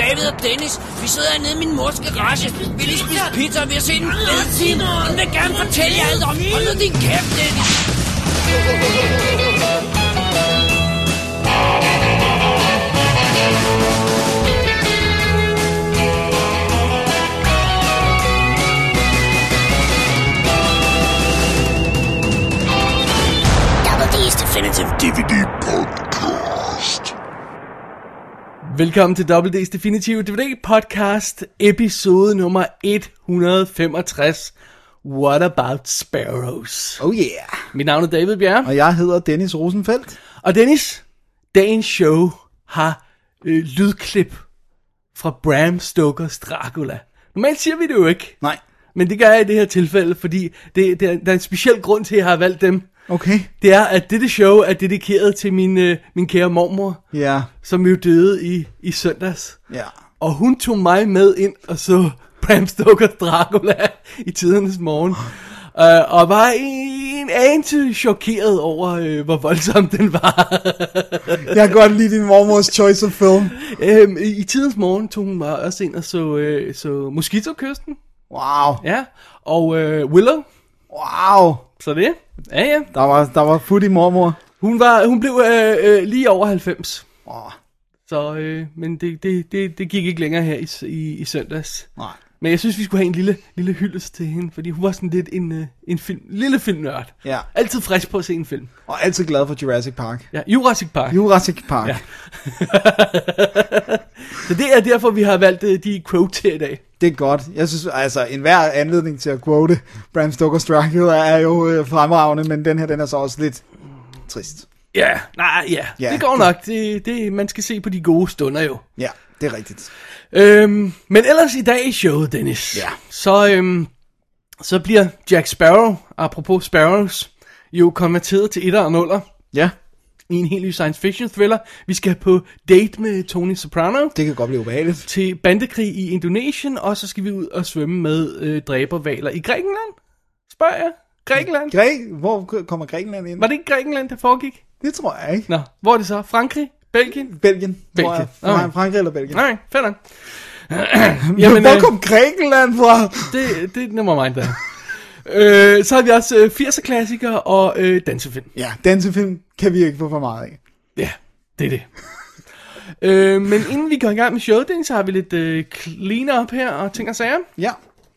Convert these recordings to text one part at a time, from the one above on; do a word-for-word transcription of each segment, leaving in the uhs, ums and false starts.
David og Dennis. Vi sidder hernede i min mors garage. Vi lige spise pizza, og vi har set en fed film. Hun vil gerne fortælle jer alt om. Hold nu din kæft, Dennis. Double D's Definitive D V D Podcast. Velkommen til Double D's Definitive D V D Podcast, episode nummer et hundrede og femogtres. What About Sparrows? Oh yeah. Mit navn er David Bjerre. Og jeg hedder Dennis Rosenfeldt. Og Dennis, dagens show har øh, lydklip fra Bram Stokers Dracula. Normalt siger vi det jo ikke. Nej. Men det gør jeg i det her tilfælde, fordi det, det er, der er en speciel grund til, at jeg har valgt dem. Okay. Det er, at dette show er dedikeret til min, øh, min kære mormor, Ja. som jo døde i, i søndags. Ja. Og hun tog mig med ind og så Bram Stokers Dracula i tidernes morgen. Uh, og var en anelse chokeret over, uh, hvor voldsom den var. Jeg kan godt lide din mormors choice of film. um, I tidernes morgen tog hun mig også ind og så, uh, så Mosquito-kysten. Wow. Ja, og uh, Willow. Wow. Så det, ja ja. Der var, der var fut i mormor. Hun, var, hun blev uh, uh, lige over halvfems. Wow. Så, uh, men det, det, det, det gik ikke længere her i, i, i søndags. Nej. Men jeg synes, vi skulle have en lille, lille hyldest til hende, fordi hun var sådan lidt en, uh, en film, lille filmnørd. Ja. Altid frisk på at se en film. Og altid glad for Jurassic Park. Ja, Jurassic Park. Jurassic Park. Ja. Så det er derfor, vi har valgt uh, de quote til i dag. Det er godt. Jeg synes, altså, enhver anledning til at quote Bram Stoker's Dracula er jo øh, fremragende, men den her, den er så også lidt trist. Ja, nej, ja. Ja. Det går nok. Det, det, man skal se på de gode stunder jo. Ja, det er rigtigt. Øhm, men ellers i dag i showet, Dennis, Ja. så, øhm, så bliver Jack Sparrow, apropos Sparrows, jo konverteret til etter og nuller Ja, i en helt ny science fiction thriller. Vi skal på date med Tony Soprano det kan godt blive ubehageligt. til bandekrig i Indonesien, og så skal vi ud og svømme med øh, dræbervaler i Grækenland. Spørger jeg? Grækenland? Græ- Hvor kommer Grækenland ind? Var det ikke Grækenland, der foregik? Det tror jeg ikke. Nå, hvor er det så? Frankrig? Belgien? Belgien, tror Belgien. jeg. Okay. Frankrig eller Belgien. Nej, fedt nok. Jamen, hvor øh, kom Grækenland fra? det, det er nummer mig der. øh, så har vi også øh, firser-klassikere og øh, dansefilm. Ja, dansefilm kan vi ikke få for meget af. Ja, det er det. øh, men inden vi går i gang med showet, så har vi lidt øh, clean-up her og ting og sager. Ja.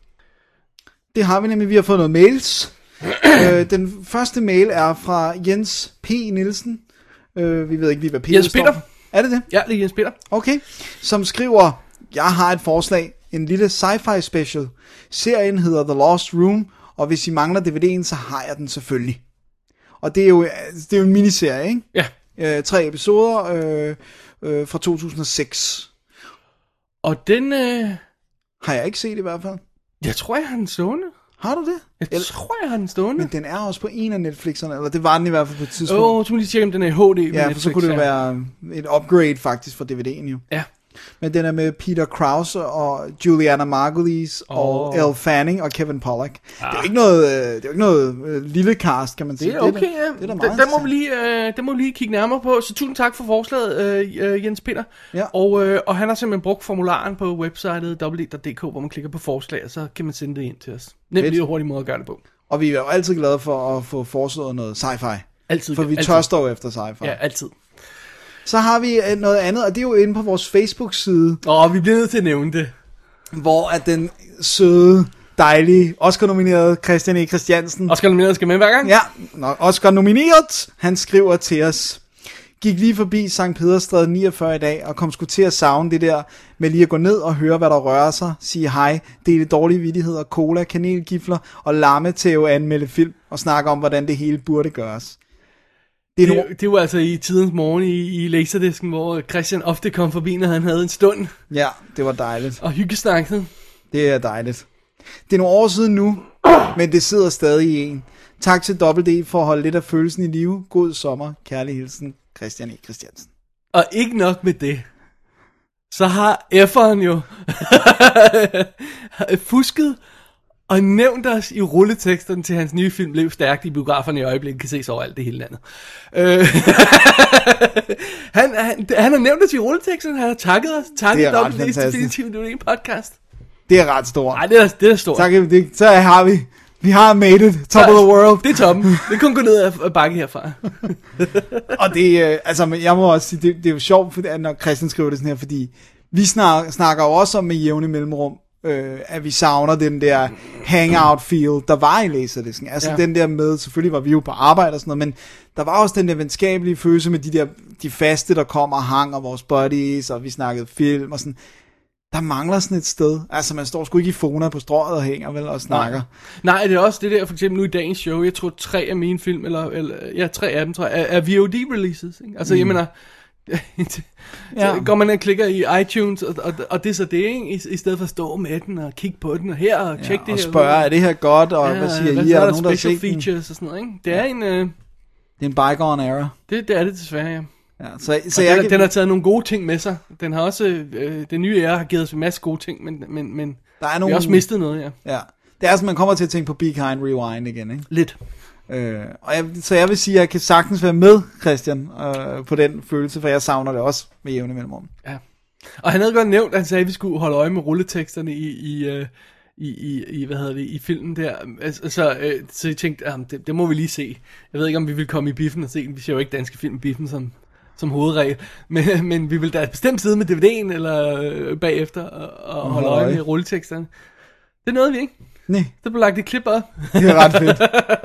Det har vi nemlig. Vi har fået noget mails. øh, den første mail er fra Jens P. Nielsen. Øh, vi ved ikke lige, hvad P. Jens står Peter. for. Er det det? Ja, det er Jens Peter. Okay. Som skriver, jeg har et forslag. En lille sci-fi special. Serien hedder The Lost Room. Og hvis I mangler D V D'en, så har jeg den selvfølgelig. Og det er jo, det er jo en miniserie, ikke? Ja. Øh, tre episoder øh, øh, fra to tusind og seks. Og den, øh, Har jeg ikke set i hvert fald. jeg tror, jeg har den stående. Har du det? Jeg Eller- tror, jeg har den stående. Men den er også på en af Netflixerne, eller det var den i hvert fald på et tidspunkt. Åh, oh, så må lige tjekke, om den er i H D. ja, for så kunne det jo være et upgrade faktisk for D V D'en jo. Ja. Men den er med Peter Krause og Juliana Margulies oh. og Elle Fanning og Kevin Pollak. Ah. Det er jo ikke noget, øh, det er jo ikke noget øh, lille cast, kan man sige. Det er okay, ja. Det er da Den, meget den, må vi lige, øh, den må vi lige kigge nærmere på. Så tusind tak for forslaget, øh, øh, Jens Peter. Ja. Og, øh, og han har simpelthen brugt formularen på websitet w w w punktum d k, hvor man klikker på forslag, og så kan man sende det ind til os. Nemt Fedt. lige og hurtig måde at gøre det på. Og vi er jo altid glade for at få foreslået noget sci-fi. Altid. For vi altid. tørster jo efter sci-fi. Ja, altid. Så har vi øh, noget andet, og det er jo inde på vores Facebook-side, Åh, vi bliver nødt til at nævne det. hvor at den søde, dejlige, Oscar-nominerede Christian E. Christiansen Oscar nomineret skal med hver gang. Ja, når Oscar nomineret, han skriver til os. Gik lige forbi Sankt Pederstræde niogfyrre i dag, og kom sgu til at savne det der med lige at gå ned og høre, hvad der rører sig, sige hej, dele dårlige vittigheder, cola, kanelgifler og larme til at anmelde film, og snakke om, hvordan det hele burde gøres. Det er Det, no- det var altså i tidens morgen i, i Laserdisken, hvor Christian ofte kom forbi, når han havde en stund Ja, det var dejligt. og hyggesnakket. Det er dejligt. Det er nogle år siden nu, men det sidder stadig i en. Tak til W D for at holde lidt af følelsen i live. God sommer. Kærlig hilsen, Christian E. Christiansen. Og ikke nok med det, så har F'eren jo fusket og nævnt os i rulleteksterne til hans nye film Lev Stærkt i biograferne i øjeblikket, kan ses overalt det hele landet. Øh, han, han, han har nævnt os i rulleteksterne, han har takket os, takket Double D's Definitive D V D podcast. Det er ret stort. Nej, det er, det er stort. Tak, det, så har vi, vi har made it, top så, of the world. Det er toppen, det kunne gå ned ad bakke herfra. Og det, øh, altså, jeg må også sige, det, det er jo sjovt, når Christian skriver det sådan her, fordi vi snak, snakker jo også om med jævne mellemrum, øh, at vi savner den der hangout feel, der var i Laserdisken. Altså ja. Den der med, selvfølgelig var vi jo på arbejde og sådan noget, men der var også den der venskabelige følelse med de der, de faste, der kom og hang, og vores buddies, og vi snakkede film og sådan. Der mangler sådan et sted. Altså, man står sgu ikke i Fona på strøget og hænger vel og snakker. Nej. Nej, det er også det der, for eksempel nu i dagens show, jeg tror tre af mine film, eller, eller ja, tre af dem, tror jeg, er, er V O D-releases. Ikke? Altså, mm. jeg mener, ja. går man og klikker i iTunes, og, og, og det er så det, ikke? I, i stedet for at stå med den, og kigge på den, og her, og tjekke ja, det og her. Og spørge, er det her godt, og ja, hvad siger hvad I? Er der nogen, der special features og sådan noget, ikke? Det er ja. en... Øh, det er en bygone era. Det, det er det desværre, ja. Ja, så, så jeg den, kan... den har taget nogle gode ting med sig. Den har også, øh, den nye ære har givet os en masse gode ting, men, men, men der er vi nogle... har også mistet noget, ja. Ja, det er som man kommer til at tænke på Be Kind Rewind igen, ikke? Lidt. Øh, og jeg, så jeg vil sige, at jeg kan sagtens være med, Christian, øh, på den følelse, for jeg savner det også med jævne mellemrum. Ja. Og han havde godt nævnt, at han sagde, at vi skulle holde øje med rulleteksterne i... i øh, I, i, i, hvad hedder det, i filmen der, altså, så, øh, så jeg tænkte, ah, det, det må vi lige se. Jeg ved ikke, om vi vil komme i biffen og se den, vi ser jo ikke danske film i biffen som, som hovedregel, men, men vi vil da bestemt sidde med D V D'en, eller øh, bagefter, og, og holde øje med rulleteksterne. Det nåede vi ikke. Nej. Det blev lagt et klip op. Det er ret fedt.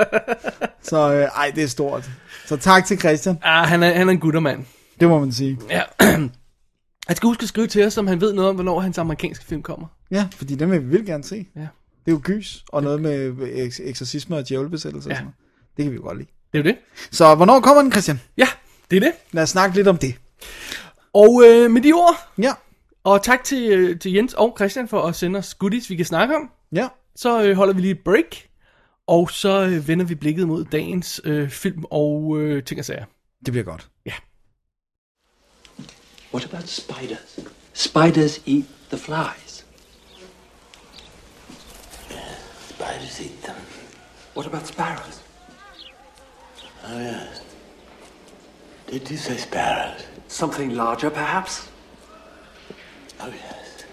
Så øh, ej, det er stort. Så tak til Christian. Ah, han er, han er en guttermand. Det må man sige. Ja. Han skal huske at skrive til os, om han ved noget om, hvornår hans amerikanske film kommer. Ja, fordi dem vil vi vil gerne se. Ja. Det er jo gys, og noget med eks- eksorcisme og djævelbesættelse. Ja. Og sådan noget. Det kan vi jo godt lide. Det er jo det. Så hvornår kommer den, Christian? Ja, det er det. Lad os snakke lidt om det. Og øh, med de ord, ja. Og tak til, øh, til Jens og Christian for at sende os goodies, vi kan snakke om. Ja. Så øh, holder vi lige et break, og så øh, vender vi blikket mod dagens øh, film og øh, ting og sager. Det bliver godt. Ja. What about spiders? Spiders eat the flies. Yeah, spiders eat them. What about sparrows? Oh, yes. Did you say sparrows? Something larger, perhaps? Oh, yes.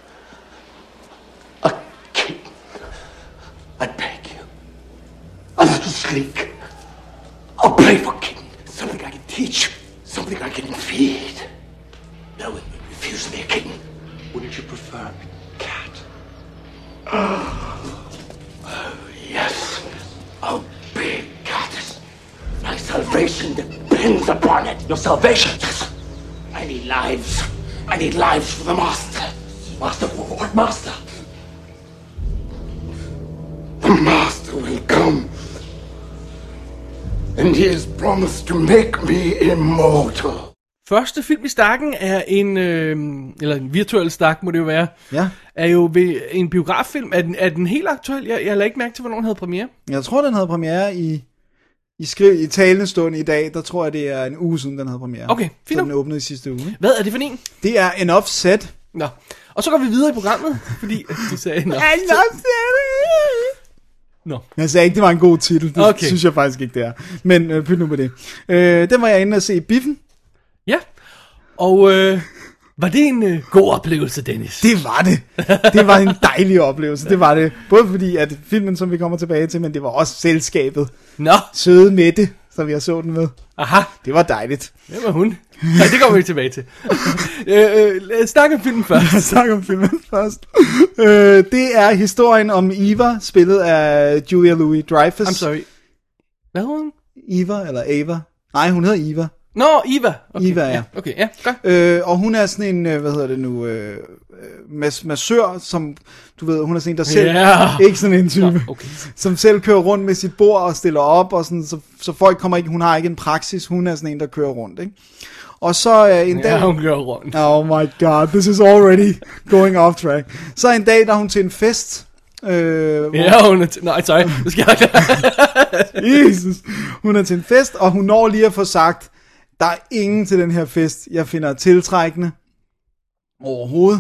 A kitten. I beg you. A little sleek. A playful kitten. Something I can teach. Something I can feed. No, it would refuse to be a kitten. Wouldn't you prefer a cat? Oh, oh yes. A big cat. My salvation depends upon it. Your salvation? Yes. I need lives. I need lives for the master. Master? What master? The master will come. And he has promised to make me immortal. Første film i stakken er en, øh, eller en virtuel stak må det jo være, ja. Er jo ved en biograffilm. Er den, er den helt aktuel? Jeg, jeg lader ikke mærke til, hvornår den havde premiere. Jeg tror, den havde premiere i, i, skriv, i talende stund i dag. Der tror jeg, det er en uge siden, den havde premiere. Okay, fint. Så den åbnede i sidste uge. Ikke? Hvad er det for en? Det er Enough Said. Nå, og så går vi videre i programmet, fordi du sagde Enough Said. Nå. Jeg sagde ikke, det var en god titel. Det okay. Synes jeg faktisk ikke, det er. Men øh, pyt nu med det. Øh, den var jeg inde og se i biffen. Ja, og øh, var det en øh, god oplevelse, Dennis? Det var det. Det var en dejlig oplevelse. Det var det. Både fordi, at filmen, som vi kommer tilbage til, men det var også selskabet. Nå. Søde Mette, som jeg så den med. Aha. Det var dejligt. Det var hun. Nej, det kommer vi tilbage til. øh, øh, snak om filmen først. Snak om filmen først. øh, det er historien om Eva, spillet af Julia Louis-Dreyfus. I'm sorry. Hvad hedder hun? Eva, eller Ava. Nej, hun hedder Eva. Nå, Eva. Okay, Eva, ja. ja. Okay, ja, godt. Øh, og hun er sådan en, hvad hedder det nu, øh, mas- massør, som, du ved, hun er sådan en, der selv, yeah. ikke sådan en type, Nå, okay. som selv kører rundt med sit bord og stiller op, og sådan, så, så folk kommer ikke, hun har ikke en praksis, hun er sådan en, der kører rundt, ikke? Og så øh, en dag... Ja, hun kører rundt. Oh my god, this is already going off track. Så en dag, der er hun til en fest. Øh, hvor... Ja, hun er til... Nej, sorry, det skal jeg Jesus. Hun er til en fest, og hun når lige at få sagt, der er ingen til den her fest, jeg finder tiltrækkende overhovedet.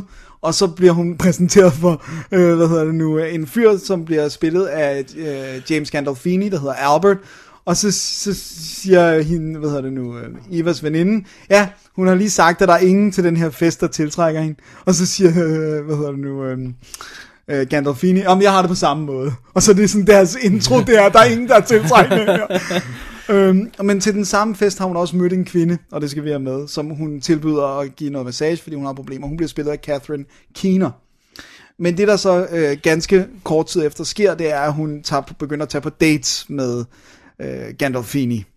og så bliver hun præsenteret for, øh, hvad hedder det nu, en fyr, som bliver spillet af øh, James Gandolfini, der hedder Albert, og så, så siger hende, hvad hedder det nu, øh, Evas veninde, ja, hun har lige sagt, at der er ingen til den her fest, der tiltrækker hende, og så siger, øh, hvad hedder det nu, øh, øh, Gandolfini, om jeg har det på samme måde, og så er det sådan deres intro, det er, der er ingen, der er tiltrækkende her. Øhm, men til den samme fest har hun også mødt en kvinde, og det skal vi have med, som hun tilbyder at give noget massage, fordi hun har problemer. Hun bliver spillet af Catherine Keener. Men det der så øh, ganske kort tid efter sker, det er, at hun tager, begynder at tage på dates med øh, Gandolfini.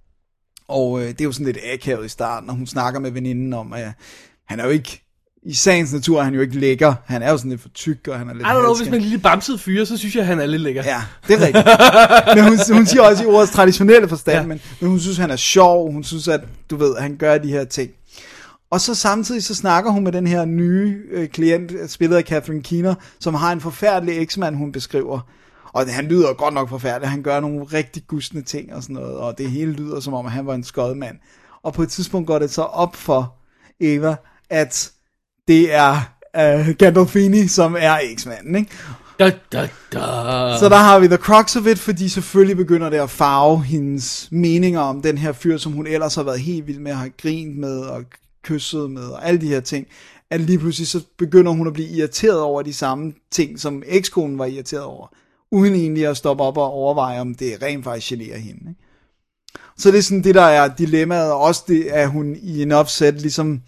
Og øh, det er jo sådan lidt akavet i starten, og hun snakker med veninden om, at han er jo ikke, i sagens natur er han jo ikke lækker. Han er jo sådan lidt for tyk, og han er lidt... I don't know, hvis man er en lille bamset fyre, så synes jeg, han er lidt lækker. Ja, det er rigtigt. Men hun, hun siger også i ordets traditionelle forstand, ja. men, men hun synes, han er sjov. Hun synes, at du ved, han gør de her ting. Og så samtidig så snakker hun med den her nye øh, klient, spillet af Catherine Keener, som har en forfærdelig eksmand, hun beskriver. Og han lyder godt nok forfærdelig. Han gør nogle rigtig gustne ting og sådan noget, og det hele lyder som om, at han var en skodmand. Og på et tidspunkt går det så op for Eva, at det er uh, Gandolfini, som er eksmanden, ikke? Da, da, da. Så der har vi the crux of it, fordi selvfølgelig begynder det at farve hendes meninger om den her fyr, som hun ellers har været helt vild med at have grint med og kysset med og alle de her ting. At lige pludselig så begynder hun at blive irriteret over de samme ting, som ekskonen var irriteret over, uden egentlig at stoppe op og overveje, om det rent faktisk generer hende, ikke? Så det er sådan det, der er dilemmaet, og også det, at hun i en offset ligesom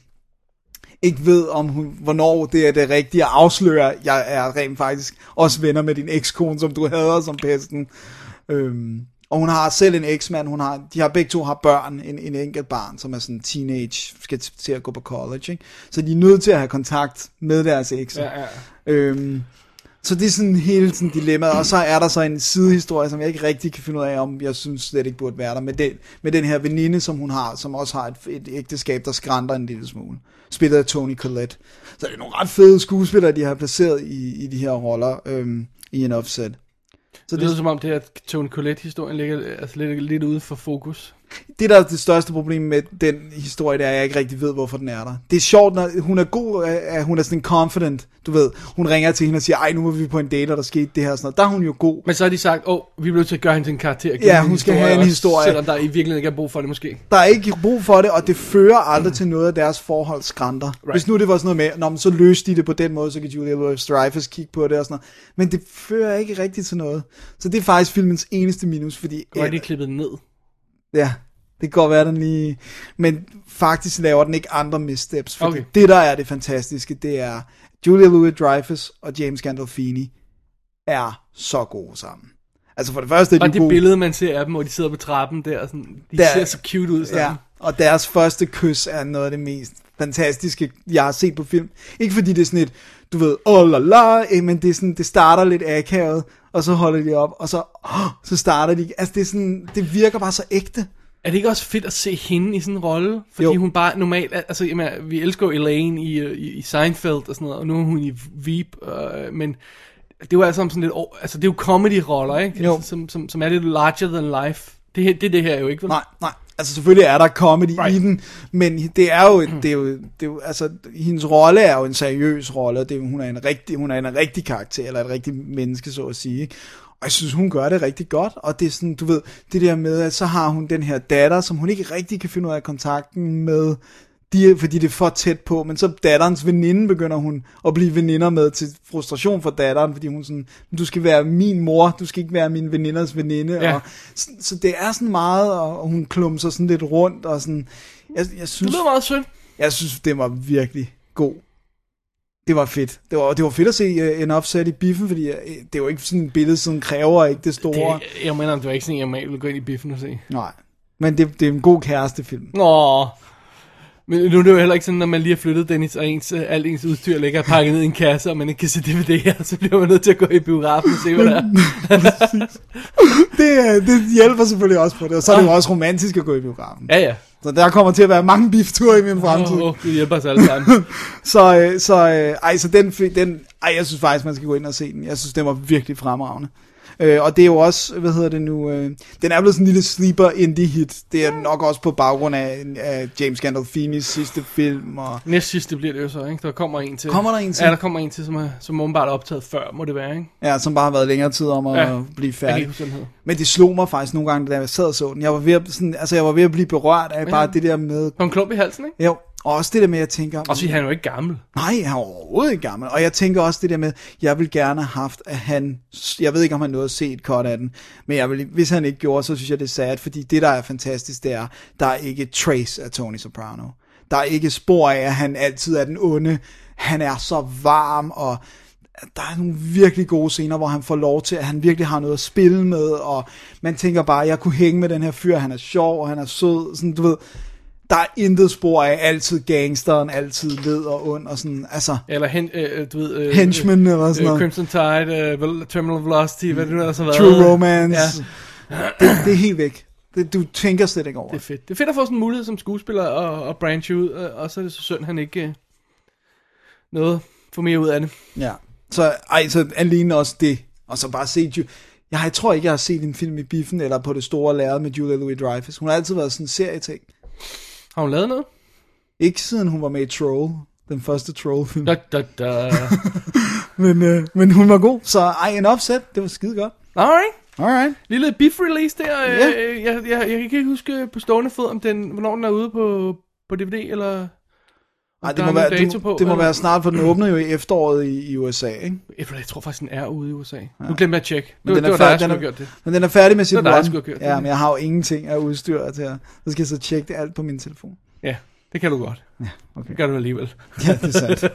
ikke ved, om hun, hvornår det er det rigtige at afsløre, jeg er rent faktisk også venner med din ekskone, som du hader som pesten. Øhm, og hun har selv en eksmand, hun har, de har begge to har børn, en, en enkelt barn, som er sådan teenage, skal til at gå på college, ikke? Så de er nødt til at have kontakt med deres eks. Ja, ja. Øhm, så det er sådan hele sådan dilemmaet, og så er der så en sidehistorie, som jeg ikke rigtig kan finde ud af, om jeg synes slet ikke burde være der, med den, med den her veninde, som hun har, som også har et, et ægteskab, der skranter en lille smule. Spillet af Toni Collette. Så det er nogle ret fede skuespillere, de har placeret i, i de her roller øhm, i en offset. Så det lyder som om det her Toni Collette-historien ligger altså lidt, lidt ude for fokus. Det der er det største problem med den historie, det er, at jeg ikke rigtig ved, hvorfor den er der. Det er sjovt, når hun er god, at hun er sådan confident, du ved. Hun ringer til hende og siger, ej, nu var vi på en date, og der skete det her og sådan noget. Der er hun jo god. Men så har de sagt, åh, oh, vi bliver nødt til at gøre hende til en karakter. Ja, hun skal have en også, historie. Selvom der i virkeligheden ikke er brug for det måske. Der er ikke brug for det, og det fører aldrig mm. til noget af deres forhold skranter. Right. Hvis nu det var sådan noget med, nå, men så løste de det på den måde, så kan Julia Louis-Dreyfus kigge på det og sådan noget. Men det fører ikke rigtigt til noget. Så det er faktisk filmens eneste minus, fordi... Hvor er de klippet ned? Ja. Det kan godt være, den lige... Men faktisk laver den ikke andre missteps. For okay. Det, der er det fantastiske, det er... Julia Louis-Dreyfus og James Gandolfini er så gode sammen. Altså for det første er de og det gode... billede, man ser af dem, hvor de sidder på trappen der, sådan, de der, ser så cute ud sammen. Ja, og deres første kys er noget af det mest fantastiske, jeg har set på film. Ikke fordi det er sådan et, du ved, oh la la, men det, er sådan, det starter lidt akavet, og så holder de op, og så, oh, så starter de... Altså det er sådan, det virker bare så ægte. Er det ikke også fedt at se hende i sådan en rolle? Fordi jo. Hun bare normalt... Altså, jamen, vi elsker jo Elaine i, i, i Seinfeld og sådan noget, og nu er hun i Veep, øh, men det er jo altså sådan lidt... Altså, det er jo comedy-roller, ikke? Jo. Som, som, som er lidt larger than life. Det, det er det her jo ikke, vel? Nej, nej. Altså, selvfølgelig er der comedy right. i den, men det er jo... Det er jo, det er jo altså, hendes rolle er jo en seriøs rolle, det er, hun, er en rigtig, hun er en rigtig karakter, eller et rigtigt menneske, så at sige, ikke? Og jeg synes, hun gør det rigtig godt, og det er sådan, du ved, det der med, at så har hun den her datter, som hun ikke rigtig kan finde ud af kontakten med, de, fordi det er for tæt på, men så datterens veninde begynder hun at blive veninder med til frustration for datteren, fordi hun sådan, du skal være min mor, du skal ikke være min veninders veninde, ja. og så, så det er sådan meget, og hun klumser sådan lidt rundt, og sådan, jeg, jeg synes... Det lyder meget synd. Jeg synes, det var virkelig god. Det var fedt. Det var, det var fedt at se uh, en offset i biffen, fordi uh, det er jo ikke sådan et billede, som kræver ikke det store. Det, jeg mener, det var ikke sådan, jeg normalt ville gå ind i biffen og se. Nej, men det, det er en god kærestefilm. Nå, men nu er det jo heller ikke sådan, når man lige har flyttet Dennis, og ens, alt ens udstyr ligger pakket ned i en kasse, og man ikke kan se D V D'er, så bliver man nødt til at gå i biografen og se, hvad der er. det, det hjælper selvfølgelig også på det, og så er det jo også romantisk at gå i biografen. Ja, ja. Så der kommer til at være mange bifture i min fremtid. Åh, oh, oh, det hjælper os alle sammen. så, så, ej, så den, den, ej, jeg synes faktisk, man skal gå ind og se den. Jeg synes, den var virkelig fremragende. Øh, og det er jo også, hvad hedder det nu, øh, den er blevet sådan en lille sleeper indie hit. Det er nok også på baggrund af, af James Gandolfinis sidste film. Og næst sidste bliver det jo så, ikke? Der kommer en til. Kommer der en til? Ja, der kommer en til, som er, som åbenbart er optaget før, må det være, ikke? Ja, som bare har været længere tid om at Ja. blive færdig. Jeg Men det slog mig faktisk nogle gange, da jeg sad og så den. Jeg var ved at, sådan, altså, jeg var ved at blive berørt af bare det der med... På en klump i halsen, ikke? Jo, og også det der med, at jeg tænker... Og så han er jo ikke gammel. Nej, han er overhovedet ikke gammel. Og jeg tænker også det der med, jeg vil gerne have haft, at han... Jeg ved ikke, om han nåede at se et cut af den, men jeg vil, hvis han ikke gjorde, så synes jeg, det er sad, fordi det, der er fantastisk, det er, der er ikke trace af Tony Soprano. Der er ikke spor af, at han altid er den onde. Han er så varm, og der er nogle virkelig gode scener, hvor han får lov til, at han virkelig har noget at spille med, og man tænker bare, jeg kunne hænge med den her fyr, han er sjov, og han er sød, sådan, du ved... Der er intet spor af altid gangsteren, altid led og ond og sådan, altså... Eller hen, øh, du ved... Øh, Henchmen eller sådan øh, noget. Crimson Tide, øh, Terminal Velocity, hvad det nu ellers har været. True Romance. Ja. Det, det er helt væk. Det, du tænker slet ikke over. Det er fedt. Det er fedt at få sådan en mulighed som skuespiller og, og branche ud, og, og så er det så synd, han ikke øh, noget får mere ud af det. Ja. Så, ej, så alene også det. Og så bare se... Jeg, jeg tror ikke, jeg har set en film i biffen, eller på det store lærred med Julia Louis-Dreyfus. Hun har altid været sådan en serieting. Har hun lavet noget? Ikke siden hun var med i Troll. Den første Troll-film. Da, da, da. men, øh, men hun var god. Så ej, en offset. Det var skide godt. Alright. Alright. Lille beef-release der. Ja. Øh, jeg, jeg, jeg kan ikke huske på stående fod, om den, hvornår den er ude på, på D V D, eller... Ej, det må, være, det, på, det må eller? være snart, for den åbner jo i efteråret i, i U S A, ikke? Jeg tror faktisk, den er ude i U S A. Ja. Nu glemte jeg at tjekke. Men Det, den det er var dig, færdig, der den skulle er, have gjort det. men den er færdig med sit Det var dig, der run. skulle have gjort det. Ja, men jeg har jo ingenting af udstyr til at... Så skal jeg så tjekke det alt på min telefon. Ja, det kan du godt. Ja, okay. Det gør du alligevel. Ja, det er sandt.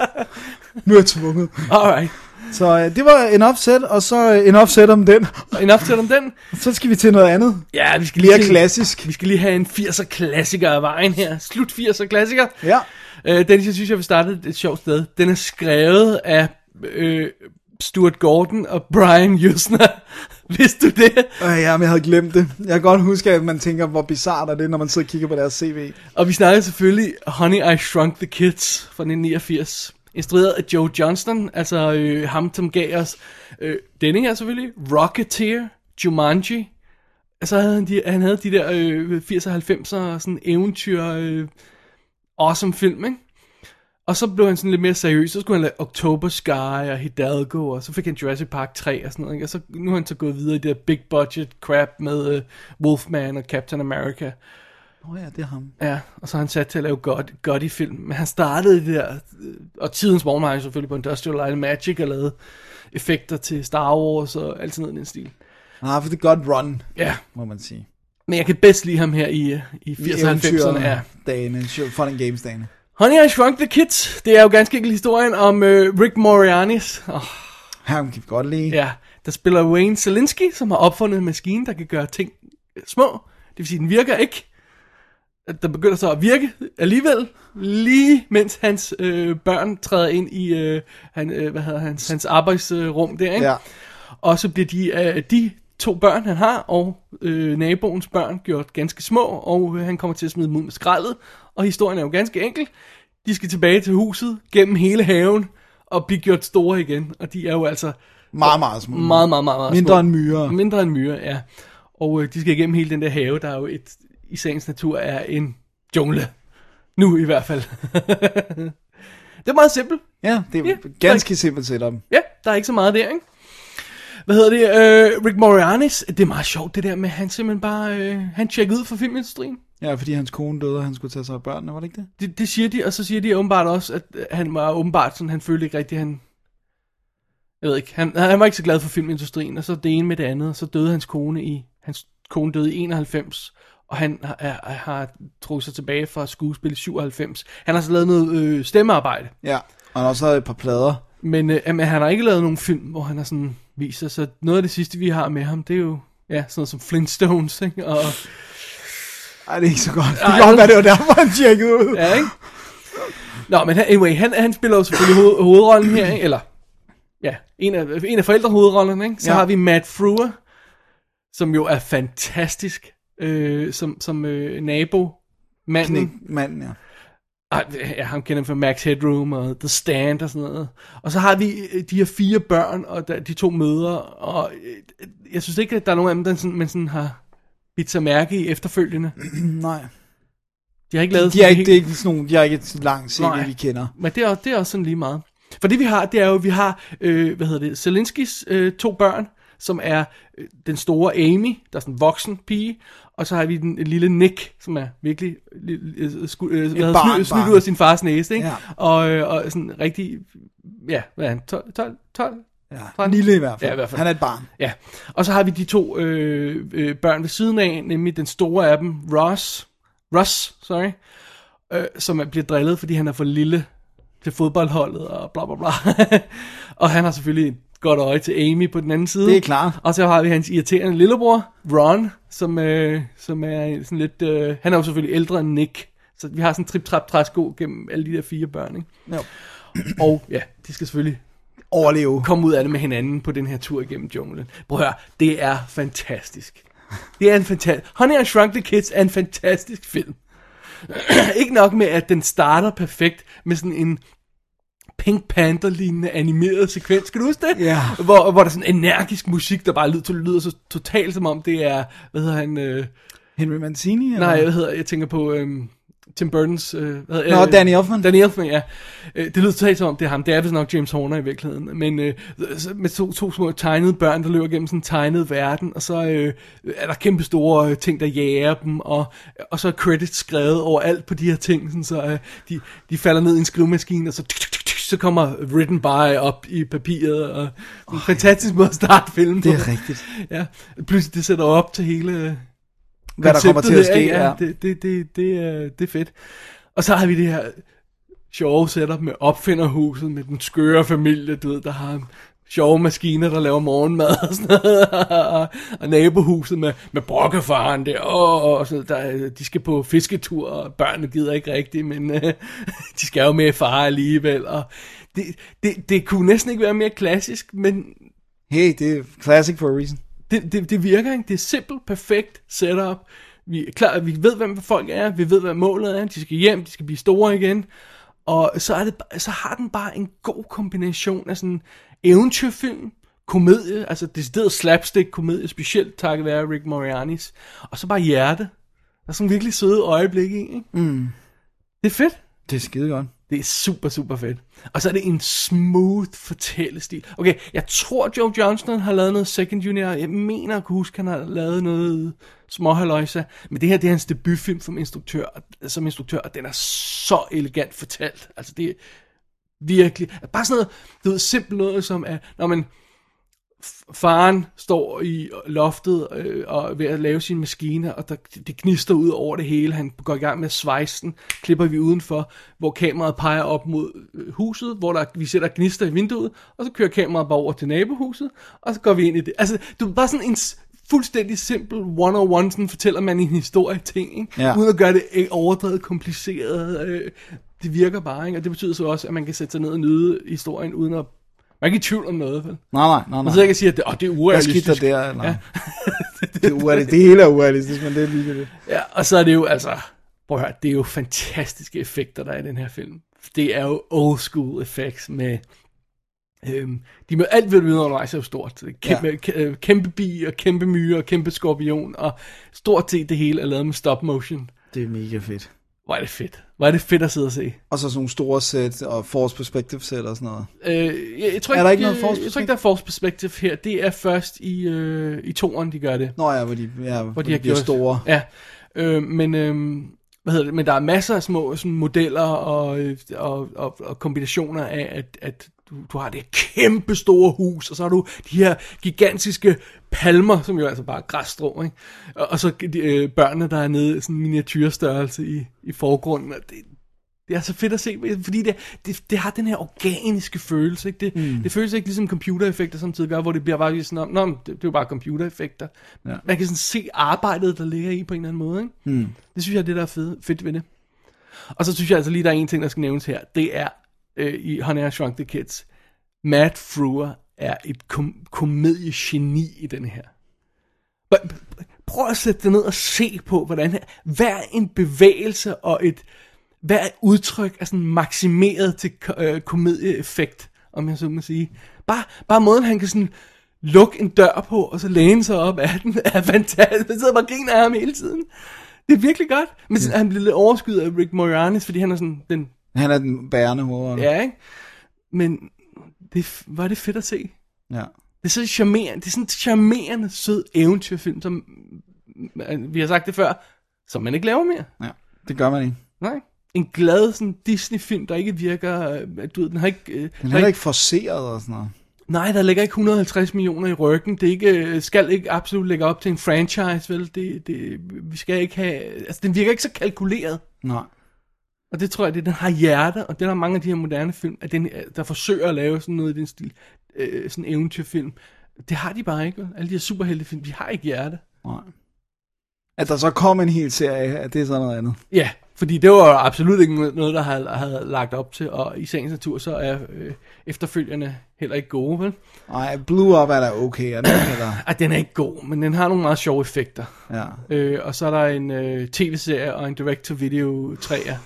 Nu er jeg tvunget. Alright. Så øh, det var en offset, og så øh, en offset om den. Enough til om den. Så skal vi til noget andet. Ja, vi skal Mere lige til- klassisk. Vi skal lige have en firser klassiker af vejen her. Slut firser klassiker. Ja. Øh, Dennis, jeg synes, jeg vil starte et sjovt sted. Den er skrevet af øh, Stuart Gordon og Brian Usna. Vidste du det? Øh, ja, men jeg havde glemt det. Jeg kan godt huske, at man tænker, hvor bizarrt er det, når man sidder og kigger på deres C V. Og vi snakker selvfølgelig Honey, I Shrunk the Kids fra nitten niogfirs. Instrueret af Joe Johnston, altså øh, ham, som gav os øh, denne her selvfølgelig, Rocketeer, Jumanji. Altså havde han, de, han havde de der øh, firserne og halvfemserne sådan eventyr, øh, awesome film, ikke? Og så blev han sådan lidt mere seriøs, så skulle han lave October Sky og Hidalgo, og så fik han Jurassic Park tre og sådan noget, ikke? Og så, nu har han så gået videre i det der big budget crap med øh, Wolfman og Captain America. Åh oh, ja, det er ham. Ja, og så har han sat til at lave God, God-film. Men han startede det der, og tidens morgen har han selvfølgelig på Industrial Light and Magic og lavet effekter til Star Wars og alt sådan noget i den stil. Han har haft et godt run, Ja, må man sige. men jeg kan bedst lide ham her i, i firserne og halvfemserne. Ja. Dagene, Fun and Games dagene. Honey, I Shrunk the Kids, det er jo ganske enkelt historien om øh, Rick Moranis. Oh, Ham kan vi godt lide. ja, der spiller Wayne Selinsky, som har opfundet en maskine, der kan gøre ting små. Det vil sige, den virker ikke. Der begynder så at virke alligevel, lige mens hans øh, børn træder ind i øh, han, øh, hvad hedder, hans, hans arbejdsrum øh, der, ikke? Ja. Og så bliver de, øh, de to børn, han har, og øh, naboens børn gjort ganske små, og øh, han kommer til at smide dem ud med skraldet, og historien er jo ganske enkel. De skal tilbage til huset, gennem hele haven, og blive gjort store igen, og de er jo altså Meget, meget små. meget, meget, meget, meget Mindre små. end myrer. Mindre end myrer, ja. Og øh, de skal igennem hele den der have, der er jo et, i sagens natur er en jungle. Nu i hvert fald. Det er meget simpelt. Ja, det er Ja, ganske simpelt setup. Ja, der er ikke så meget der, ikke? Hvad hedder det? Øh, Rick Moranis, det er meget sjovt det der med, han simpelthen bare, øh, han tjekkede ud fra filmindustrien. Ja, fordi hans kone døde, og han skulle tage sig af børnene, var det ikke det? Det, det siger de, og så siger de åbenbart også, at han var åbenbart sådan, han følte ikke rigtigt, han... Jeg ved ikke, han, han var ikke så glad for filmindustrien, og så det ene med det andet, og så døde hans kone i, hans kone døde i enoghalvfems, og han har, har, har trukket sig tilbage fra skuespil i syvoghalvfems. Han har så lavet noget øh, stemmearbejde, Ja, og han har også lavet et par plader. men, øh, men han har ikke lavet nogen film, hvor han har sådan vist sig, så noget af det sidste, vi har med ham, det er jo, ja, sådan noget som Flintstones, ikke? Og, Ej, det er ikke så godt. Det Ej, kan godt være, det var derfor, han tjekkede ud. ja, ikke? Nå, men han, anyway, han, han spiller jo selvfølgelig hoved, hovedrollen her, ikke? Eller, ja, en af, en af forældrehovedrollerne, ikke? Så Ja. ja. har vi Matt Frewer, som jo er fantastisk, øh, som, som øh, nabo, manden, Knæk, manden, ja. Ja, ham kender fra Max Headroom og The Stand og sådan noget. Og så har vi de her fire børn og de to mødre, og jeg synes ikke, at der er nogen af dem, der sådan, man sådan har bidt sig mærke i efterfølgende. Nej. De har ikke lavet de, de er ikke, helt... det er ikke sådan nogle, de har ikke et langt serie, vi kender. Men det er, det er også sådan lige meget. For det vi har, det er jo, vi har, øh, hvad hedder det, Zelinskis øh, to børn, som er øh, den store Amy, der er sådan en voksen pige, og så har vi den lille Nick, som er virkelig øh, sku, øh, hvad barn, snydt, snydt ud af sin fars næse, ikke? Ja. Og, øh, og sådan rigtig, ja, hvad er han, tolv, tolv? Ja, lille i hvert fald. Ja, i hvert fald. Han er et barn. Ja, og så har vi de to øh, øh, børn ved siden af, nemlig den store af dem, Ross, Russ, sorry, øh, som bliver drillet, fordi han er for lille til fodboldholdet og bla bla bla. Og han har selvfølgelig et godt øje til Amy på den anden side. Det er klart. Og så har vi hans irriterende lillebror, Ron, som, øh, som er sådan lidt, øh, han er jo selvfølgelig ældre end Nick. Så vi har sådan en trip-trap-træsko gennem alle de der fire børn, ikke? Jo. Og ja, de skal selvfølgelig overleve, komme ud af det med hinanden på den her tur igennem junglen. Prøv at høre, det er fantastisk. Det er en fantastisk... Honey, I Shrunk the Kids er en fantastisk film. Ikke nok med, at den starter perfekt med sådan en Pink Panther-lignende animeret sekvens. Skal du huske det? Ja. Yeah. Hvor, hvor der er sådan energisk musik, der bare lyder, lyder så totalt som om det er... Hvad hedder han? Øh... Henry Mancini? Eller? Nej, hvad hedder jeg tænker på... Øh... Tim Burtons... Øh, hvad, Nå, øh, Danny Elfman. Danny Elfman, ja. Øh, det lyder totalt som om, det er ham. Det er vist nok James Horner i virkeligheden. Men øh, med to, to små tegnede børn, der løber gennem sådan en tegnet verden, og så øh, er der kæmpe store øh, ting, der jager dem, og, og så er credits skrevet over alt på de her ting, sådan, så øh, de, de falder ned i en skrivemaskine, og så... så kommer written by op i papiret, og en fantastisk måde at starte filmen på. Det er rigtigt. Ja, pludselig det sætter op til hele... hvad der kommer til at ske, ja. Det, det, det, det, er, det er fedt. Og så har vi det her sjove setup med opfinderhuset, med den skøre familie, du ved, der har sjove maskiner, der laver morgenmad og sådan noget, og, og nabohuset med, med brokkefaren der, og, og så der, de skal på fisketur, og børnene gider ikke rigtigt, men øh, de skal jo med far alligevel, og det, det, det kunne næsten ikke være mere klassisk, men... Hey, det er classic for a reason. Det, det, det virker, ikke? Det er simpelt, perfekt setup. Vi er klar, vi ved, hvem folk er, vi ved, hvad målet er, de skal hjem, de skal blive store igen, og så, er det, så har den bare en god kombination af sådan eventyrfilm, komedie, altså decideret slapstick-komedie, specielt takket være Rick Moranis, og så bare hjerte. Der er sådan virkelig søde øjeblikke i, ikke? Mm. Det er fedt. Det er skide godt. Det er super, super fedt. Og så er det en smooth fortællestil. Okay, jeg tror Joe Johnston har lavet noget Second Unit. Jeg mener at kunne huske, han har lavet noget småhalløjsa. Men det her, det er hans debutfilm som instruktør, som instruktør, og den er så elegant fortalt. Altså det er virkelig... Bare sådan noget, du ved, simpelt noget som, at når man... Faren står i loftet øh, og ved at lave sine maskiner, og der, det gnister ud over det hele. Han går i gang med svejsen, klipper vi udenfor, hvor kameraet peger op mod huset, hvor der, vi ser der gnister i vinduet, og så kører kameraet bare over til nabohuset, og så går vi ind i det. Altså, du er bare sådan en fuldstændig simpel one-on-one, sådan fortæller man en historie ting, ikke? Ja. Uden at gøre det overdrevet kompliceret. Øh, det virker bare, ikke? Og det betyder så også, at man kan sætte sig ned og nyde historien, uden at man er ikke i tvivl om noget, vel? Nej, nej, nej, nej. Man så jeg kan sige, at det, åh, det er urealistisk. Hvad skidt der, eller? Ja. det, er urealistisk. Det hele er urealistisk, men det er lige det. Ja, og så er det jo, altså, prøv at høre, det er jo fantastiske effekter, der er i den her film. Det er jo old school effects med, øhm, de med alt ved du undervejs er jo stort. Kæmpe, ja. kæmpe, kæmpe bi og kæmpe myre og kæmpe skorpion, og stort set det hele er lavet med stop motion. Det er mega fedt. Hvor er det fedt. Hvor er det fedt at sidde og se. Og så sådan nogle store sæt og force perspective sæt og sådan noget. Øh, jeg, jeg tror er ikke, der ikke noget force jeg tror ikke, der er force perspective her. Det er først i, øh, i toeren, de gør det. Nå ja, hvor de, ja, hvor hvor de, de har bliver gjort, store. Ja, øh, men, øh, hvad hedder det? Men der er masser af små sådan, modeller og, og, og, og kombinationer af, at, at du, du har det her kæmpe store hus, og så har du de her gigantiske palmer, som jo altså bare er græsstrå, ikke? Og, og så de, øh, børnene, der er nede i sådan en miniatyrstørrelse i, i forgrunden. Og det, det er så fedt at se, fordi det, det, det har den her organiske følelse, ikke? Det, mm. det føles ikke ligesom computereffekter samtidig gør, hvor det bliver bare sådan, nå, det, det er jo bare computereffekter. Ja. Man kan sådan se arbejdet, der ligger i på en eller anden måde, ikke? Mm. Det synes jeg, det der er fedt, fedt ved det. Og så synes jeg altså lige, der er en ting, der skal nævnes her. Det er øh, i Honey, I Shrunk the Kids. Matt Frewer er et kom- komediegeni i den her. Prøv at sætte dig ned og se på, hvordan hver en bevægelse og et hver udtryk er sådan maksimeret til øh, komedieeffekt, om jeg så må sige. Bare, bare måden, han kan sådan lukke en dør på, og så læne sig op af den, er fantastisk. Han sidder bare og griner af ham hele tiden. Det er virkelig godt. Men sådan, han bliver lidt overskyet af Rick Moranis, fordi han er sådan den... Han er den bærende hoved. Ja, ikke? Men det var det fedt at se. Ja. Det er så charmerende, det er sådan en charmerende, sød eventyrfilm, som vi har sagt det før, som man ikke laver mere. Ja, det gør man ikke. Nej. En glad sådan Disney-film, der ikke virker, du ved, den har ikke... Den er der heller ikke forceret og sådan noget. Nej, der ligger ikke et hundrede og halvtreds millioner i ryggen. Det ikke, skal ikke absolut lægge op til en franchise, vel? Det, det, vi skal ikke have... Altså, den virker ikke så kalkuleret. Nej. Og det tror jeg, det den har hjerte, og det er der mange af de her moderne film, at den, der forsøger at lave sådan noget i den stil, øh, sådan en eventyrfilm. Det har de bare ikke, vel? Alle de her superheltefilm, de har ikke hjerte. Nej. At der så kom en hel serie, at det er sådan noget andet. Ja, fordi det var absolut ikke noget, der havde, havde lagt op til, og i sagens natur, så er øh, efterfølgerne heller ikke gode, vel? Nej, Blue Up er da okay, er den ikke, eller? Ej, den er ikke god, men den har nogle meget sjove effekter. Ja. Øh, og så er der en øh, tv-serie og en direct-to-video træer.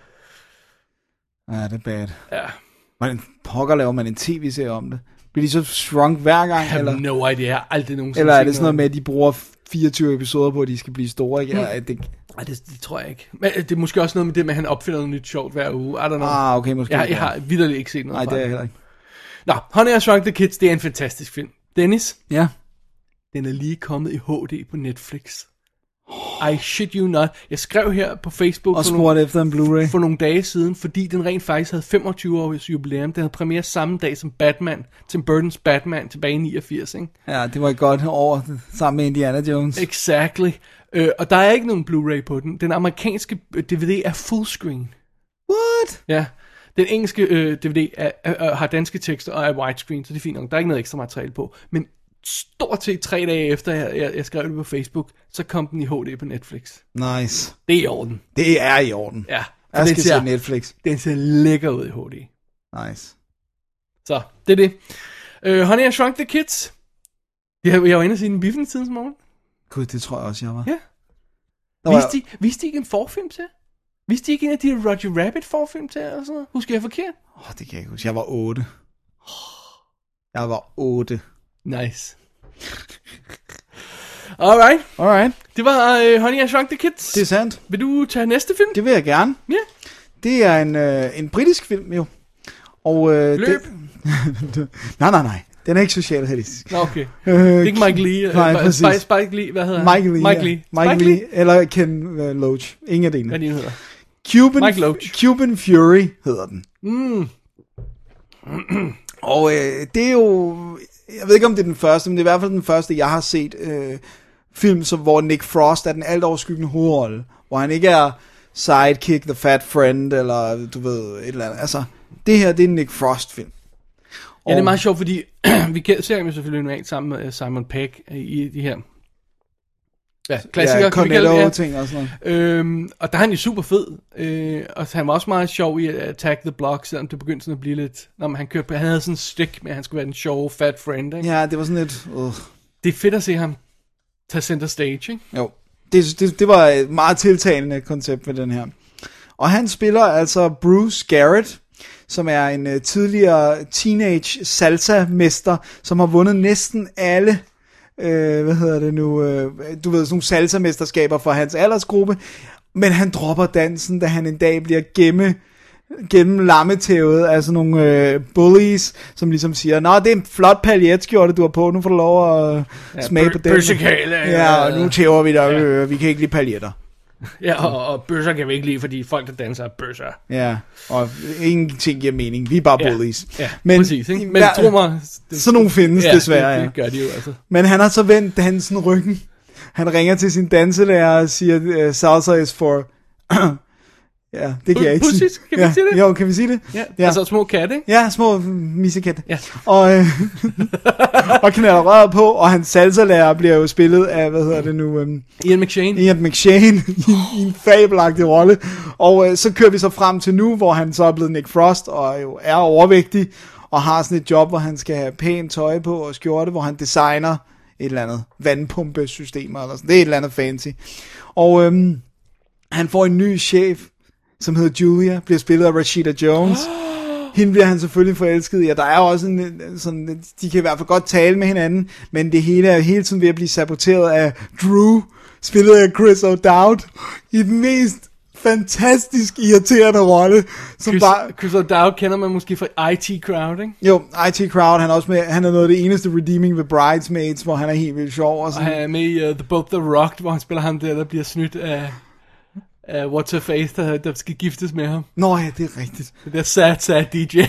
Ja, det er bad. Ja. Hvordan pokker laver man en tv-serie om det? Bliver de så shrunk hver gang? I have eller? no idea, jeg har aldrig nogensinde Eller er det set sådan noget med, at de bruger fireogtyve episoder på, at de skal blive store? Ikke? Mm. Ja, det... Ej, det, det tror jeg ikke. Men det er måske også noget med det med, at han opfinder noget nyt sjovt hver uge. I don't know. Ah, okay, måske. Jeg, jeg har vitterligt ikke set noget. Nej, fra det er jeg heller ikke. Nå, Honey, I Shrunk the Kids, det er en fantastisk film. Dennis, Ja. den er lige kommet i H D på Netflix. I shit you not. Jeg skrev her på Facebook Og for, spurgte efter en Blu-ray. for nogle dage siden, fordi den rent faktisk havde femogtyve års jubilæum. Den havde premiere samme dag som Batman, Tim Burton's Batman tilbage i niogfirs, ikke? Ja, det var et godt år sammen med Indiana Jones. Exactly. Øh, og der er ikke nogen Blu-ray på den. Den amerikanske D V D er fullscreen. What? Ja. Den engelske øh, D V D er, er, er, har danske tekster og er widescreen, så det er fint nok. Der er ikke noget ekstra materiale på. Men stort set tre dage efter, jeg, jeg, jeg skrev det på Facebook, så kom den i H D på Netflix. Nice. Det er i orden. Det er i orden. Ja. Jeg skal den ser, se Netflix. Den ser lækker ud i H D. Nice. Så, det er det. Uh, Honey, I Shrunk the Kids. Jeg, jeg var inde og sige den biffen siden morgen. Gud, det tror jeg også, jeg var. Ja. Der var... Viste, de, viste de ikke en forfilm til? Viste de ikke en af de Roger Rabbit forfilm til? Eller sådan noget? Husker jeg forkert? Åh, oh, det kan jeg ikke huske. Jeg var otte. Jeg var otte. Nice. Alright. Alright. Det var uh, Honey, I Shrunk the Kids. Det er sandt. Vil du tage næste film? Det vil jeg gerne. Ja. Det er en, øh, en britisk film, jo. Og, øh, Løb. Det... nej, nej, nej. Den er ikke socialrealistisk. Nå, okay. Øh, Det er ikke Mike Lee. nej, uh, præcis. Spike, Spike Lee, hvad hedder han? Mike Lee. Mike ja. Lee. Mike Spike Lee. Eller Ken uh, Loach. Ingen af delene. Hvad er det, hedder? Cuban, Mike Loach. Cuban Fury hedder den. Mm. Og øh, det er jo... Jeg ved ikke, om det er den første, men det er i hvert fald den første, jeg har set øh, film, som, hvor Nick Frost er den alt overskyggende hovedrolle. Hvor han ikke er sidekick, the fat friend, eller du ved, et eller andet. Altså, det her, det er en Nick Frost-film. Ja, det er meget sjovt, fordi vi ser ham jo selvfølgelig normalt sammen med Simon Pegg i de her ja, klassikere. Ja, kan vi kalde det, Cornetto-ting og sådan noget. Øhm, og der er han jo super fed. Øh, og han var også meget sjov i Attack the Block, selvom det begyndte sådan at blive lidt... Nå, men han, kørte, han havde sådan en stick med, at han skulle være den sjove fat friend, ikke? Ja, det var sådan lidt... Uh. Det er fedt at se ham tage center stage, ikke? Jo, det, det, det var et meget tiltalende koncept ved den her. Og han spiller altså Bruce Garrett, som er en uh, tidligere teenage salsa-mester, som har vundet næsten alle, øh, hvad hedder det nu, øh, du ved, sådan nogle salsa-mesterskaber for hans aldersgruppe, men han dropper dansen, da han en dag bliver gemme, gennem lammetævet af sådan nogle øh, bullies, som ligesom siger, nå, det er en flot paljetskjorte, du har på, nu får du lov at ja, smage på den. Bøssekale. Ja, og nu tæver vi dig, øh, vi kan ikke lide paljetter. Ja, og, og bøsser kan vi ikke lide, fordi folk, der danser, er bøsser. Ja, og ingenting giver mening. Vi er bare Ja, bullies. ja, men, præcis. Ikke? Men der, tro mig... Det, sådan nogle findes ja, desværre, det, ja. det gør de jo altså. Men han har så vendt dansen ryggen. Han ringer til sin danselærer og siger, uh, salsa is for... ja, det kan jeg ikke sige. Pussies, kan vi ja, sige det? Jo, kan vi sige det? Ja, Ja. altså små katte, ikke? Ja, små missekatte. Ja. Og, øh, og knalder røret på, og hans salsa-lærer bliver jo spillet af, hvad hedder det nu? Um, Ian McShane. Ian McShane i, i en fabelagtig rolle. Og øh, så kører vi så frem til nu, hvor han så er blevet Nick Frost, og jo er overvægtig, og har sådan et job, hvor han skal have pænt tøj på og skjorte, hvor han designer et eller andet vandpumpesystem, eller sådan. Det er et eller andet fancy. Og øhm, han får en ny chef, som hedder Julia, bliver spillet af Rashida Jones. Hende bliver han selvfølgelig forelsket i, og der er jo også en, sådan, de kan i hvert fald godt tale med hinanden, men det hele er hele tiden ved at blive saboteret af Drew, spillet af Chris O'Dowd, i den mest fantastisk irriterende rolle, som Chris, bare... Chris O'Dowd kender man måske fra I T Crowd, ikke? Jo, I T Crowd, han er også med, han er noget af det eneste redeeming ved Bridesmaids, hvor han er helt vildt sjov. Og, og han er med i uh, The Boat The Rocked, hvor han spiller ham der, der bliver snydt af... Uh, What's Her Face, der, der skal giftes med ham. Nå ja, det er rigtigt. Det der sad, sad D J.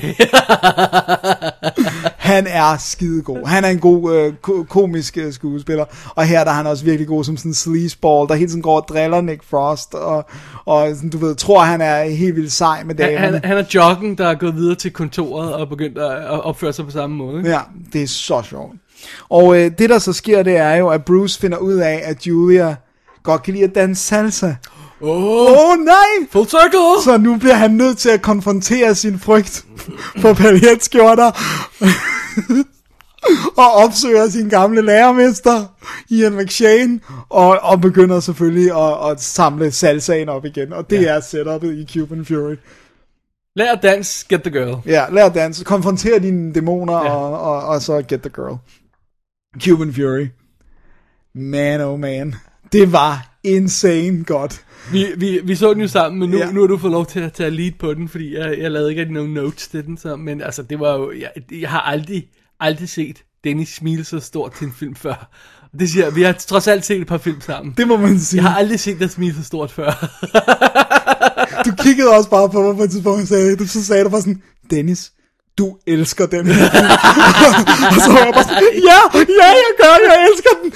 Han er skidegod. Han er en god øh, ko- komisk øh, skuespiller. Og her der er han også virkelig god som sådan en sleazeball, der hele tiden går og driller Nick Frost. Og, og sådan, du ved, tror han er helt vildt sej med damerne. Han, han er joggen, der er gået videre til kontoret og begyndt at opføre sig på samme måde. Ikke? Ja, det er så sjovt. Og øh, det der så sker, det er jo, at Bruce finder ud af, at Julia godt kan lide at danse salsa. Åh, Åh oh, nej! full circle! Så nu bliver han nødt til at konfrontere sin frygt for paljetskjorter og opsøger sin gamle lærermester, Ian McShane, og, og begynder selvfølgelig at, at samle salsaen op igen. Og det ja. er setupet i Cuban Fury. Lær at dans, get the girl. Ja, lær at danse. Konfronter dine dæmoner, ja. og, og, og så get the girl. Cuban Fury. Man, oh man. Det var insane godt. Vi, vi, vi så den jo sammen, men nu, ja. nu har du fået lov til at tage lead på den, fordi jeg, jeg lavede ikke nogen notes til den. Så, men altså, det var jo, jeg, jeg har aldrig, aldrig set Dennis smile så stort til en film før. Og det siger, vi har trods alt set et par film sammen. Det må man sige. Jeg har aldrig set dig smile så stort før. Du kiggede også bare på mig på et tidspunkt og sagde, du, så sagde du bare sådan, Dennis, du elsker den her film. Og så var jeg bare sådan, ja, ja, jeg gør, jeg elsker den.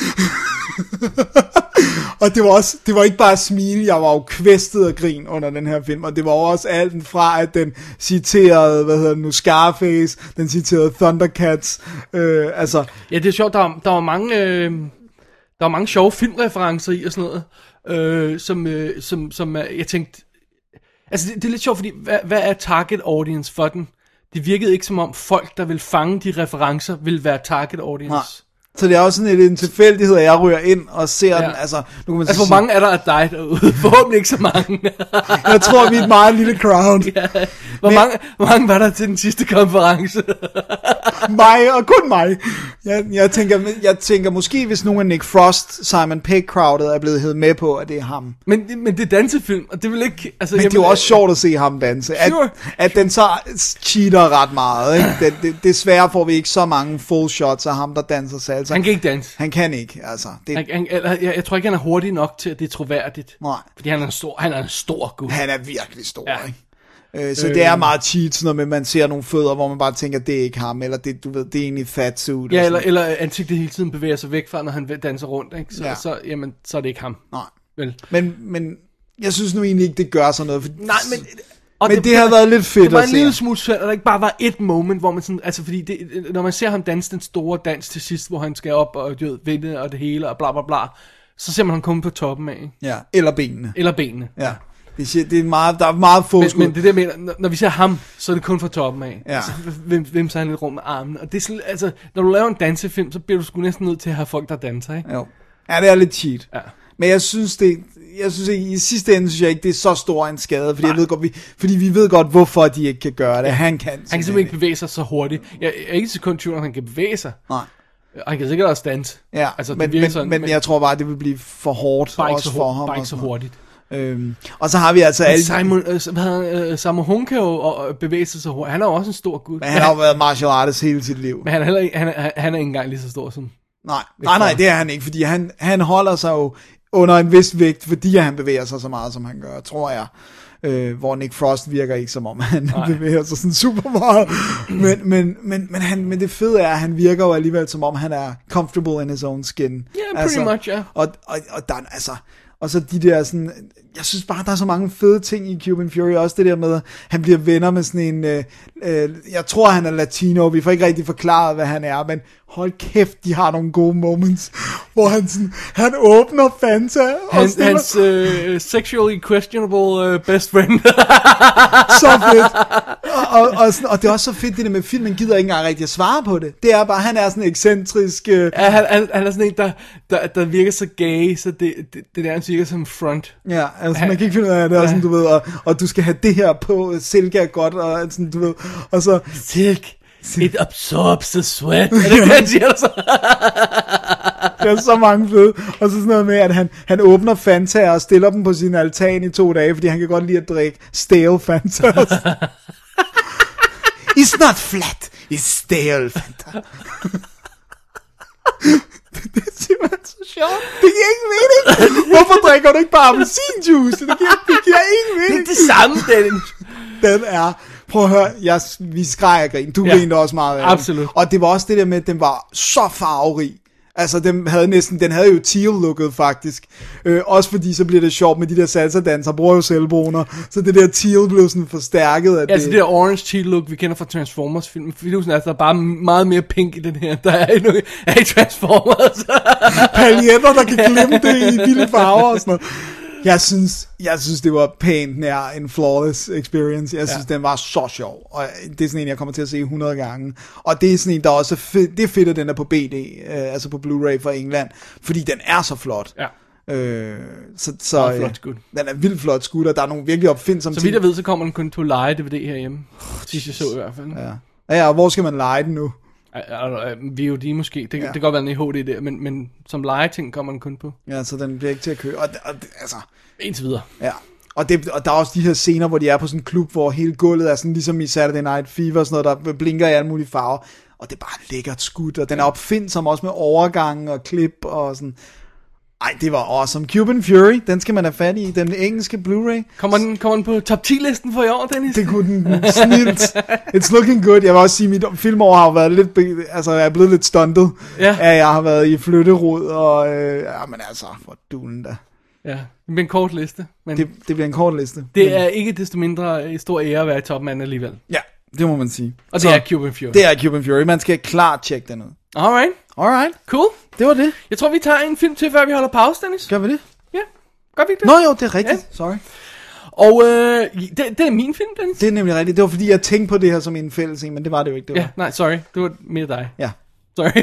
Og det var også, det var ikke bare smil, jeg var jo kvæstet af grin under den her film, og det var også alt fra, at den citerede, hvad hedder det nu, Scarface, den citerede Thundercats, øh, altså. Ja, det er sjovt, der var, der var mange, øh, der var mange sjove filmreferencer i og sådan noget, øh, som, øh, som, som øh, jeg tænkte, altså det, det er lidt sjovt, fordi, hvad, hvad er target audience for den? Det virkede ikke som om folk, der vil fange de referencer, vil være target audience. Nej. Så det er også sådan en tilfældighed, at jeg ryger ind og ser ja. den. Altså, nu kan man altså hvor sige, mange er der af dig derude? Forhåbentlig ikke så mange. Jeg tror, vi er et meget lille crowd. Ja. Hvor, Men... mange, hvor mange var der til den sidste konference? Mig, og kun mig. Jeg, jeg, tænker, jeg tænker måske, hvis nogen af Nick Frost, Simon Pegg-crowdet er blevet hævet med på, at det er ham. Men, men det er dansefilm, og det vil ikke... Altså, men det er jo også sjovt at se ham danse. At, sure. at den så cheater ret meget. Ikke? Det, det, desværre får vi ikke så mange full shots af ham, der danser salsa. Han kan ikke danse. Han kan ikke, altså. Det... Han, han, jeg, jeg tror ikke, han er hurtig nok til, at det er troværdigt. Nej. Fordi han er en stor, han er en stor gut. Han er virkelig stor, ja. Ikke? Øh, så øh, det er meget cheat, sådan noget med, at man ser nogle fødder, hvor man bare tænker, det er ikke ham, eller det, du ved, det er egentlig fat suit. Ja, eller, eller ansigtet hele tiden bevæger sig væk fra, når han danser rundt, ikke? Så, ja. så, jamen, så er det ikke ham. Nej. Vel. Men, men jeg synes nu egentlig ikke, det gør sådan noget. For... Nej, men... Og men det, det har været lidt fedt at se. Det var en lille smule svært, at der ikke bare var et moment, hvor man sådan, altså fordi, det, når man ser ham danse den store dans til sidst, hvor han skal op og du ved, vinde og det hele og bla bla bla, så ser man ham komme på toppen af, ikke? Ja, eller benene. Eller benene. Ja. Det er meget, der er meget fokus. Men, men det der mener, når, når vi ser ham, så er det kun fra toppen af. Ja. Altså, hvem, hvem så han lidt rum med armen. Og det er sådan, altså, når du laver en dansefilm, så bliver du sgu næsten nødt til at have folk, der danser, ikke? Jo. Ja, det er lidt cheat. Ja. Men jeg synes det, jeg synes ikke, i sidste ende synes jeg ikke, det er så stor en skade, fordi, jeg ved godt, vi, fordi vi ved godt, hvorfor de ikke kan gøre det. Ja. Han kan. Han kan simpelthen ikke bevæge sig så hurtigt. Jeg er ikke sekund tvivl, at han kan bevæge sig. Nej. Og han kan sikkert også danse. Ja, altså, men, men, sådan, men, men jeg tror bare, det vil blive for hårdt bare også så, for ham. Bare ikke så hurtigt. Øhm, og så har vi altså alle... Simon, øh, hvad hedder, øh, Simon Hun kan jo og bevæge sig så hurtigt. Han er jo også en stor gut. Men han har jo været martial artist hele sit liv. Men han er, heller ikke, han er, han er ikke engang lige så stor som... Nej, nej, nej, det er han ikke, fordi han, han holder sig jo under en vis vægt, fordi han bevæger sig så meget, som han gør, tror jeg. Øh, hvor Nick Frost virker ikke som om, han nej. bevæger sig sådan super meget. Men, men, men, men, han, men det fede er, at han virker jo alligevel som om, han er comfortable in his own skin. Yeah, pretty altså, much, ja. Yeah. Og, og, og der, altså... Og så de der sådan, jeg synes bare, der er så mange fede ting i Cuban Fury, også det der med, at han bliver venner med sådan en, øh, øh, jeg tror han er latino, vi får ikke rigtig forklaret, hvad han er, men hold kæft, de har nogle gode moments, hvor han sådan, han åbner Fanta, og han, stiller... Hans uh, sexually questionable uh, best friend. Så fedt. Og, og, og, sådan, og det er også så fedt, det der med filmen gider ikke engang rigtig at svare på det. Det er bare, han er sådan ekscentrisk... Øh... Ja, han, han, han er sådan en, der, der, der virker så gay, så det, det, det er nærmest virker som front. Ja, altså man kan ikke finde ud af det, og sådan, du ved, og, og du skal have det her på, silke er godt, og sådan, du ved, og så... Silk, it absorbs the sweat. Er det, hvad han siger så? Der er så mange fede. Og så sådan noget med, at han, han åbner Fanta og stiller dem på sin altan i to dage, fordi han kan godt lide at drikke stale Fanta. It's not flat, it's stale Fanta. Det er simpelthen så sjovt. Det giver ingen mening. Hvorfor drikker du ikke bare appelsinjuice? Det giver, det giver ingen mening. Det er det samme, Dennis. Den er... Prøv at høre, jeg, vi skreg og grin. Du ja, grinede også meget af den. Absolut. Og det var også det der med, at den var så farverig. Altså, den havde næsten, den havde jo teal-looket faktisk. Øh, også fordi, så bliver det sjovt med de der salsa-danser, bruger jo selvbruner. Så det der teal blev sådan forstærket af ja, det. Altså det der orange teal look, vi kender fra Transformers-filmen. Fidusen er, altså, der er bare meget mere pink i den her, der er i, noget, er i Transformers. Paljetter, der kan glemme det i vilde farver og sådan noget. Jeg synes, jeg synes, det var pænt nær en flawless experience. Jeg synes, ja. Den var så sjov. Og det er sådan en, jeg kommer til at se hundrede gange. Og det er sådan en, der også er fedt. Det er fedt, at den er på B D, øh, altså på Blu-ray fra England. Fordi den er så flot. Ja. Øh, så, så, flot skud. Den er vildt flot skud, og der er nogle virkelig opfindsomme ting. Så vidt jeg ved, så kommer den kun til at lege D V D herhjemme. Sidst jeg så i hvert fald. Ja. Ja, og hvor skal man lege den nu? V O D måske. Det, ja. Det kan godt være en i H D der, men, men som legeting kommer den kun på. Ja, så den bliver ikke til at køre. Og, og, altså... Indtil videre. Ja. Og, det, og der er også de her scener, hvor de er på sådan en klub, hvor hele gulvet er sådan ligesom i Saturday Night Fever og sådan noget, der blinker i alle mulige farver. Og det er bare lækkert skud, og den er opfindsom også med overgangen og klip og sådan. Ej, det var awesome. Cuban Fury, den skal man have fat i, den engelske Blu-ray. Kommer den, kommer den på top ti-listen for i år, Dennis? Det kunne den snilt. It's looking good. Jeg vil også sige, at mit filmår har været lidt, altså jeg er blevet lidt stuntet, ja. At jeg har været i flytterod, og øh, ja, men altså, for dulen da. Ja, det bliver en kort liste. Men det, det bliver en kort liste. Det men... er ikke desto mindre stor ære at være topmand alligevel. Ja, det må man sige. Og så, det er Cuban Fury. Det er Cuban Fury. Man skal klart tjekke den ud. Alright. Alright. Cool. Det var det. Jeg tror, vi tager en film til, før vi holder pause, Dennis. Gør vi det? Ja. Gør vi det? Nå jo, det er rigtigt. Ja. Sorry. Og øh, det, det er min film, Dennis. Det er nemlig rigtigt. Det var fordi, jeg tænkte på det her som en fælles en, men det var det jo ikke. Det var. Ja, nej, sorry. Det var mere dig. Ja. Sorry.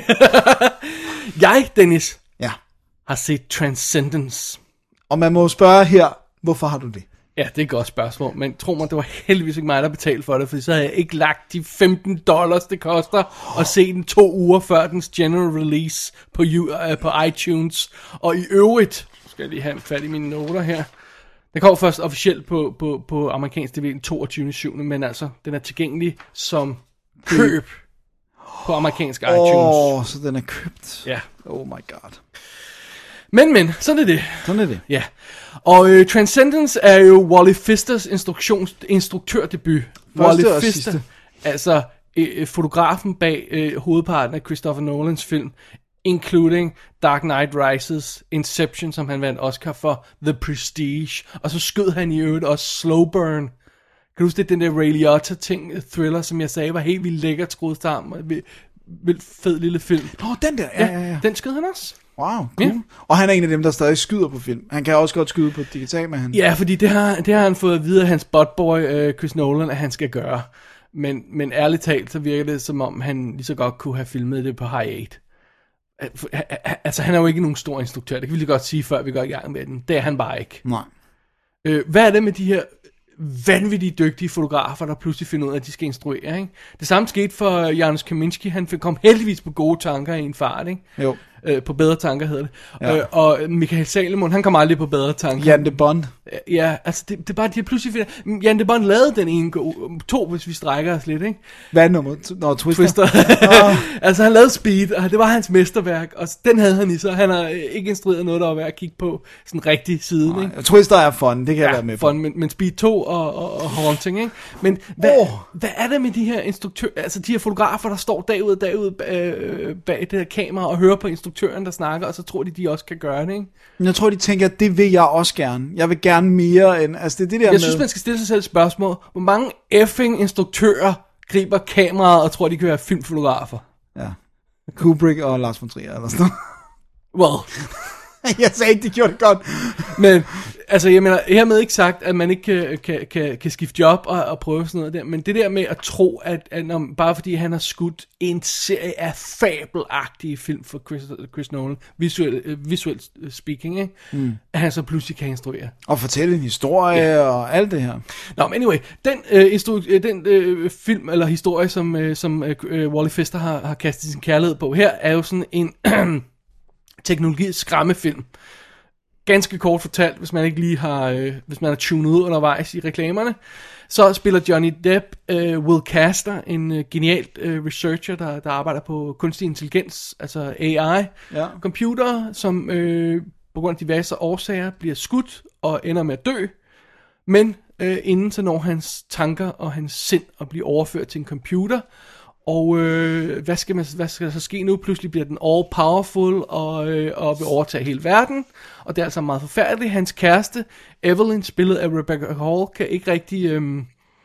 Jeg, Dennis, ja. har set Transcendence. Og man må spørge her, hvorfor har du det? Ja, det er et godt spørgsmål, men tro mig, det var heldigvis ikke mig, der betalte for det, for så havde jeg ikke lagt de femten dollars, det koster at se den to uger før dens general release på, uh, på iTunes. Og i øvrigt, skal jeg lige have fat i mine noter her, det kommer først officielt på, på, på amerikansk T V den toogtyvende syvende men altså, den er tilgængelig som køb på amerikansk iTunes. Åh, oh, så den er købt? Ja. Oh my god. Men, men, sådan er det. Sådan er det. Ja. Og øh, Transcendence er jo Wally Pfisters instruktions, instruktørdebut. Wally Pfister, altså øh, fotografen bag øh, hovedparten af Christopher Nolans film, including Dark Knight Rises, Inception, som han vandt Oscar for, The Prestige, og så skød han i øvrigt også Slow Burn. Kan du huske det, den der Ray Liotta-ting, thriller, som jeg sagde, var helt vildt lækkert skruet sammen, vildt fed lille film. Åh, oh, den der, ja, ja, ja. Den skød han også. Wow, cool. Ja. Og han er en af dem, der stadig skyder på film. Han kan også godt skyde på digital med han. Ja, fordi det har, det har han fået at vide af hans botboy, uh, Chris Nolan, at han skal gøre. Men, men ærligt talt, så virker det som om, han lige så godt kunne have filmet det på High otte. Altså, han er jo ikke nogen stor instruktør. Det kan vi lige godt sige, før vi går i gang med den. Det er han bare ikke. Nej. Uh, hvad er det med de her vanvittigt dygtige fotografer, der pludselig finder ud af, at de skal instruere, ikke? Det samme skete for Janusz Kaminski. Han kom heldigvis på gode tanker i en fart, ikke? Jo. Øh, på bedre tanker hedder det. Ja. Øh, og Michael Salomon, han kom aldrig på bedre tanker. Jan de Bond. Ja, altså det, det er bare, de har pludselig finder... Jan de Bond lavede den ene, to, hvis vi strækker os lidt, ikke? Hvad er nummer? Nå, Twister. Twister. Oh. Altså han lavede Speed, og det var hans mesterværk, og den havde han i sig. Han har ikke instrueret noget, der var værd at kigge på sådan rigtig siden, Nej, ikke? Twister er fun, det kan ja, jeg være med på. Fun, men, men Speed to og, og, og Haunting, ikke? Men hvad, oh. hvad er det med de her instruktører, altså de her fotografer, der står dag ud og dag ud øh, bag det her kamera og hører på instruktøren, der snakker, og så tror de, de også kan gøre det, ikke? Jeg tror, de tænker, at det vil jeg også gerne. Jeg vil gerne mere end... Altså, det er det der jeg med... synes, man skal stille sig selv et spørgsmål. Hvor mange effing instruktører griber kameraet og tror, de kan være filmfotografer? Ja. Kubrick og Lars von Trier, eller sådan noget. Well... Jeg sagde ikke, de gjorde det godt. Men altså jeg mener, hermed ikke sagt, at man ikke kan, kan, kan, kan skifte job og, og prøve sådan noget der, men det der med at tro, at, at når, bare fordi han har skudt en serie af fabelagtige film for Chris, Chris Nolan, visuelt visuel speaking, ikke? Mm. At han så pludselig kan instruere. Og fortælle en historie ja. og alt det her. Nå, men anyway, den, øh, instru- den øh, film eller historie, som, øh, som øh, Wally Pfister har, har kastet sin kærlighed på her, er jo sådan en teknologisk skræmmefilm. Ganske kort fortalt, hvis man ikke lige har, øh, hvis man har tunet ud undervejs i reklamerne, så spiller Johnny Depp øh, Will Caster, en øh, genialt øh, researcher, der, der arbejder på kunstig intelligens, altså A I, ja. computer, som øh, på grund af diverse årsager bliver skudt og ender med at dø, men øh, inden så når hans tanker og hans sind at blive overført til en computer. Og øh, hvad, skal man, hvad skal der så ske nu? Pludselig bliver den all powerful og, øh, og vil overtage hele verden. Og det er altså meget forfærdeligt. Hans kæreste, Evelyn, spillet af Rebecca Hall, kan ikke rigtig øh,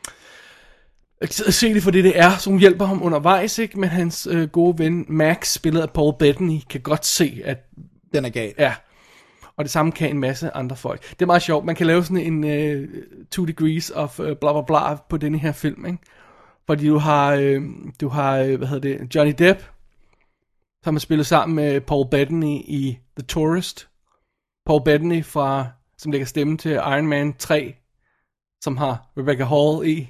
se det for det, det er. Så hun hjælper ham undervejs, ikke? Men hans øh, gode ven, Max, spillet af Paul Bettany, kan godt se, at den er gal. Ja. Og det samme kan en masse andre folk. Det er meget sjovt. Man kan lave sådan en øh, two degrees of øh, bla bla bla på denne her film, ikke? Fordi du har, øh, du har øh, hvad hedder det, Johnny Depp, som har spillet sammen med Paul Bettany i The Tourist. Paul Bettany, fra, som lægger stemme til Iron Man tre, som har Rebecca Hall i.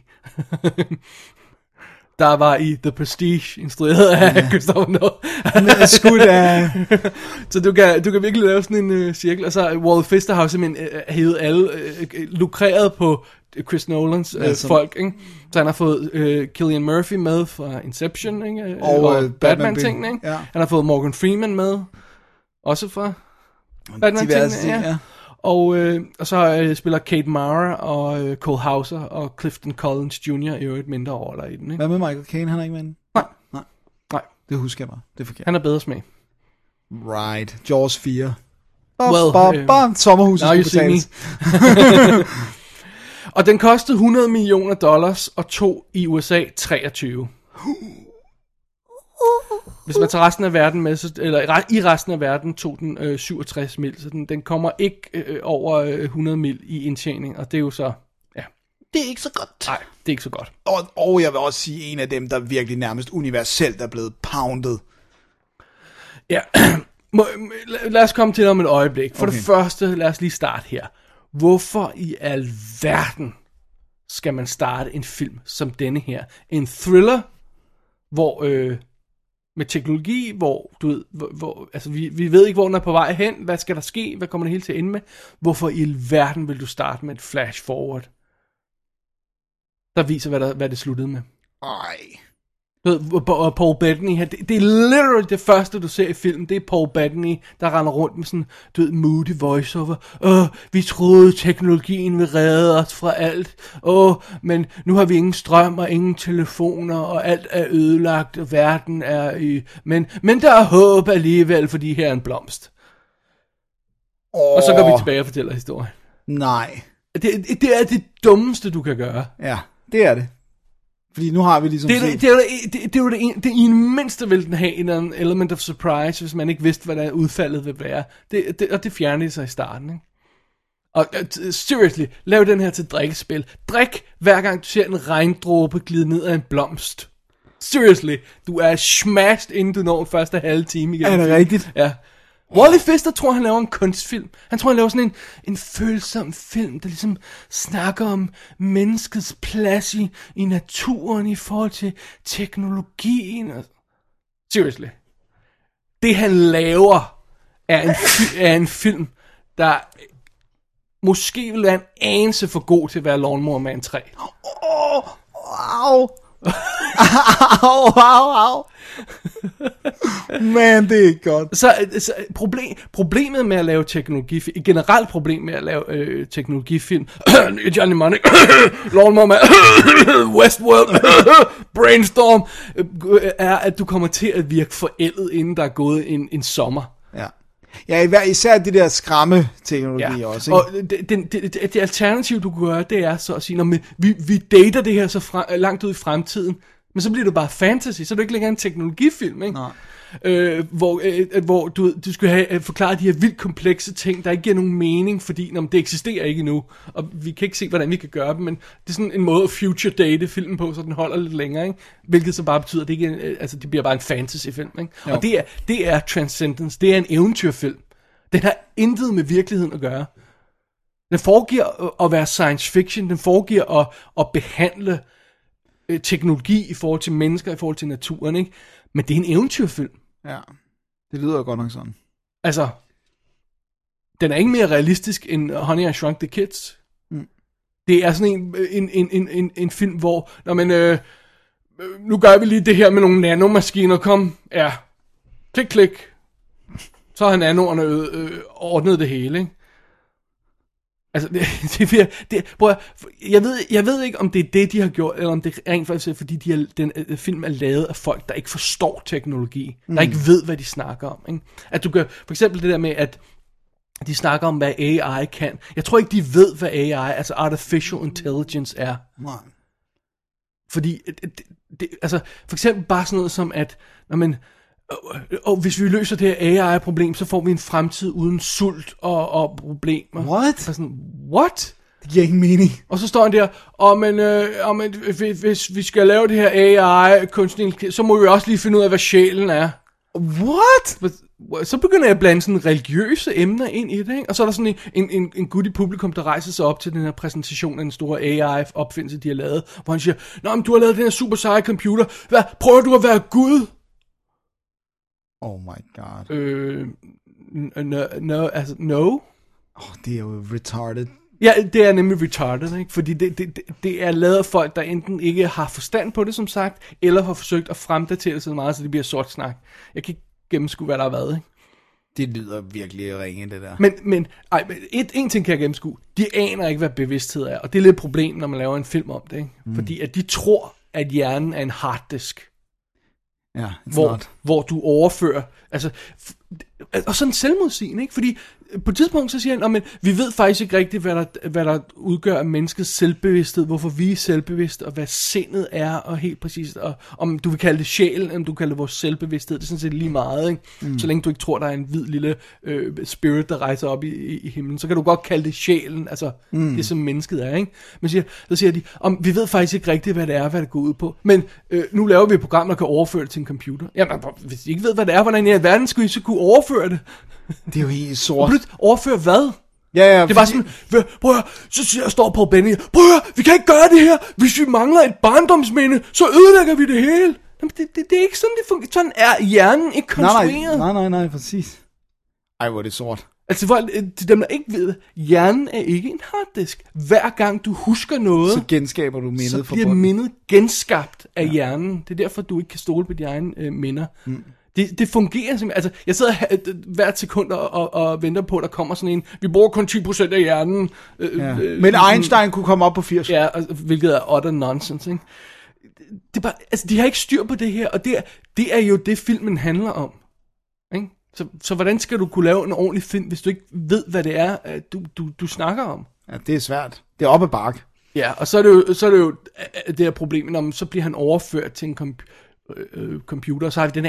Der var i The Prestige, instrueret af ja. Christopher Nolan. Skud af... Så du kan, du kan virkelig lave sådan en uh, cirkel. Og så Wally Pfister har jo simpelthen uh, hævet alle, uh, lukreret på Chris Nolans uh, ja, som... folk, ikke? Så han har fået uh, Cillian Murphy med fra Inception, ikke? Og, og uh, Batman-tingene, ikke? Ja. Han har fået Morgan Freeman med, også fra Batman-tingene, ja. ja. Og, øh, og så øh, spiller Kate Mara og øh, Cole Hauser og Clifton Collins junior i øvrigt mindre roller i den, ikke? Hvad med Michael Caine? Han er ikke med den? Nej. Nej. Nej. Det husker jeg bare. Det er forkert. Han er bedre smag. Right. Jaws fire. Well, bop, øh, bop. Sommerhuset skulle betales. Og den kostede hundrede millioner dollars og tog i U S A treogtyve. Hvis man tager resten af verden med, så, eller i resten af verden tog den øh, syvogtres mil, så den, den kommer ikke øh, over øh, hundrede mil i indtjening, og det er jo så, ja. Det er ikke så godt. Nej, det er ikke så godt. Og, og jeg vil også sige, en af dem, der virkelig nærmest universelt er blevet pounded. Ja, lad os komme til om et øjeblik. For okay. det første, lad os lige starte her. Hvorfor i alverden skal man starte en film som denne her? En thriller, hvor... Øh, med teknologi, hvor, du ved, hvor, hvor altså vi, vi ved ikke, hvor den er på vej hen, hvad skal der ske, hvad kommer det hele til at ende med, hvorfor i alverden vil du starte med et flash forward, der viser, hvad, der, hvad det sluttede med. Ej. Du ved, Paul Bettany her, det, det er literally det første, du ser i filmen, det er Paul Bettany, der render rundt med sådan, du ved, moody voiceover. Åh, vi troede, teknologien ville redde os fra alt. Åh, men nu har vi ingen strøm og ingen telefoner, og alt er ødelagt, og verden er i... Men, men der er håb alligevel, fordi her er en blomst. Oh. Og så går vi tilbage og fortæller historien. Nej. Det, det er det dummeste, du kan gøre. Ja, det er det. Fordi nu har vi ligesom det, det, det, er det, det, det, det, det, det i en mindste vil den have en element of surprise, hvis man ikke vidste, hvad der udfaldet vil være. Det, det, og det fjernede sig i starten, ikke? Og uh, seriously, lav den her til drikkespil. Drik hver gang du ser en regndråbe glide ned af en blomst. Seriously, du er smashed, inden du når den første halve time igen. Er det rigtigt? Ja. Wally Pfister tror, han laver en kunstfilm. Han tror, han laver sådan en, en følsom film, der ligesom snakker om menneskets plads i, i naturen i forhold til teknologien. Seriously. Det, han laver, er en, er en film, der måske vil være en anelse for god til at være Lawnmower Man tre. Åh, oh, wow. Au, au, au. Man, det er ikke godt. Så, så problem, problemet med at lave teknologifilm, et generelt problem med at lave øh, teknologifilm, Johnny Money, Lawnmower Man, Westworld, Brainstorm, øh, er, at du kommer til at virke forældet, inden der er gået en, en sommer. Ja. Ja, især det der skræmme-teknologi ja. også, ikke? Og det, det, det, det alternativ, du kan gøre, det er så at sige, når vi, vi dater det her så fra, langt ud i fremtiden, Men så bliver det bare fantasy, så er det ikke længere en teknologifilm, ikke? Nej. Øh, hvor øh, hvor du, du skal have forklaret de her vildt komplekse ting, der ikke giver nogen mening, fordi nå, det eksisterer ikke endnu, og vi kan ikke se, hvordan vi kan gøre dem, men det er sådan en måde at future date filmen på, så den holder lidt længere, ikke? Hvilket så bare betyder, at det ikke er, altså, det bliver bare en fantasyfilm, ikke? Og det er, det er Transcendence, det er en eventyrfilm. Den har intet med virkeligheden at gøre. Den foregiver at være science fiction, den foregiver at, at behandle øh, teknologi i forhold til mennesker, i forhold til naturen, ikke? Men det er en eventyrfilm. Ja, det lyder jo godt nok sådan. Altså, den er ikke mere realistisk end Honey, I Shrunk the Kids. Mm. Det er sådan en, en, en, en, en, en film, hvor, når man, øh, nu gør vi lige det her med nogle nanomaskiner, kom, ja, klik, klik. Så har nanoerne øh, øh, ordnet det hele, ikke? Altså, det, det, det, prøv, jeg, ved, jeg ved ikke, om det er det, de har gjort, eller om det er rent faktisk, fordi de er, den uh, film er lavet af folk, der ikke forstår teknologi, mm. der ikke ved, hvad de snakker om. Ikke? At du gør, for eksempel det der med, at de snakker om, hvad A I kan. Jeg tror ikke, de ved, hvad A I, altså Artificial Intelligence, er. Nej. Fordi, det, det, altså, for eksempel bare sådan noget som, at, når man... Og hvis vi løser det her A I-problem, så får vi en fremtid uden sult og, og problemer. What? Og sådan, what? Det giver ingen mening. Og så står han der, og men, øh, og men hvis vi skal lave det her A I-kunstig, så må vi også lige finde ud af, hvad sjælen er. What? Så begynder jeg at blande sådan religiøse emner ind i det, ikke? Og så er der sådan en, en, en gut i publikum, der rejser sig op til den her præsentation af den store A I-opfindelse, de har lavet, hvor han siger, nå, men du har lavet den her super seje computer, hvad, prøver du at være Gud? Oh my god. Øh, no, no, altså, no. Oh, det er jo retarded. Ja, det er nemlig retarded, ikke? Fordi det, det, det er lavet af folk, der enten ikke har forstand på det, som sagt, eller har forsøgt at fremdatere det så meget, så det bliver sort snak. Jeg kan ikke gennemskue, hvad der har været, ikke? Det lyder virkelig ringe, det der. Men, men ej, et, en ting kan jeg gennemskue. De aner ikke, hvad bevidsthed er, og det er lidt et problem, når man laver en film om det, ikke? Mm. Fordi at de tror, at hjernen er en harddisk. Ja, hvor, hvor du overfører, altså, og sådan selvmodsigende, ikke? Fordi på et tidspunkt så siger han, men vi ved faktisk ikke rigtigt, hvad der, hvad der udgør menneskets selvbevidsthed, hvorfor vi er selvbevidste, og hvad sindet er, og helt præcist, og om du vil kalde det sjælen, eller du kalder det vores selvbevidsthed, det er sådan set lige meget, ikke? Mm. Så længe du ikke tror, der er en hvid lille øh, spirit, der rejser op i, i, i himlen, så kan du godt kalde det sjælen, altså mm. det som mennesket er, ikke? Men siger, så siger de, om vi ved faktisk ikke rigtigt, hvad det er, hvad det går ud på, men øh, nu laver vi et program, der kan overføre det til en computer. Jamen, hvis I ikke ved, hvad det er, hvordan i alverden skulle I så kunne overføre det? Det er jo helt sort. Overføre hvad? Ja, ja. Det var sådan, prøv at høre, så siger jeg, står Paul Benny, prøv at høre, vi kan ikke gøre det her. Hvis vi mangler et barndomsminde, så ødelægger vi det hele. Jamen, det, det, det er ikke sådan, det fungerer. Sådan er hjernen ikke konstrueret. Nej, nej, nej, nej, præcis. Ej, hvor er det sort. Altså, for, til dem, der ikke ved, hjernen er ikke en harddisk. Hver gang du husker noget, så genskaber du mindet så fra bliver bunden. mindet genskabt af ja. hjernen. Det er derfor, du ikke kan stole på dine egne øh, minder. Mm. Det, det fungerer simpelthen. Altså, jeg sidder her, hvert sekund og, og, og venter på, at der kommer sådan en, vi bruger kun ti procent af hjernen. Øh, ja. øh, Men Einstein kunne komme op på firs. Ja, og, hvilket er utter nonsense, ikke? Det, det er bare, altså, de har ikke styr på det her, og det er, det er jo det, filmen handler om. Ikke? Så, så hvordan skal du kunne lave en ordentlig film, hvis du ikke ved, hvad det er, du, du, du snakker om? Ja, det er svært. Det er op ad bakke. Ja, og så er det jo, så er det, jo det her problem, når så bliver han overført til en computer. Øh, computer, så har vi den her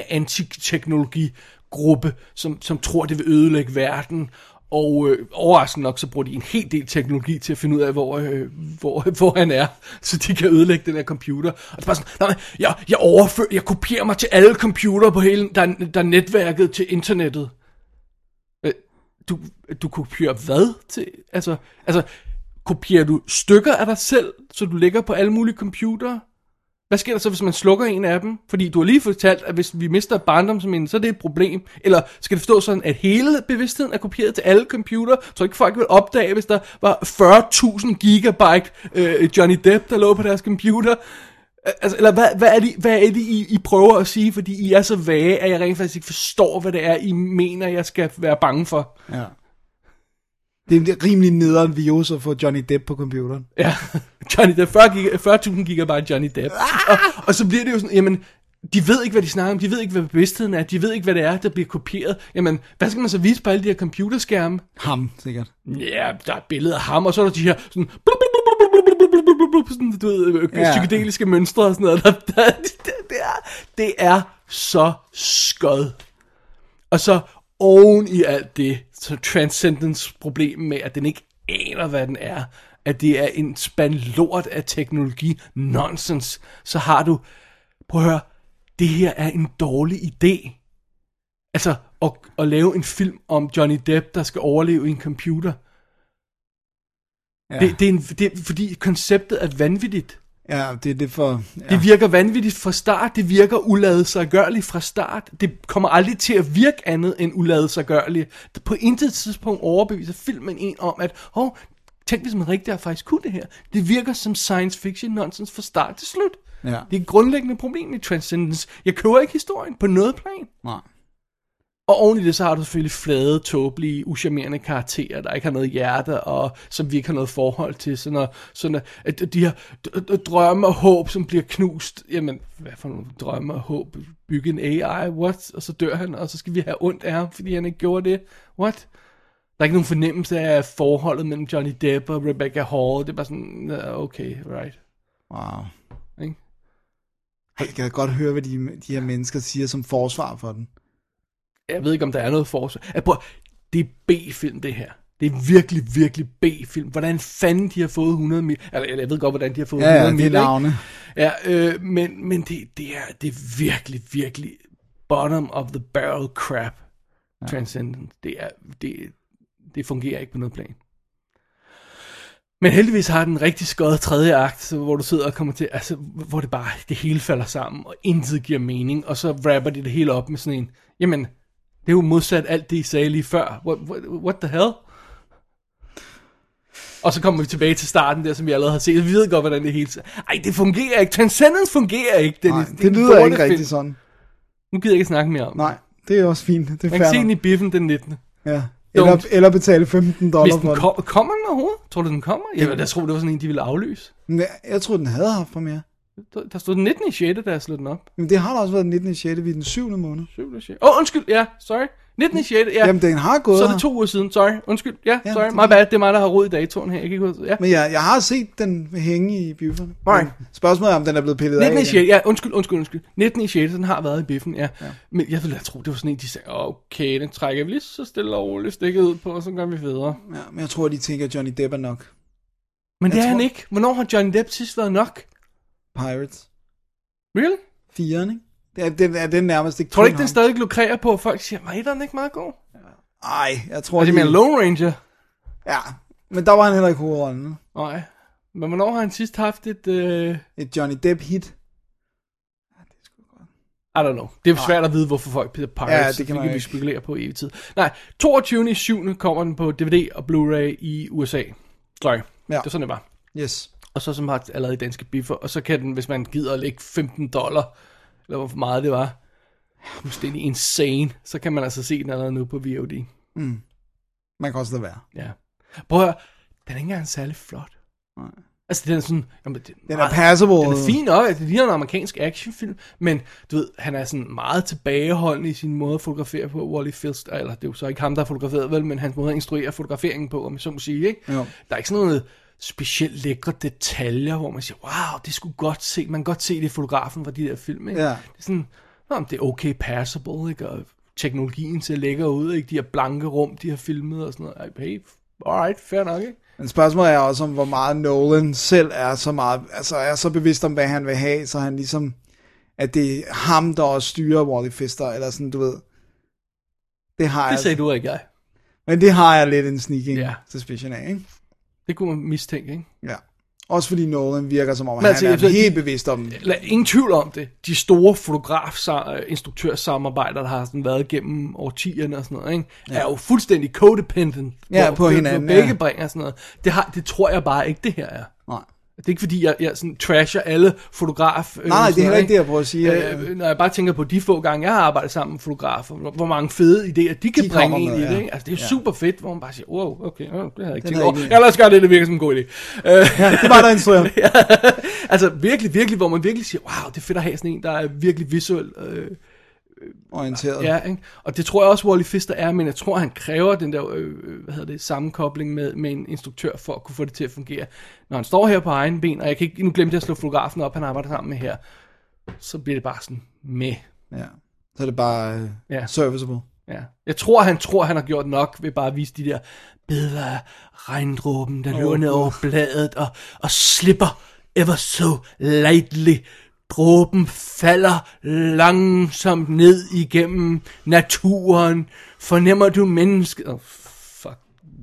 antiteknologigruppe, som, som tror, det vil ødelægge verden, og øh, overraskende nok, så bruger de en hel del teknologi til at finde ud af, hvor, øh, hvor, hvor han er, så de kan ødelægge den her computer. Og det er bare sådan, nej, jeg, jeg overfører, jeg kopierer mig til alle computere på hele, der, der er netværket til internettet. Øh, du, du kopierer hvad til? Altså, altså, kopierer du stykker af dig selv, så du ligger på alle mulige computere? Hvad sker der så, hvis man slukker en af dem? Fordi du har lige fortalt, at hvis vi mister barndomsminde, så er det et problem. Eller skal det forstå sådan, at hele bevidstheden er kopieret til alle computere? Så ikke folk vil opdage, hvis der var fyrre tusind gigabyte øh, Johnny Depp, der lå på deres computer? Altså, eller hvad, hvad er det, hvad er det I, I prøver at sige? Fordi I er så vage, at jeg rent faktisk ikke forstår, hvad det er, I mener, jeg skal være bange for. Ja. Det er en rimelig nederen virus at få Johnny Depp på computeren. Ja, Johnny Depp, fyrre tusind gigabyte Johnny Depp. Og, og så bliver det jo sådan, jamen, de ved ikke, hvad de snakker om, de ved ikke, hvad bevidstheden er, de ved ikke, hvad det er, der bliver kopieret. Jamen, hvad skal man så vise på alle de her computerskærme? Ham, sikkert. Ja, der er et billede af ham, og så er der de her sådan, sådan, du ved, Ja. psykedeliske mønstre og sådan noget. Der, der, det, det, er, det er så skød. Og så oven i alt det, så Transcendence problem med, at den ikke aner, hvad den er, at det er en spand lort af teknologi nonsens, så har du, prøv at høre, det her er en dårlig idé. Altså, at, at lave en film om Johnny Depp, der skal overleve i en computer. Ja. Det, det, er en, det er, fordi konceptet er vanvittigt. Ja, det er det for... Ja. Det virker vanvittigt fra start, det virker uladsiggørligt fra start. Det kommer aldrig til at virke andet end uladsiggørligt. På intet tidspunkt overbeviser filmen en om, at hov, tænk hvis man rigtig faktisk kunne det her. Det virker som science fiction nonsens fra start til slut. Ja. Det er et grundlæggende problem i Transcendence. Jeg køber ikke historien på noget plan. Nej. Og oven i det, så har du selvfølgelig flade, tåbelige, uschammerende karakterer, der ikke har noget hjerte, og som vi ikke har noget forhold til. Sådan at, sådan at de her drømme og håb, som bliver knust. Jamen, hvad for nogle drømme og håb? Bygge en A I, what? Og så dør han, og så skal vi have ondt af ham, fordi han ikke gjorde det. What? Der er ikke nogen fornemmelse af forholdet mellem Johnny Depp og Rebecca Hall. Det er bare sådan, okay, right. Wow. Ikke? Jeg kan godt høre, hvad de, de her mennesker siger som forsvar for den. Jeg ved ikke, om der er noget forsvar. Prøv, det er B-film, det her. Det er virkelig, virkelig B-film. Hvordan fanden de har fået hundrede mil... Eller jeg ved godt, hvordan de har fået ja, hundrede mil. Ja, det er navne. Ja, øh, men, men det, det, er, det er virkelig, virkelig bottom of the barrel crap. Ja. Transcendence. Det, er, det, det fungerer ikke på noget plan. Men heldigvis har den rigtig skøjet tredje akt, hvor du sidder og kommer til, altså, hvor det bare, det hele falder sammen, og intet giver mening, og så rapper de det hele op med sådan en, jamen, det er jo modsat alt det, I sagde lige før. What, what, what the hell? Og så kommer vi tilbage til starten der, som vi allerede har set. Vi ved godt, hvordan det hele... Ej, det fungerer ikke. Transcendence fungerer ikke. Den, Nej, det, det lyder ikke rigtig sådan. Nu gider jeg ikke snakke mere om. Nej, det er også fint. Det er Man kan se den i biffen den nittende Ja. Eller, eller betale femten dollar for den. Kom, kommer den overhovedet? Tror du, den kommer? Jeg, jeg tror, det var sådan en, de ville aflyse. Jeg, jeg tror, den havde haft premiere. Der stod den nittende i sjette, da jeg slog den op. Men det har da også været den nittende i sjette, vi er den syvende måned. syvende sjette Åh, oh, undskyld, ja, sorry. nittende i sjette ja. Jamen, den har gået Så er det to uger siden, sorry, undskyld, ja, ja sorry, my bad, det er mig, der har rod i datoren her, jeg kan ikke ud, ja. Men jeg, jeg har set den hænge i bifferne. Right. Spørgsmålet er, om den er blevet pillet nittende af. i sjette ja, undskyld, undskyld, undskyld. nittende i sjette den har været i biffen, ja. ja. Men jeg ville da tro, det var sådan en, de sagde, okay, den trækker vi lige så stille og roligt stikket ud på, og så gør vi videre. Ja, men jeg tror, de tænker, at Johnny Depp er nok. Men det jeg er tror... han ikke. Hvornår har Johnny Depp sidst været nok? Pirates. Really? Firen, ikke? Det er, det er den nærmest ikke. Tror du ikke, den stadig lukrerer på, at folk siger, var den ikke meget god? Nej, jeg tror... Og det mener Lone Ranger? Ja, men der var han heller ikke hovedrollen. Nej, men hvornår har han sidst haft et... Uh... Et Johnny Depp hit? Ja, det er sgu godt. I don't know. Det er svært at vide, hvorfor folk bliver Pirates. Ja, det kan man vi spekulere på evig tid. Nej, toogtyvende syvende kommer den på D V D og Blu-ray i U S A. Sorry, ja. Det er sådan, det var. Yes. Og så som har allerede i danske biffer, og så kan den, hvis man gider at lægge femten dollar, eller hvor meget det var, fuldstændig insane, så kan man altså se den allerede nu på V O D. Mm. Man kan også lade være. Ja. Prøv at høre, den er ikke engang særlig flot. Nej. Altså, den er sådan... Jamen, den, den er passable. Den er fin nok, det ligner en amerikansk actionfilm, men du ved, han er sådan meget tilbageholdende i sin måde at fotografere på, Wally Fist, eller det er jo så ikke ham, der har fotograferet vel, men hans måde at instruere fotograferingen på, om jeg så må sige, ikke? Jo. Der er ikke sådan noget specielt lækre detaljer, hvor man siger, wow, det skulle godt se, man kan godt se det i fotografen fra de der film, ikke? Ja. Det er sådan, nå, det er okay passable, ikke? Og teknologien ser lækker ud, ikke? De her blanke rum, de har filmet og sådan noget. Hey, alright, fair nok, ikke? Men spørgsmålet er også om, hvor meget Nolan selv er så meget, altså er så bevidst om, hvad han vil have, så han ligesom, at det er ham, der også styrer Wally Pfister, eller sådan, du ved. Det har det jeg. sagde altså. Du ikke, jeg. Men det har jeg lidt en sneaking ja. suspicion af, ikke? Det kunne man mistænke, ikke? Ja. Også fordi Nolan virker som om, Men han altså, er altså, helt de, bevidst om det. Lad, ingen tvivl om det. De store fotograf-instruktørsamarbejder, der har sådan været gennem årtierne og sådan noget, ikke? Ja. Er jo fuldstændig codependent. Ja, hvor, på hinanden. Begge ja. bringer sådan noget. Det, har, det tror jeg bare ikke, det her er. Nej. Det er ikke fordi, jeg, jeg sådan trasher alle fotograf... Nej, nej, det er heller ikke det, jeg prøver at sige. Øh, når jeg bare tænker på de få gange, jeg har arbejdet sammen med fotografer, hvor mange fede idéer, de kan de bringe ind i det, ikke? Altså, det er ja. super fedt, hvor man bare siger, wow, okay, oh, det havde jeg ikke tænkt over. Ja, lad os gøre det, det virker som en god idé. Ja, det var der instrueret. Ja, altså, virkelig, virkelig, hvor man virkelig siger, wow, det er fedt at have sådan en, der er virkelig visuel, øh, orienteret. Ja, ikke? Og det tror jeg også, Wally Pfister er, men jeg tror, han kræver den der øh, hvad hedder det, sammenkobling med, med en instruktør, for at kunne få det til at fungere. Når han står her på egen ben, og jeg kan ikke nu glemme det at slå fotografen op, han arbejder sammen med her, så bliver det bare sådan med. Ja, så er det bare øh, ja. serviceable. Ja. Jeg tror, han tror, han har gjort nok ved bare at vise de der billeder af regndråben, der løber oh, ned over bladet, og, og slipper ever so lightly. Dråben falder langsomt ned igennem naturen. Fornemmer du mennesket? Oh, fuck.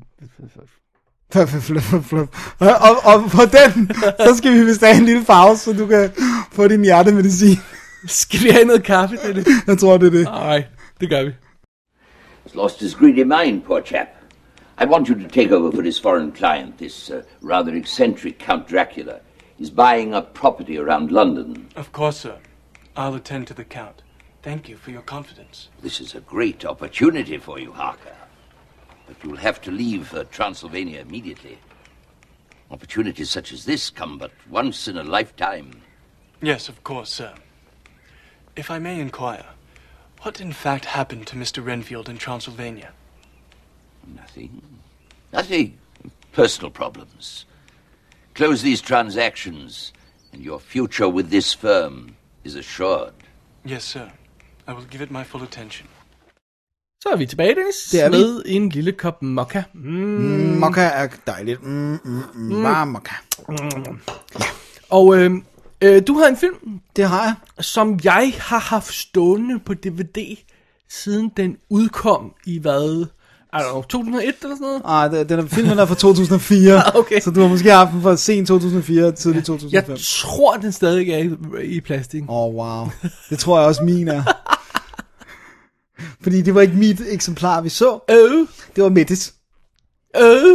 og, og på den, så skal vi vist have en lille pause, så du kan få din hjertemedicin. Skal vi have noget kaffe til det? Jeg tror, det er det. Nej, det gør vi. He's lost his greedy mind, poor chap. I want you to take over for this foreign client, this uh, rather eccentric Count Dracula. He's buying up property around London. Of course, sir. I'll attend to the Count. Thank you for your confidence. This is a great opportunity for you, Harker. But you'll have to leave uh, Transylvania immediately. Opportunities such as this come but once in a lifetime. Yes, of course, sir. If I may inquire, what in fact happened to Mister Renfield in Transylvania? Nothing. Nothing. Personal problems. Close these transactions, and your future with this firm is assured. Yes, sir. I will give it my full attention. Så er vi tilbage, Dennis, det er med vi. En lille kop mokka. Mm. Mm, mokka er dejligt. Mm, mm, mm, bare mokka. Mm. Ja. Og øh, øh, du har en film. Det har jeg. Som jeg har haft stående på D V D, siden den udkom i hvad... I don't know, to tusind og et eller sådan noget? Nej, ah, den er, filmen er fra to tusind og fire, okay. Så du har måske haft den fra sen to tusind og fire, tidlig to tusind og fem. Jeg tror, den stadig er i, i plastik. Åh, oh, wow. Det tror jeg også, min er. Fordi det var ikke mit eksemplar, vi så. Øh. Det var Mettes. Øh.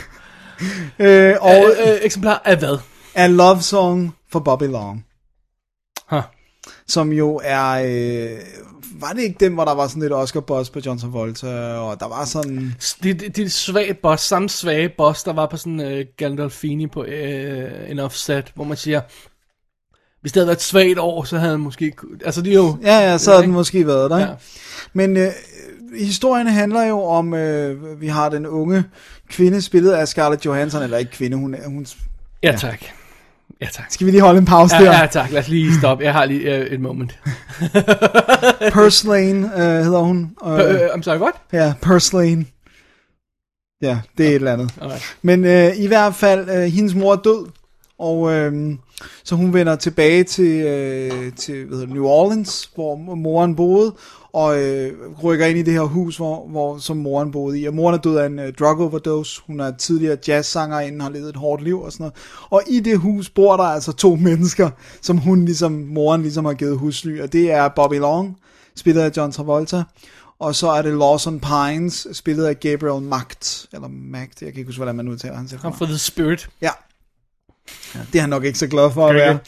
øh, og øh, øh, eksemplar af hvad? Af Love Song for Bobby Long. Huh. Som jo er... Øh, var det ikke den, hvor der var sådan lidt Oscar-boss på John Travolta, og der var sådan... Det, det, det er svage boss, samme svage boss, der var på sådan uh, Gandolfini på uh, en offset, hvor man siger, hvis det havde været et svagt år, så havde han måske... Altså det er jo... Ja, ja, så havde den måske været der. Ja. Men øh, historien handler jo om, øh, vi har den unge kvinde, spillet af Scarlett Johansson, eller ikke kvinde, hun... hun ja, tak. Ja, tak. Skal vi lige holde en pause ja, der? Ja, tak. Lad os lige stoppe. Jeg har lige uh, et moment. Purslane uh, hedder hun. Uh, uh, I'm sorry, what? Ja, Purslane. Ja, det er et eller andet. Alright. Men uh, i hvert fald, uh, hendes mor er død, og uh, så hun vender tilbage til, uh, til hvad hedder, New Orleans, hvor moren boede, og øh, rykker ind i det her hus, hvor, hvor, som moren boede i. Og moren er død af en øh, drug overdose. Hun er tidligere jazzsanger inden, har levet et hårdt liv og sådan noget. Og i det hus bor der altså to mennesker, som hun ligesom, moren ligesom har givet husly. Og det er Bobby Long, spillet af John Travolta. Og så er det Lawson Pines, spillet af Gabriel Macht. Eller Macht, jeg kan ikke huske, hvordan man udtaler hans. Han for The Spirit. Ja. Ja, det er han nok ikke så glad for at være.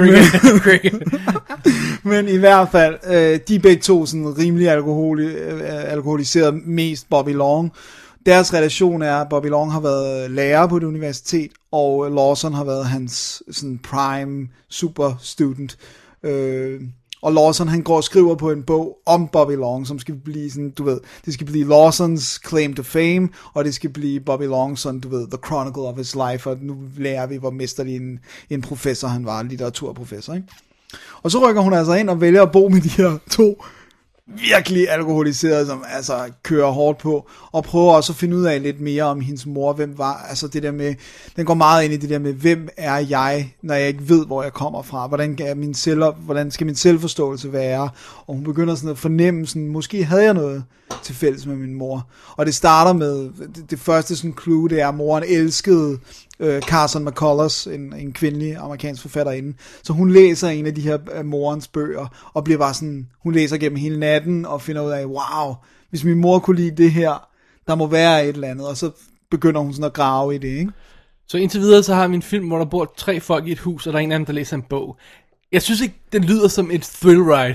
Men i hvert fald, øh, de er begge to sådan rimelig alkoholi, øh, alkoholiseret, mest Bobby Long. Deres relation er, at Bobby Long har været lærer på et universitet, og Lawson har været hans sådan prime super student. Øh, og Lawson, han går og skriver på en bog om Bobby Long, som skal blive sådan, du ved, det skal blive Lawsons claim to fame, og det skal blive Bobby Long, sådan, du ved, the chronicle of his life, og nu lærer vi, hvor mesterlig en, en professor han var, litteraturprofessor, ikke? Og så rykker hun altså ind og vælger at bo med de her to virkelig alkoholiserede, som altså kører hårdt på, og prøver også at finde ud af lidt mere om hendes mor, hvem var, altså det der med, den går meget ind i det der med, hvem er jeg, når jeg ikke ved, hvor jeg kommer fra, hvordan, er min selv, hvordan skal min selvforståelse være, og hun begynder sådan at fornemme, sådan, måske havde jeg noget til fælles med min mor, og det starter med, det, det første sådan clue, det er, at moren elskede øh, Carson McCullers, en, en kvindelig amerikansk forfatterinde, så hun læser en af de her uh, morens bøger, og bliver bare sådan, hun læser gennem hele natten, og finder ud af, wow, hvis min mor kunne lide det her, der må være et eller andet, og så begynder hun sådan at grave i det, ikke? Så indtil videre, så har jeg min film, hvor der bor tre folk i et hus, og der er en anden, der læser en bog. Jeg synes ikke, den lyder som et thrill ride.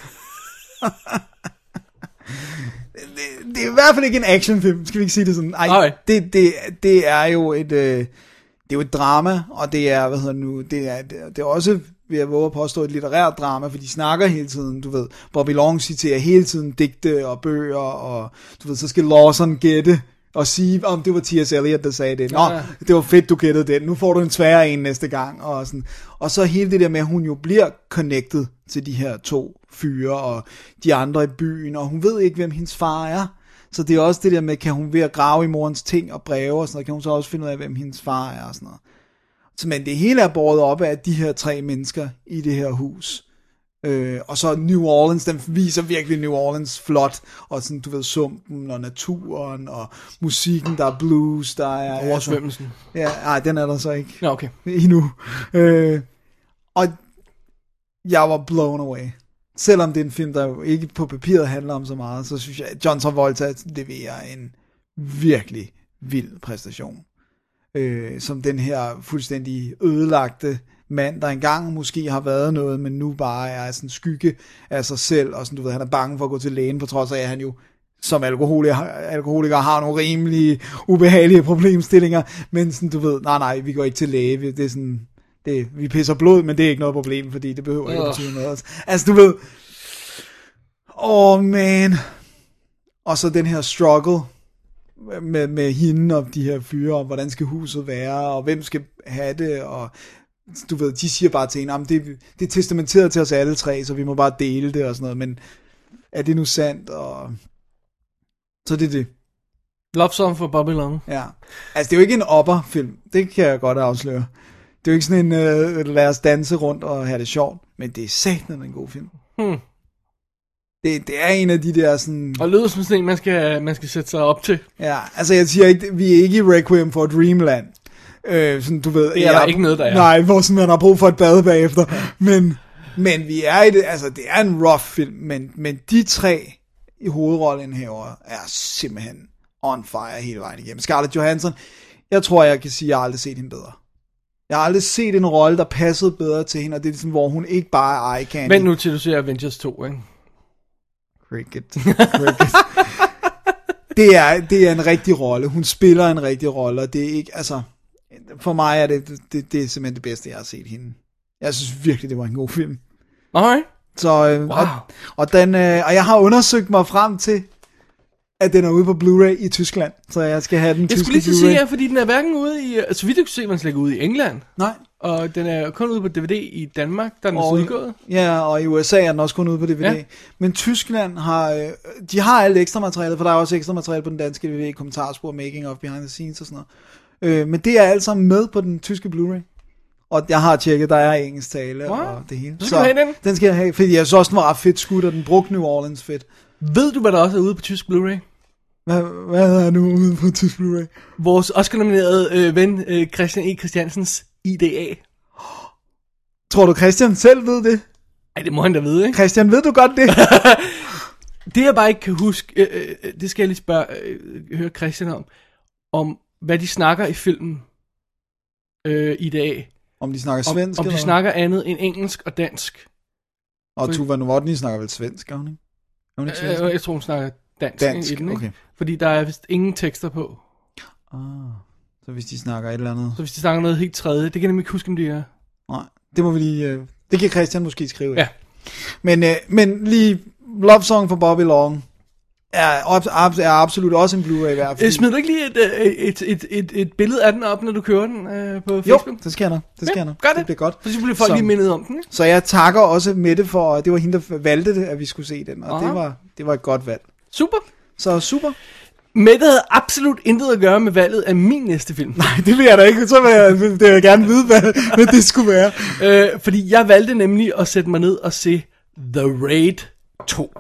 det, det er i hvert fald ikke en actionfilm, skal vi ikke sige det sådan? Ej, okay. det, det, det er jo et... Øh, det er jo et drama, og det er, hvad hedder nu, det er, det er, det er også, vil jeg våge at påstå, et litterært drama, for de snakker hele tiden, du ved, Bobby Long citerer hele tiden digte og bøger, og du ved, så skal Lawson gætte, og sige, om det var T S. Eliot, der sagde det. Nå, ja. Det var fedt, du gættede den. Nu får du en sværere en næste gang. Og, sådan. Og så hele det der med, at hun jo bliver connected til de her to fyre, og de andre i byen, og hun ved ikke, hvem hendes far er. Så det er også det der med, kan hun ved at grave i morens ting og breve, og sådan noget, kan hun så også finde ud af, hvem hendes far er, og sådan noget. Så, men det hele er båret op af de her tre mennesker i det her hus. Øh, og så New Orleans, den viser virkelig New Orleans flot, og sådan, du ved, sumpen og naturen, og musikken, der er blues, der er... Oversvømmelsen. Altså, ja, nej, den er der så ikke. Ja, okay. Endnu. Øh, og jeg var blown away. Selvom det er en film, der jo ikke på papiret handler om så meget, så synes jeg, at John Travolta leverer en virkelig vild præstation. Øh, som den her fuldstændig ødelagte mand, der engang måske har været noget, men nu bare er sådan en skygge af sig selv, og sådan, du ved, han er bange for at gå til lægen, på trods af, at han jo som alkoholiker, alkoholiker har nogle rimelig ubehagelige problemstillinger, men sådan, du ved, nej, nej, vi går ikke til læge, det er sådan, det, vi pisser blod, men det er ikke noget problem, fordi det behøver ikke at betyde noget. Altså, du ved, åh, oh, man, og så den her struggle, med, med hende og de her fyre, og hvordan skal huset være, og hvem skal have det, og du ved, de siger bare til hende, det, det er testamenteret til os alle tre, så vi må bare dele det og sådan noget, men er det nu sandt? Og så det er det. Love Song for Bobby Long. Ja, altså det er jo ikke en opper-film, det kan jeg godt afsløre. Det er jo ikke sådan en, uh, lad os danse rundt og have det sjovt, men det er satan en god film. Hmm. Det, det er en af de der sådan... Og lyder som sådan en, man skal, man skal sætte sig op til. Ja, altså jeg siger ikke, vi er ikke i Requiem for a Dreamland. Øh, sådan, du ved, det er der jeg, ikke noget, der er. Nej, hvor sådan, man har brug for et bad bagefter. men, men vi er i det, altså det er en rough film, men, men de tre i hovedrollen herovre er simpelthen on fire hele vejen igennem. Scarlett Johansson, jeg tror, jeg kan sige, at jeg har aldrig set hende bedre. Jeg har aldrig set en rolle, der passede bedre til hende, og det er sådan, hvor hun ikke bare er eye candy. Vent nu til du ser Avengers to, ikke? Cricket. Cricket. det, er, det er en rigtig rolle. Hun spiller en rigtig rolle, og det er ikke, altså, for mig er det, det, det er simpelthen det bedste, jeg har set hende. Jeg synes virkelig, det var en god film. Okay. Så, øh, wow. og, og, den, øh, og jeg har undersøgt mig frem til, at den er ude på Blu-ray i Tyskland, så jeg skal have den jeg tyske skulle lige til Blu-ray. at sige, ja, fordi den er hverken ude i, altså vidt du kan se, man slet ikke ude i England. Nej. Og den er kun ude på D V D i Danmark, der er den og, udgået. Ja, og i U S A er den også kun ude på D V D. Ja. Men Tyskland har, øh, de har alt ekstra materiale, for der er også ekstra materiale på den danske D V D, kommentarspor, making of, behind the scenes og sådan noget. Øh, men det er alt sammen med på den tyske Blu-ray. Og jeg har tjekket, der er engelsk tale wow. og det hele. Så skal den. den skal jeg have, fordi jeg synes også, den var ret fedt skudt, og den brugte New Orleans fedt. Ved du, hvad der også er ude på tysk Blu-ray? Hvad, hvad er nu ude på tysk Blu-ray? Vores Oscar-nominerede øh, ven, øh, Christian E. Christiansens I D A. Tror du, Christian selv ved det? Ej, det må han da vide, ikke? Christian, ved du godt det? Det jeg bare ikke kan huske, øh, øh, det skal jeg lige spørge, øh, høre Christian om, om hvad de snakker i filmen øh, I D A. Om de snakker svensk? Om, om de snakker andet end engelsk og dansk. Og Tuva Novotny snakker vel svensk, er hun ikke? Er hun ikke svensk? Øh, jeg tror, hun snakker dansk, dansk i den, ikke? Okay. Fordi der er vist ingen tekster på. Ah, så hvis de snakker et eller andet... Så hvis de snakker noget helt tredje, det kan jeg nemlig ikke huske, om det er... Nej, det må vi lige... Øh, det kan Christian måske skrive. Ja. Men, øh, men lige Love Song for Bobby Long er, er absolut også en Blu-ray værd. Fordi... Smider du ikke lige et, et, et, et, et billede af den op, når du kører den øh, på Facebook? Jo, det skal jeg nok. Det skal ja, jeg nok. Gør det. Det bliver godt. Så bliver folk så, lige mindet om den, ikke? Så jeg takker også Mette for, det var hende, der valgte det, at vi skulle se den. Og det var, det var et godt valg. Super. Så super. Mette havde absolut intet at gøre med valget af min næste film. Nej, det vil jeg da ikke. Så vil jeg, det vil jeg gerne vide, hvad, hvad det skulle være. Øh, fordi jeg valgte nemlig at sætte mig ned og se The Raid to.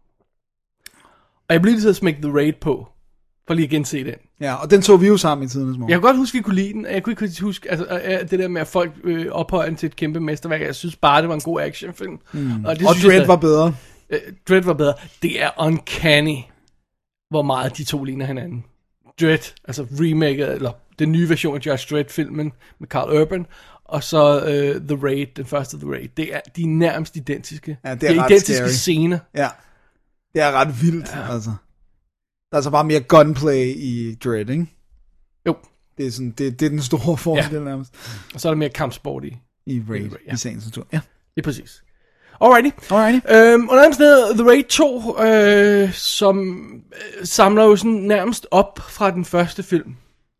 Og jeg blev lige til at smække The Raid på, for lige at gense den. Ja, og den så vi jo sammen i tidens morgen. Jeg kan godt huske, at vi kunne lide den. Jeg kunne ikke huske, altså, det der med, at folk øh, ophøjer den til et kæmpe mesterværk. Jeg synes bare, det var en god actionfilm. Mm. Og, det og Dredd var bedre. Øh, Dredd var bedre. Det er uncanny, hvor meget de to ligner hinanden. Dredd, altså remaket, eller den nye version af Judge Dredd-filmen med Carl Urban, og så uh, The Raid, den første The Raid. Det er, de er nærmest identiske. Ja, det er, er det er identiske scary. Scener. Ja, det er ret vildt, ja. Altså. Der er så bare mere gunplay i Dredd, ikke? Jo. Det er, sådan, det, det er den store forskel Ja. nærmest. Og så er der mere kampsport i. I Raid, I Raid, ja. i sagens natur. Ja. Det er præcis. Alrighty. Alrighty. Øhm, under omstændigheder, The Raid to, øh, som øh, samler jo sådan nærmest op fra den første film.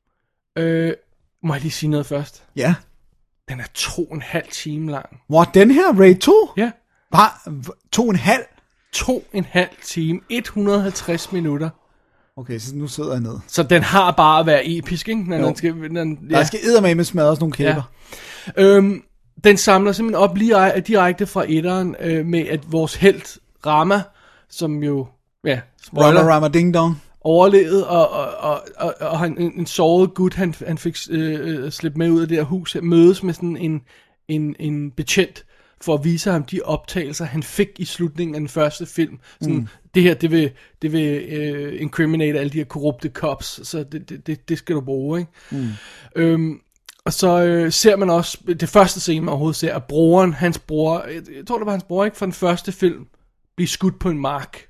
Øh, må jeg lige sige noget først? Ja. Den er to og en halv time lang. Hvor den her Raid to? Ja. Var to og en halv? To og en halv time. et hundrede og halvtreds minutter. Okay, så nu sidder jeg ned. Så den har bare at være episk, ikke? Når Jo. den skal, den, ja. Der skal eddermame smadres nogle kæber. Ja. Øhm, den samler simpelthen op lige direkte fra etteren øh, med at vores helt Rama, som jo, ja, spoiler, Rama Rama Ding Dong. overlevede, og, og, og, og, og han, en, en såret gut, han, han fik øh, slæbt med ud af det her hus, mødes med sådan en, en, en betjent, for at vise ham de optagelser, han fik i slutningen af den første film. Sådan, mm. det her, det vil, det vil øh, incriminate alle de her korrupte cops, så det, det, det, det skal du bruge, ikke? Mm. Øhm, og så øh, ser man også, det første scene, man overhovedet ser, at broren, hans bror, jeg, jeg tror, det var hans bror, ikke, fra den første film, blive skudt på en mark.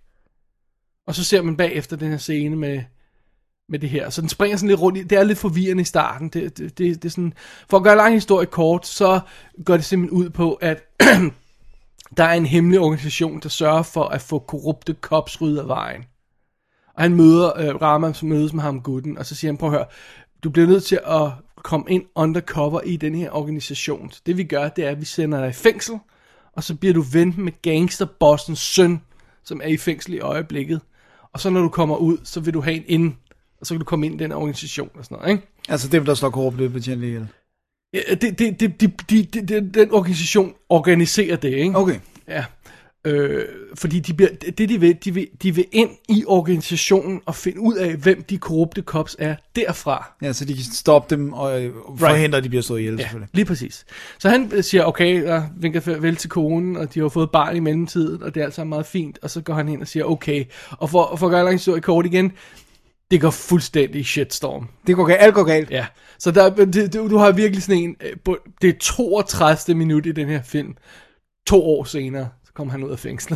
Og så ser man bagefter den her scene med, med det her. Så den springer sådan lidt rundt i, det er lidt forvirrende i starten. Det, det, det, det er sådan, for at gøre lang historie kort, så går det simpelthen ud på, at der er en hemmelig organisation, der sørger for at få korrupte cops ryddet af vejen. Og han møder, øh, Rama, som mødes med ham gutten, og så siger han, prøv at høre, du bliver nødt til at komme ind undercover i den her organisation. Så det vi gør, det er, at vi sender dig i fængsel, og så bliver du ven med gangsterbossens søn, som er i fængsel i øjeblikket. Og så når du kommer ud, så vil du have en ind, og så kan du komme ind i den organisation og sådan noget, ikke? Altså dem, der slår korrupte betjente ihjel. Ja, det, det, det, det, det, det, det, den organisation organiserer det, ikke? Okay. Ja. Øh, fordi de bliver, det de vil, de vil, de vil ind i organisationen og finde ud af, hvem de korrupte cops er derfra. Ja, så de kan stoppe dem og øh, forhindre, at de bliver slået ihjel, Ja, selvfølgelig. lige præcis. Så han siger, okay, jeg vinker farvel til konen, og de har fået barn i mellemtiden, og det er altså meget fint. Og så går han hen og siger, okay. Og for, for at gøre lang historie kort igen, det går fuldstændig shitstorm. Det går galt, alt går galt. Ja, så der, det, du har virkelig sådan en, det er toogtredive minut i den her film. To år senere, så kom han ud af fængslet.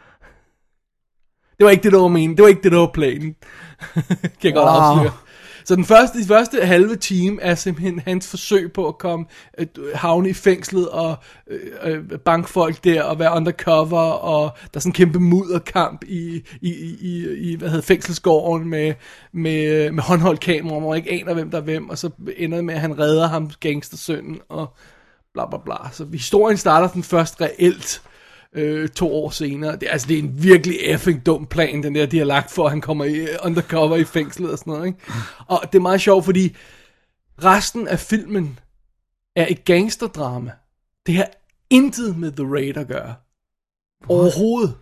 Det var ikke det, der var meningen. Det var ikke det, der var planen. Kan jeg godt Wow. afsløre. Så den første, de første halve time er simpelthen hans forsøg på at komme, øh, havne i fængslet og øh, øh, banke folk der og være undercover, og der er sådan en kæmpe mudderkamp i, i, i, i hvad hedder fængselsgården med, med, med håndholdt kamera, hvor man ikke aner, hvem der er hvem, og så ender det med, at han redder ham, gangstersønnen, og bla bla bla. Så historien starter den først reelt Øh, to år senere. Det, altså, det er en virkelig effing dum plan, den der, de har lagt for, at han kommer i, undercover i fængslet og sådan noget, ikke? Og det er meget sjovt, fordi resten af filmen er et gangsterdrama. Det har intet med The Raid at gøre. Overhovedet.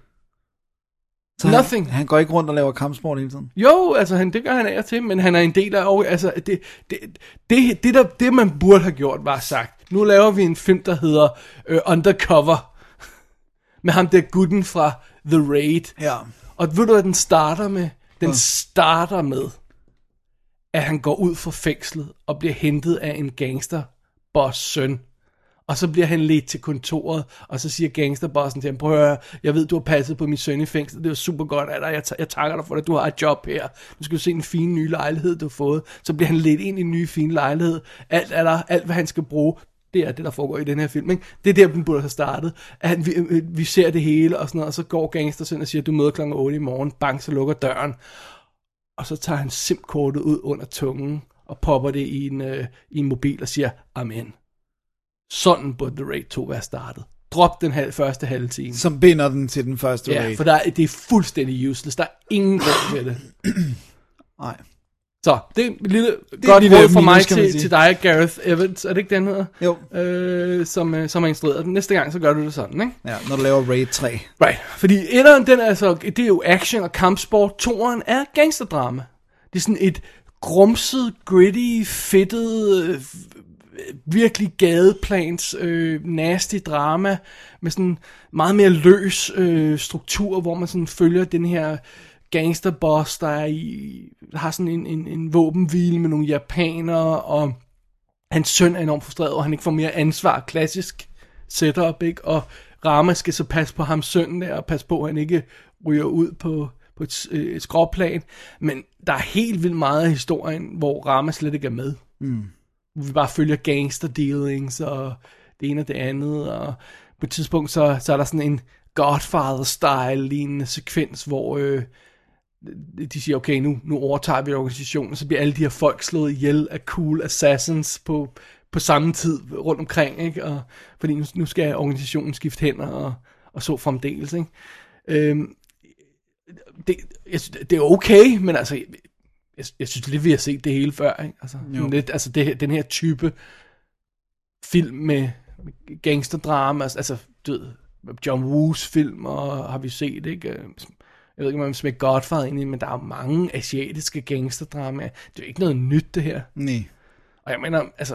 Så Nothing. Han, han går ikke rundt og laver kampsport hele tiden. Jo, altså han, det gør han af og til, men han er en del af, og, altså det, det, det, det, der, det man burde have gjort, var sagt, nu laver vi en film, der hedder uh, Undercover, med ham der gutten fra The Raid. Ja. Og ved du, hvad den starter med? Den Ja. starter med, at han går ud fra fængslet og bliver hentet af en gangsterboss søn. Og så bliver han ledt til kontoret, og så siger gangsterbossen til ham, prøv at høre, jeg ved, du har passet på min søn i fængslet, det var super godt af dig, jeg, ta- jeg takker dig for det, du har et job her, nu skal du se en fin ny lejlighed, du har fået. Så bliver han ledt ind i en ny fin lejlighed, alt er der, alt hvad han skal bruge, det er det, der foregår i den her film, ikke? Det er der, den burde have startet. At han, vi, vi ser det hele, og sådan noget, og så går gangstersøn og siger, du møder klokken otte i morgen, bang, så lukker døren. Og så tager han simkortet ud under tungen, og popper det i en, øh, i en mobil og siger, amen. Sådan burde The Raid to være startet. Drop den halv, første halve time. Som binder den til den første Ja, Raid. for der er, det er fuldstændig useless. Der er ingen grund til det. Nej. Så, det er et lille er godt et lille råd fra minus, mig kan man til, sige. til dig, Gareth Evans. Er det ikke den hedder? Jo. Øh, som, øh, som har instrueret den. Næste gang, så gør du det sådan, ikke? Ja, når du laver Raid tre. Right. Fordi etteren, den er altså, det er jo action og kampsport. Toeren er gangsterdrama. Det er sådan et grumset, gritty, fedtet, øh, virkelig gadeplans, øh, nasty drama, med sådan meget mere løs øh, struktur, hvor man sådan følger den her gangsterboss, der er i, har sådan en, en, en våbenhvile med nogle japanere, og hans søn er enormt frustreret, og han ikke får mere ansvar, klassisk setup, ikke? Og Rama skal så passe på ham sønnen der, og passe på, at han ikke ryger ud på, på et, et skråplan, men der er helt vildt meget af historien, hvor Rama slet ikke er med. Mm. Vi bare følger gangster dealings og det ene og det andet, og på et tidspunkt så, så er der sådan en Godfather-style lignende sekvens, hvor øh, de siger, okay, nu, nu overtager vi organisationen, og så bliver alle de her folk slået ihjel af cool assassins på, på samme tid rundt omkring, ikke? Og, fordi nu, nu skal organisationen skifte hænder, og, og så fremdeles, ikke? Øhm, det, jeg, det er okay, men altså, jeg, jeg synes lidt, vi har set det hele før, ikke? Altså, lidt, altså det, den her type film med gangsterdrama, altså, du ved, John Woos film, og har vi set, ikke? Jeg ved ikke, om man smager Godfather ind i, men der er mange asiatiske gangsterdramaer. Det er jo ikke noget nyt, det her. Nej. Og jeg mener, altså,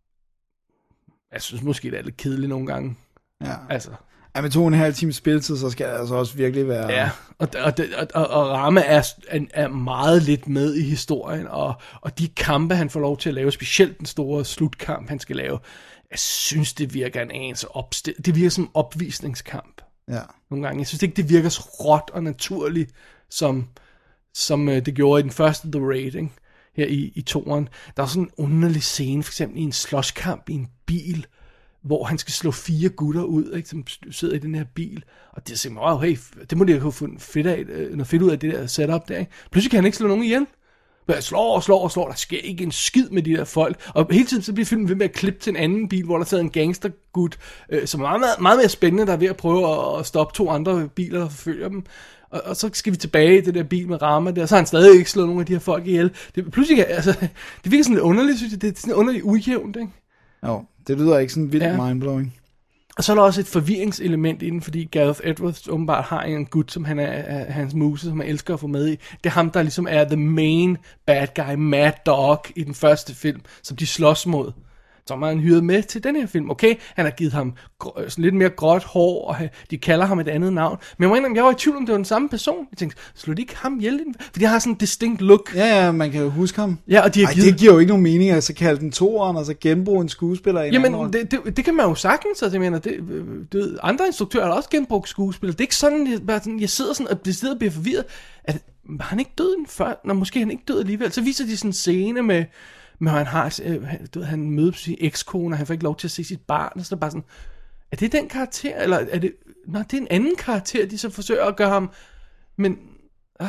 jeg synes måske, det er lidt kedeligt nogle gange. Ja. Altså. Ja, med to og en halv time spilletid, så skal det altså også virkelig være... Ja, og, og, og, og, og Ramme er, er meget lidt med i historien, og, og de kampe, han får lov til at lave, specielt den store slutkamp, han skal lave, jeg synes, det virker en anelse opstillet. Det virker som en opvisningskamp. Ja. Nogle gange. Jeg synes ikke, det virker så råt og naturligt, som, som uh, det gjorde i den første The Raid, ikke? Her i, i toeren. Der er sådan en underlig scene, for eksempel i en slåskamp i en bil, hvor han skal slå fire gutter ud, ikke, som sidder i den her bil. Og det er simpelthen, wow, hey, det må de have fundet fedt af, noget fedt ud af det der setup der, ikke? Pludselig kan han ikke slå nogen ihjel. Jeg slår og slår og slår, der sker ikke en skid med de der folk. Og hele tiden så bliver filmen ved med at klippe til en anden bil, hvor der sidder en gangstergut, øh, som er meget, meget, meget mere spændende, der er ved at prøve at, at stoppe to andre biler, der forfølger dem. Og, og så skal vi tilbage i det der bil med Ramme der, så har han stadig ikke slået nogen af de her folk ihjel. Det, pludselig, altså, det virker sådan lidt underligt, synes jeg. Det er sådan underligt ujævnt, ikke? Jo, det lyder ikke sådan vildt ja. mindblowing. Og så er der også et forvirringselement inden, fordi Gareth Edwards åbenbart har en gut, som han er, er hans muse, som han elsker at få med i. Det er ham, der ligesom er the main bad guy, Mad Dog, i den første film, som de slås mod. Så har han hyret med til den her film. Okay, han har givet ham sådan lidt mere gråt hår, og de kalder ham et andet navn. Men jeg må indrømme, jeg var i tvivl om, det var den samme person. Jeg tænkte, slår de ikke ham ihjel? Fordi han har sådan en distinct look. Ja, ja, man kan jo huske ham. Ja, og de har Ej, givet... det giver jo ikke nogen mening, at så kalde den toeren, og så genbruge en skuespiller i en Jamen, anden det, det, det kan man jo sagtens, altså jeg mener, det, det ved, andre instruktører har også genbrugt skuespillere. Det er ikke sådan, jeg, bare sådan, jeg sidder sådan, og det sidder og bliver forvirret. At, var han ikke død den før? Nå, måske han ikke død alligevel. Så viser de sådan en scene med... Men han har, øh, han, han møder sin ekskone, og han får ikke lov til at se sit barn, og så er det bare sådan, er det den karakter, eller er det, nej, det er en anden karakter, de så forsøger at gøre ham, men, ah,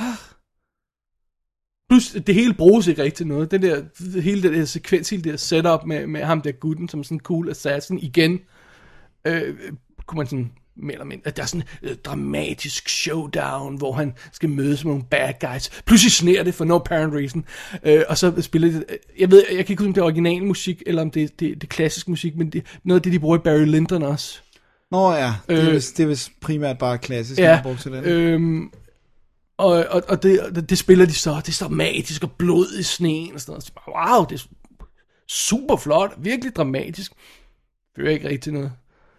plus det hele bruges ikke rigtig til noget, det der, hele det der sekvens, hele det der setup med, med ham der gutten, som sådan en cool assassin, igen, øh, kunne man sådan, mere eller mindre, at der er sådan en uh, dramatisk showdown, hvor han skal mødes med nogle bad guys. Pludselig sner det for no apparent reason. Uh, og så spiller det, jeg ved, jeg kan ikke huske, om det er original musik, eller om det er det, det klassisk musik, men det, noget af det, de bruger i Barry Lyndon også. Nå ja, det er, øh, vist, det er vist primært bare klassisk, ja, man bruger til det. Øh, og og, og det, det spiller de så, det er så dramatisk, og blod i sneen, og sådan noget. Så, wow, det er super flot, virkelig dramatisk. Det er ikke rigtig noget.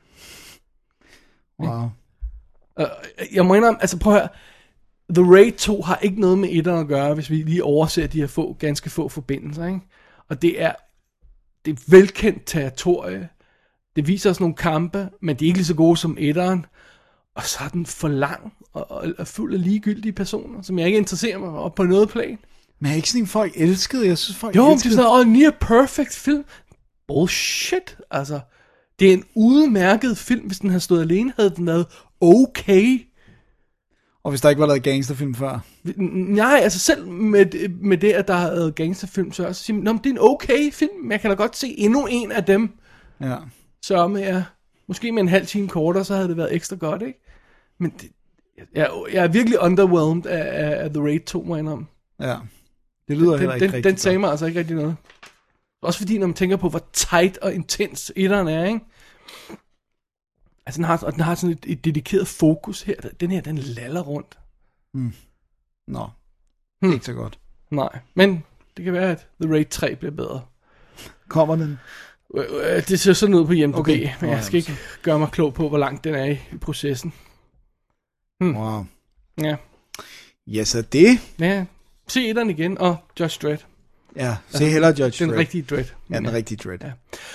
Wow. Uh, jeg må indrømme, altså prøv at høre, The Raid to har ikke noget med etteren at gøre, hvis vi lige overser de her få, ganske få forbindelser, ikke? Og det er, det er velkendt territorie. Det viser os nogle kampe, men de er ikke lige så gode som etteren. Og så er den for lang og, og, og fuld af ligegyldige personer, som jeg ikke interesserer mig op på noget plan. Men er ikke sådan en folk elskede? Jeg synes folk jo, elskede. det er sådan en near perfect film. Bullshit, altså. Det er en udmærket film, hvis den havde stået alene, havde den været okay. Og hvis der ikke var lavet gangsterfilm før? Nej, altså selv med, med det, at der har været gangsterfilm, så også sige, det er en okay film, men jeg kan da godt se endnu en af dem. Ja. Så med, ja, måske med en halv time kortere, så havde det været ekstra godt, ikke? Men det, jeg, jeg er virkelig underwhelmed af, af The Raid to, må jeg indrømme. Ja, det lyder den, heller ikke den, rigtigt. Den sagde mig altså ikke rigtig noget. Også fordi, når man tænker på, hvor tight og intens etteren er, ikke? Altså, den har, og den har sådan et, et dedikeret fokus her. Den her, den laller rundt. Mm. Nå, hmm. ikke så godt. Nej, men det kan være, at The Raid tre bliver bedre. Kommer den? Det ser sådan ud på I M D B, okay. men jeg skal ikke gøre mig klog på, hvor langt den er i, i processen. Hmm. Wow. Ja. Ja, så det. Ja, se etteren igen, og Judge Dredd. Ja, se hellere Judge Dredd. Den rigtige Dredd. Ja, den rigtige Dredd. Ja.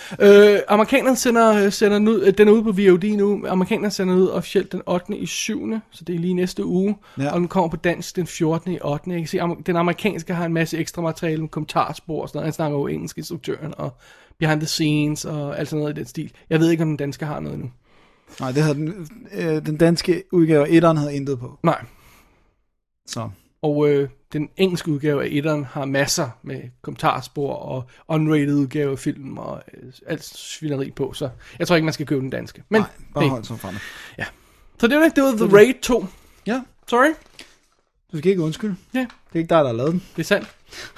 Øh, amerikanerne sender, sender den ud, den er ude på V O D nu. Amerikanerne sender den ud officielt den ottende i syvende, så det er lige næste uge. Ja. Og den kommer på dansk den fjortende i ottende. Jeg kan se, den amerikanske har en masse ekstra materiale med kommentarspor og sådan noget. Han snakker jo engelsk, instruktøren, og behind the scenes og alt sådan noget i den stil. Jeg ved ikke, om den danske har noget nu. Nej, det havde den, øh, den danske udgave af etteren havde intet på. Nej. Så. Og øh, den engelske udgave af etteren har masser med kommentarspor og unrated udgave af film og øh, alt svineri på, så jeg tror ikke, man skal købe den danske. Men, nej, bare hey. hold så fremme. Ja. Så det var det, det var The Raid to. Ja. Sorry. Du skal ikke undskylde. Ja. Det er ikke dig, der har lavet den. Det er sandt.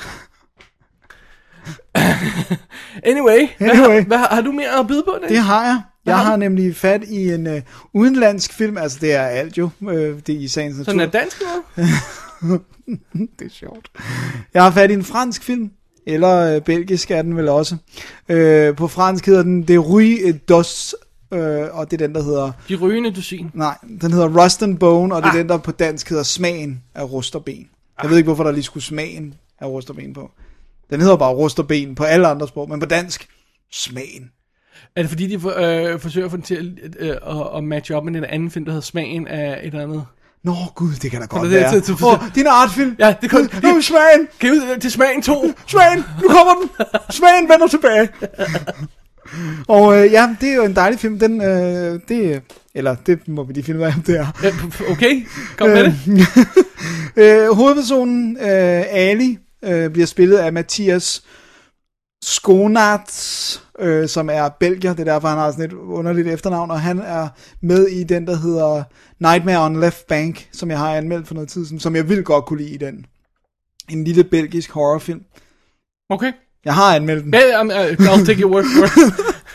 anyway, anyway. Hvad, hvad, har du mere at byde på? Det, det har jeg. Jeg har nemlig fat i en uh, udenlandsk film, altså det er alt jo, uh, det er i sagens natur. Sådan er dansk noget? Det er sjovt. Jeg har fat i en fransk film, eller uh, belgisk er den vel også. Uh, på fransk hedder den De Rue d'Os, uh, og det er den, der hedder... De rygende dusin. Nej, den hedder Rust and Bone, og det er ah. den, der på dansk hedder Smagen af rust og ben. Jeg ah. ved ikke, hvorfor der lige skulle Smagen af rust og ben på. Den hedder bare rust og ben på alle andre sprog, men på dansk, Smagen. Er det fordi, de for, øh, forsøger at få den til øh, at, at matche op med den anden film, der hedder Smagen af et eller andet? Nå gud, det kan da godt det, være. Det, det, Åh, oh, din artfilm. Ja, det kom. Nu er Smagen. Kan ud til Smagen to. Smagen, nu kommer den. Smagen vender tilbage. Og øh, ja, det er jo en dejlig film. Den, øh, det, eller det må vi lige finde ud af, om det er. Ja, okay, kom med det. øh, hovedpersonen, øh, Ali, øh, bliver spillet af Mathias Schoenaerts, øh, som er belgier, det er derfor, han har sådan et underligt efternavn, og han er med i den, der hedder Nightmare on Left Bank, som jeg har anmeldt for noget tid siden, som jeg vil godt kunne lide i den. En lille belgisk horrorfilm. Okay. Jeg har anmeldt den. Ja, yeah, uh, I'll take your word for it.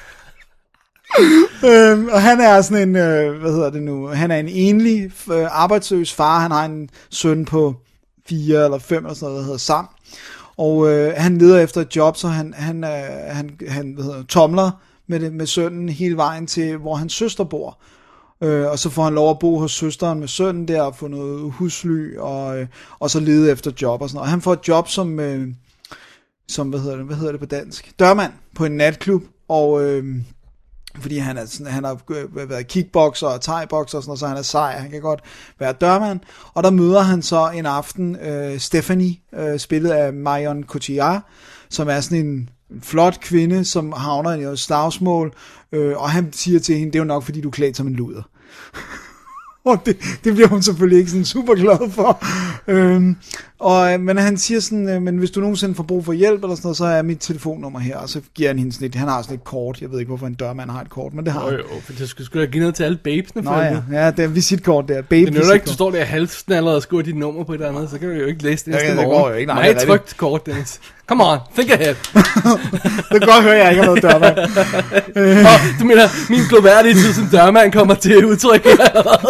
øhm, og han er sådan en, øh, hvad hedder det nu, han er en enlig øh, arbejdsløs far, han har en søn på fire eller fem eller sådan noget, der hedder Sam. Og øh, han leder efter et job, så han, han, øh, han, han hvad hedder, tomler med, det, med sønnen hele vejen til, hvor hans søster bor. Øh, og så får han lov at bo hos søsteren med sønnen der, og få noget husly, og, øh, og så lede efter job og sådan noget. Og han får et job som, øh, som hvad, hedder det, hvad hedder det på dansk? Dørmand på en natklub, og... Øh, fordi han, er sådan, han har været kickboxer og thai-boxer og sådan noget, så han er sej, han kan godt være dørmand. Og der møder han så en aften øh, Stephanie, øh, spillet af Marion Cotillard, som er sådan en, en flot kvinde, som havner i et slagsmål, øh, og han siger til hende, det er jo nok fordi du er klædt som en luder. Og det, det bliver hun selvfølgelig ikke sådan super glad for. Øhm, og, men han siger sådan, øh, men hvis du nogensinde får brug for hjælp eller sådan noget, så er mit telefonnummer her, og så giver han hende sådan et, han har sådan et kort, jeg ved ikke hvorfor en dørmand har et kort, men det har han. Jo jo, for det skulle sgu da give noget til alle babesne. Nå ja, ja, det er visitkort der. Baby det er jo ikke, du står der halvsten allerede og skriver dit nummer på et eller andet, så kan du jo ikke læse det næste ja, morgen. Det går jo ikke. Nej, meget trygt kort, Dennis. Come on, think ahead. Det kan godt høre, jeg ikke har noget dørmand. oh, du mener, min gloværdige tid som dørmand kommer til udtryk her.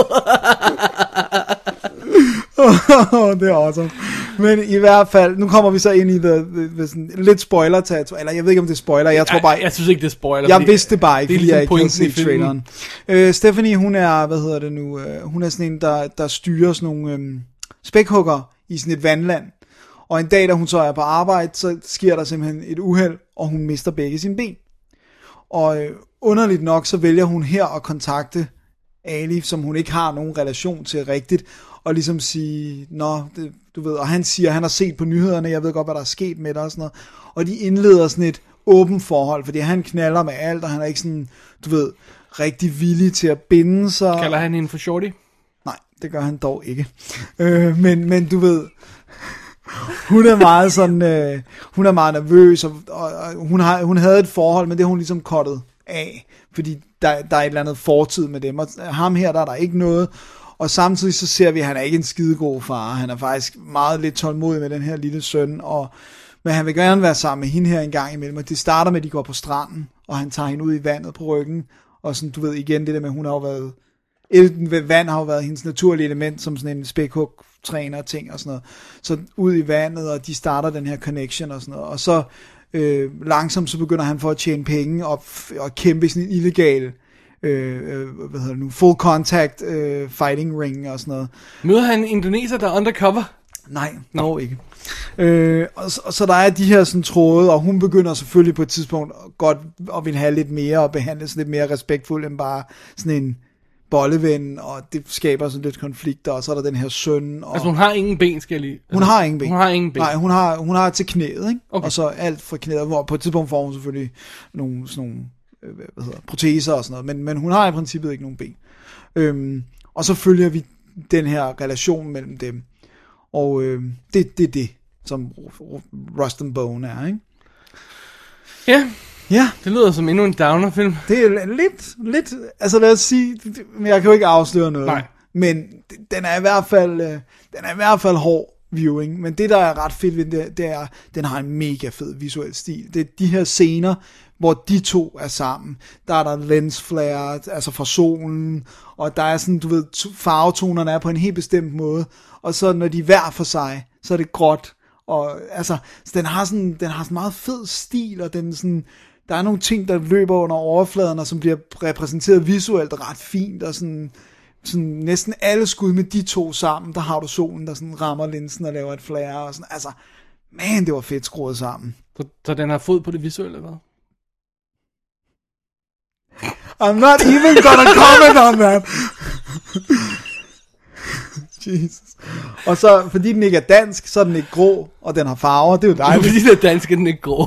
Oh, det er awesome. Men i hvert fald, nu kommer vi så ind i the, the, the, sådan, lidt spoiler til, eller jeg ved ikke om det er spoiler, jeg tror bare... Jeg, jeg synes ikke det er spoiler. Jeg vidste det bare ikke, det fordi ligesom jeg ikke havde set traileren. Uh, Stephanie, hun er, hvad hedder det nu, uh, hun er sådan en, der, der styrer sådan nogle um, spækhugger i sådan et vandland. Og en dag, da hun så er på arbejde, så sker der simpelthen et uheld, og hun mister begge sine ben. Og uh, underligt nok, så vælger hun her at kontakte Ali, som hun ikke har nogen relation til rigtigt, og ligesom sige, nå, det, du ved, og han siger, han har set på nyhederne, jeg ved godt, hvad der er sket med dig, og sådan noget, og de indleder sådan et åbent forhold, fordi han knaller med alt, og han er ikke sådan, du ved, rigtig villig til at binde sig. Kalder han hende for shorty? Nej, det gør han dog ikke. Øh, men, men du ved, hun er meget sådan, øh, hun er meget nervøs, og, og, og hun, har, hun havde et forhold, men det har hun ligesom kottet af, fordi der, der er et eller andet fortid med dem, og ham her, der er der ikke noget. Og samtidig så ser vi, at han er ikke en skidegod far. Han er faktisk meget lidt tålmodig med den her lille søn. Og, men han vil gerne være sammen med hende her en gang imellem. Og det starter med, at de går på stranden, og han tager hende ud i vandet på ryggen. Og sådan, du ved igen det der med, at hun har jo været... Elden ved vand har jo været hendes naturlige element, som sådan en spækhug-træner og ting og sådan noget. Så ud i vandet, og de starter den her connection og sådan noget. Og så øh, langsomt så begynder han for at tjene penge og, og kæmpe sådan en illegal... Øh, øh, hvad hedder det nu, full contact øh, fighting ring og sådan noget. Møder han en indoneser, der er undercover? Nej, dog ikke. Øh, og, så, og så der er de her sådan tråde, og hun begynder selvfølgelig på et tidspunkt godt at vil have lidt mere og behandles lidt mere respektfuldt end bare sådan en bolleven, og det skaber sådan lidt konflikter, og så er der den her søn. Og altså hun har ingen ben, skal jeg lige... Altså, hun har ingen ben. Hun har ingen ben. Nej, hun har, hun har til knæet, ikke? Okay. Og så alt fra knæet, hvor på et tidspunkt får hun selvfølgelig nogle, sådan nogle øh, hvad hedder, proteser og sådan noget, men, men hun har i princippet ikke nogen ben. Øhm, og så følger vi den her relation mellem dem, og øh, det, det er det, som Rust and Bone er, ikke? Ja. Ja. Det lyder som endnu en downer-film. Det er lidt, lidt, altså lad os sige, men jeg kan jo ikke afsløre noget. Nej. Men den er i hvert fald, den er i hvert fald hård viewing, men det der er ret fedt ved det, det er, den har en mega fed visuel stil. Det er de her scener, hvor de to er sammen. Der er der lens flare, altså fra solen, og der er sådan, du ved, farvetonerne er på en helt bestemt måde, og så når de er hver for sig, så er det gråt, og altså, så den har sådan, den har sådan meget fed stil, og den sådan, der er nogle ting, der løber under overfladen, og som bliver repræsenteret visuelt ret fint, og sådan, sådan næsten alle skud med de to sammen, der har du solen, der sådan rammer linsen og laver et flare, og sådan, altså, man, det var fedt skruet sammen. Så, så den har fod på det visuelle, hvad? I'm not even gonna comment on that. Jesus. Og så, fordi den ikke er dansk, så er den ikke grå, og den har farver, det er jo dejligt. Fordi den er dansk, er den ikke grå.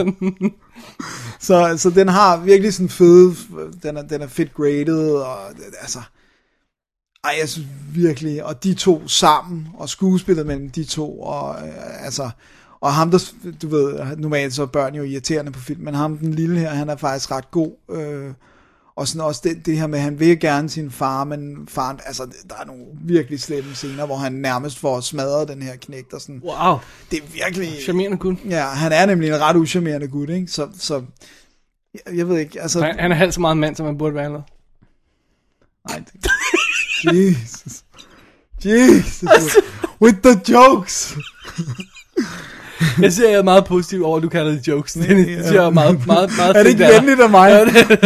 så, så den har virkelig sådan fede, den er, den er fedt graded, og altså, ej, jeg synes virkelig, og de to sammen, og skuespillet mellem de to, og øh, altså, og ham der, du ved, normalt så er børn jo irriterende på film, men ham den lille her, han er faktisk ret god, øh, og sådan også det, det her med, at han vil gerne sin far, men faren, altså, der er nogle virkelig slemme scener, hvor han nærmest får smadret den her knægt, og sådan. Wow. Det er virkelig... Charmerende gut. Ja, han er nemlig en ret uschammerende gut, ikke? Så, så jeg, jeg ved ikke, altså... Han, han er halvt så meget mand, som han burde være eller? Nej, det... Jesus. Jesus. With the jokes. Jeg ser jeg er meget positiv over, at du kalder det jokes. Det synes jeg er meget, meget, meget er det ikke venligt af mig?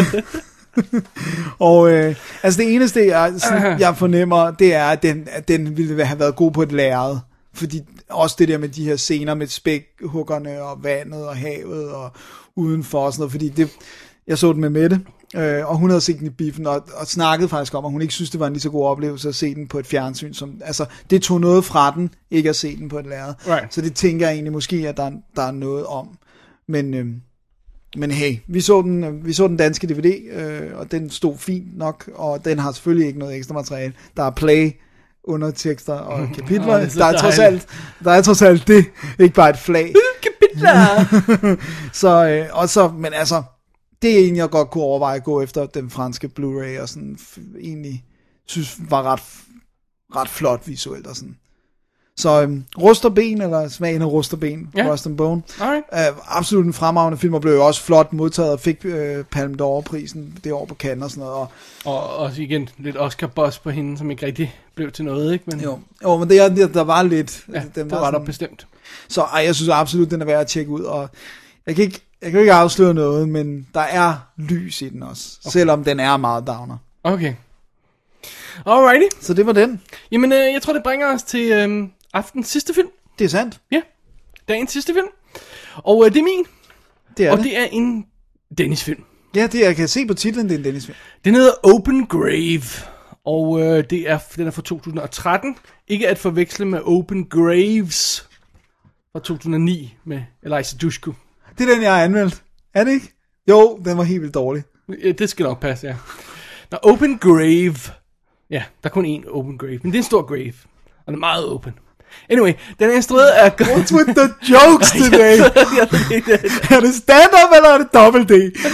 Og øh, altså det eneste, jeg, sådan, jeg fornemmer, det er, at den, at den ville have været god på et lærred. Fordi også det der med de her scener med spækhuggerne og vandet og havet og udenfor og sådan noget. Fordi det, jeg så den med Mette, øh, og hun havde set den i biffen og, og snakkede faktisk om, at hun ikke synes, det var en lige så god oplevelse at se den på et fjernsyn. Som, altså, det tog noget fra den, ikke at se den på et lærred. Right. Så det tænker jeg egentlig måske, at der, der er noget om. Men... Øh, Men hey, vi så den, vi så den danske D V D, øh, og den stod fint nok, og den har selvfølgelig ikke noget ekstra materiale. Der er play, undertekster og kapitler. Oh, der er trods alt, der er trods alt det, ikke bare et flag. Kapitler! så, øh, og så, men altså, det er en, jeg godt kunne overveje at gå efter den franske Blu-ray, og sådan f- egentlig synes var ret, ret flot visuelt og sådan. Så øhm, Rust og Ben, eller Smagen af Rust og Ben, ja. Rust and Bone. Alright. Øh, absolut en fremragende film, og blev jo også flot modtaget, og fik øh, Palme d'Or-prisen det år på Cannes og sådan noget. Og, og også igen lidt Oscar-boss på hende, som ikke rigtig blev til noget, ikke? Men... Jo. jo, men det er, der, der var lidt. Ja, den der var sådan, der bestemt. Så ej, jeg synes absolut, den er værd at tjekke ud, og jeg kan ikke, jeg kan ikke afsløre noget, men der er lys i den også, okay. Selvom den er meget downer. Okay. Alrighty. Så det var den. Jamen, øh, jeg tror, det bringer os til... Øh... aftens sidste film. Det er sandt. Ja, dagens sidste film. Og øh, det er min. Det er og det. det er en Dennis-film. Ja, det jeg kan se på titlen, det er en Dennis-film. Den hedder Open Grave. Og øh, det er, den er fra to tusind og tretten. Ikke at forveksle med Open Graves fra to tusind og ni med Eliza Dushku. Det er den, jeg har anmeldt. Er det ikke? Jo, den var helt vildt dårlig. Ja, det skal nok passe, ja. Nå, Open Grave. Ja, der er kun én Open Grave. Men det er en stor grave. Og den er meget open. Anyway, den er instrueret af... What's with the jokes today? Er det stand-up, eller er det dobbelt D?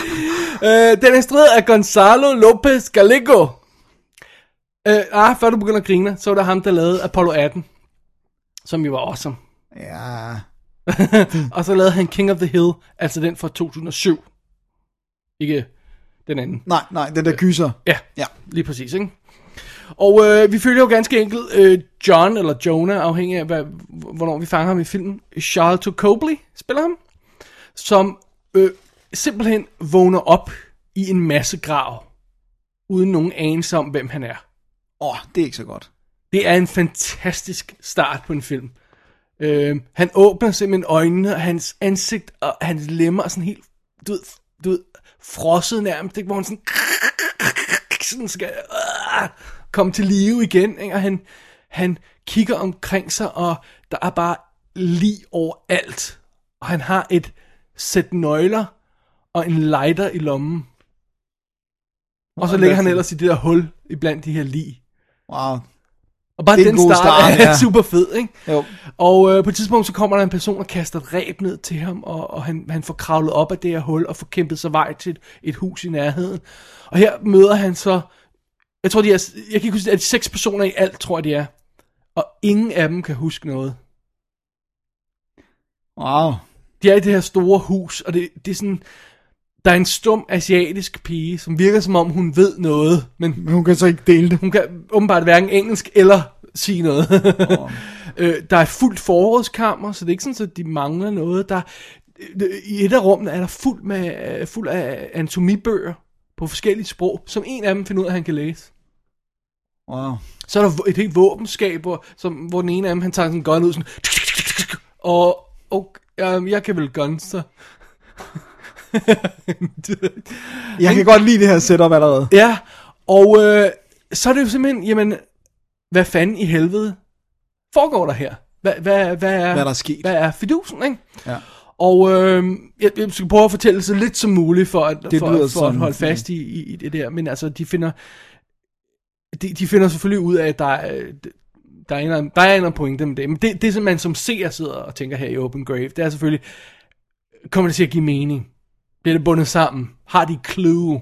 uh, den er instrueret af Gonzalo Lopez Gallego. Uh, ah, før du begynder at grine, så var det ham, der lavede Apollo atten. Som jo var awesome. Ja. Og så lavede han King of the Hill, altså den fra to tusind og syv. Ikke den anden. Nej, nej, den der gyser. Ja, ja. Lige præcis, ikke? Og øh, vi følger jo ganske enkelt øh, John, eller Jonah, afhængig af, hvad, hvornår vi fanger ham i filmen. Charlton Copley spiller ham, som øh, simpelthen vågner op i en masse grav, uden nogen anelse om, hvem han er. Åh, oh, det er ikke så godt. Det er en fantastisk start på en film. Øh, han åbner simpelthen øjnene, og hans ansigt og hans lemmer er sådan helt, du ved, du ved frosset nærmest, ikke? Hvor han sådan, sådan skal øh, komme til live igen, ikke? Og han, han kigger omkring sig, og der er bare lig overalt. Og han har et sæt nøgler og en lighter i lommen. Og så ligger han ellers i det der hul iblandt de her lig. Wow. Og bare den den start, start er ja. super fed, ikke? Jo. Og øh, på et tidspunkt så kommer der en person og kaster et reb ned til ham, og, og han, han får kravlet op af det her hul og får kæmpet sig vej til et, et hus i nærheden. Og her møder han så, jeg tror de er, jeg kan ikke huske, at de seks personer i alt, tror jeg de er. Og ingen af dem kan huske noget. Wow. De er i det her store hus, og det, det er sådan, der er en stum asiatisk pige, som virker som om hun ved noget, men, men hun kan så ikke dele det. Hun kan åbenbart hverken engelsk eller sige noget. Oh. øh, der er et fuldt forrådskammer, så det er ikke sådan, at de mangler noget. Der, i et af rummene er der fuld, med, fuld af anatomibøger på forskellige sprog, som en af dem finder ud af, at han kan læse. Wow. Så er der et helt våbenskab, hvor, som, hvor den ene af dem, han tager sådan en gun ud, sådan, og, og øh, jeg kan vel gun, så... Jeg kan godt lide det her setup allerede. Ja, og øh, så er det jo simpelthen, jamen, hvad fanden i helvede foregår der her? Hvad, hvad, hvad, er, hvad er der sket? Hvad er fidusen, ikke? Ja. Og øh, jeg, jeg skal prøve at fortælle så lidt som muligt, for at, det for, for sådan, at holde fast i, i, i det der. Men altså, de finder, de, de finder selvfølgelig ud af, at der er... Der er en eller anden, der er en eller anden pointe med det. Men det, det som man som seer sidder og tænker her i Open Grave, det er selvfølgelig, kommer det til at give mening? Bliver det bundet sammen? Har de clue?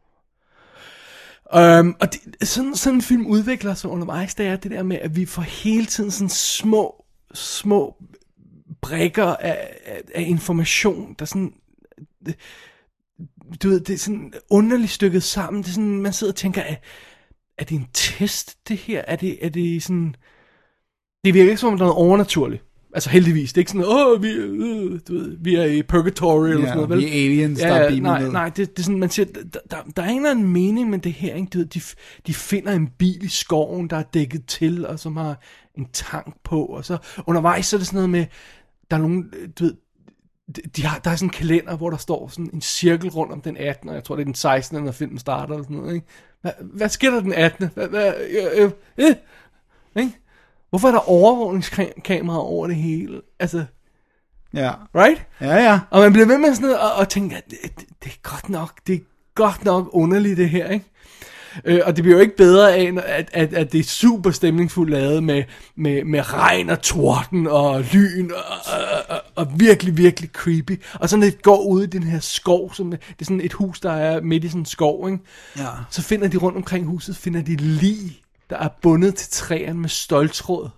Um, og det, sådan, sådan en film udvikler sig undervejs, det er det der med, at vi får hele tiden sådan små, små brikker af, af, af information, der sådan, det, du ved, det er sådan underligt stykket sammen. Det er sådan, man sidder og tænker, er, er det en test, det her? Er det, er det sådan, det virker ikke som om, der er noget overnaturligt. Altså heldigvis, det er ikke sådan, åh, vi, øh, du ved, vi er i purgatory eller ja, sådan noget, vel? vi er aliens, der ja, er beamet nej, ned. nej, det, det er sådan, man siger, der, der, der er en eller anden mening med det her, ikke? Du ved, de, de finder en bil i skoven, der er dækket til, og som har en tank på, og så undervejs så er det sådan noget med, der er nogen, du ved, de, de har, der er sådan en kalender, hvor der står sådan en cirkel rundt om den attende, og jeg tror, det er den sekstende, når filmen starter, eller sådan noget, ikke? Hvad, hvad sker der den attende? Hvad, hvad, øh, øh, øh, ikke? Hvorfor er der overvågningskameraer over det hele? Altså, ja. Right? Ja, ja. Og man bliver ved med sådan noget, og, og tænker, det, det, det er godt nok, det er godt nok underligt det her, ikke? Øh, og det bliver jo ikke bedre af, at, at, at det er super stemningsfuldt lavet med, med, med regn og torden og lyn, og, og, og, og virkelig, virkelig creepy. Og så når det går ud i den her skov, som det er sådan et hus, der er midt i sådan en skov, ikke? Ja. Så finder de rundt omkring huset, finder de lig, der er bundet til træerne med ståltråd.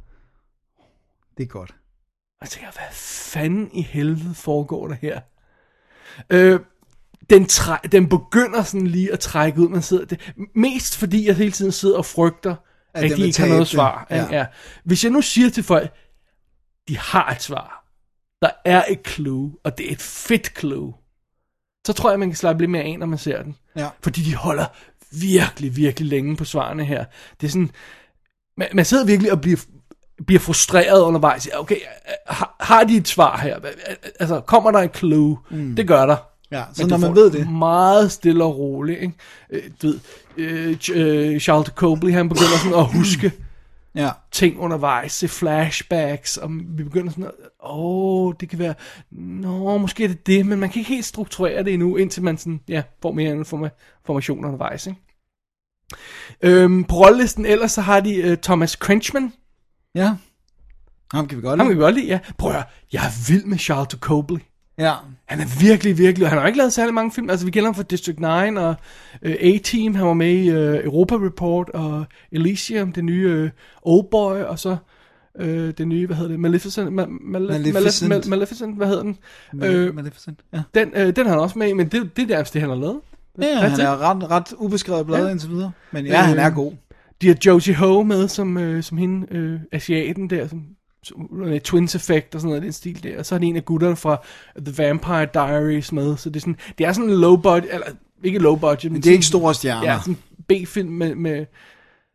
Det er godt. Og jeg tænker, hvad fanden i helvede foregår der her? Øh, den, træ, den begynder sådan lige at trække ud, man sidder det. Mest fordi jeg hele tiden sidder og frygter, at, at de ikke har noget svar. Ja. Ja. Hvis jeg nu siger til folk, de har et svar, der er et clue, og det er et fedt clue, så tror jeg, man kan slappe lidt mere af, når man ser den. Ja. Fordi de holder virkelig, virkelig længe på svarene her. Det er sådan, man, man sidder virkelig og bliver, bliver frustreret undervejs. Okay, har, har de et svar her? Altså, kommer der en clue? Mm. Det gør der. Ja, så men når man ved det. Meget stille og roligt, ikke? Øh, du ved, øh, Charles Copley, han begynder sådan at huske ja. ting undervejs, se flashbacks, og vi begynder sådan at, åh, det kan være, nå, måske er det det, men man kan ikke helt strukturere det endnu, indtil man sådan, ja, får mere information undervejs, ikke? Øhm, på rollelisten ellers, så har de uh, Thomas Kretschmann. Ja. Ham kan vi godt lide. Ham kan vi godt lide, ja. Prøv at høre, jeg er vild med Charles Copley. Ja. Han er virkelig, virkelig, han har ikke lavet særlig mange film, altså vi kender ham fra District nine og uh, A-Team, han var med i uh, Europa Report og Elysium, det nye uh, Oldboy, og så uh, det nye, hvad hedder det, Maleficent, Ma- Mal- Maleficent. Mal- Maleficent, hvad hedder den? Mal- uh, Maleficent, ja. Den, uh, den har han også med i, men det, det er nærmest det, han har lavet. Ja, han er ret, ret ubeskrevet blad ja. indtil videre, men ja, øh, han er god. De har Josie Ho med, som, øh, som hende, øh, asiaten der, som med Twins Effect og sådan noget, den stil der. Og så er det en af gutterne fra The Vampire Diaries med, så det er sådan, det er sådan en low budget, eller ikke low budget, men det er ikke store stjerner. Ja, sådan B-film med, med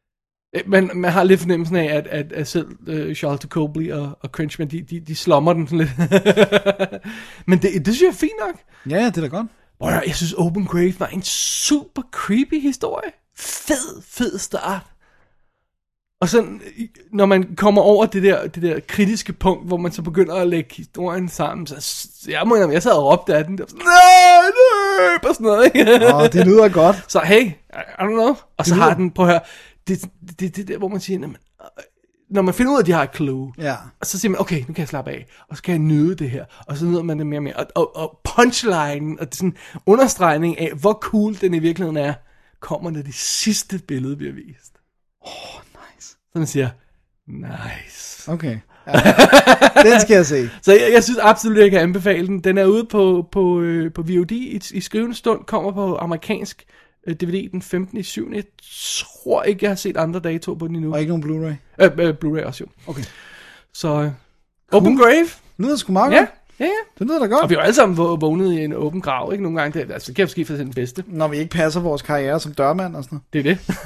Men man har lidt fornemmelsen af, at, at, at selv uh, Charlotte Copley og, og Cringeman, de, de, de slummer den sådan lidt. Men det, det synes jeg er fint nok. Ja, det er da godt. Bror, jeg synes Open Grave var en super creepy historie. Fed, fed start. Og så, når man kommer over det der, det der kritiske punkt, hvor man så begynder at lægge historien sammen, så jeg må indrømme, jeg sad og råbte af den, der var sådan, nej, nej, og sådan noget, ikke? Åh, det lyder godt. Så hey, I don't know. Og så har den, prøv at høre, det, det, det, det der, hvor man siger, når man, når man finder ud af, at de har et clue, ja. og så siger man, okay, nu kan jeg slappe af, og så kan jeg nyde det her, og så nyder man det mere og mere. Og, og, og punchline, og det sådan understregning af, hvor cool den i virkeligheden er, kommer når det sidste billede bliver vist. Åh, oh, nice. Så man siger, nice. Okay. Ja. Den skal jeg se. Så jeg, jeg synes absolut, at jeg kan anbefale den. Den er ude på, på, øh, på V O D i, i skrivende stund, kommer på amerikansk øh, D V D den femtende syvende Jeg tror ikke, jeg har set andre datoer på den endnu. Og ikke nogen Blu-ray? Øh, øh, Blu-ray også jo. Okay. Så øh, cool. Open Grave. Nu er det sgu meget ja. godt. Ja, ja. Det lyder da godt. Og vi har jo alle sammen vågnet i en åben grav, ikke? Nogle gange, det, altså, det kan måske for den bedste. Når vi ikke passer vores karriere som dørmand og sådan noget. Det er det.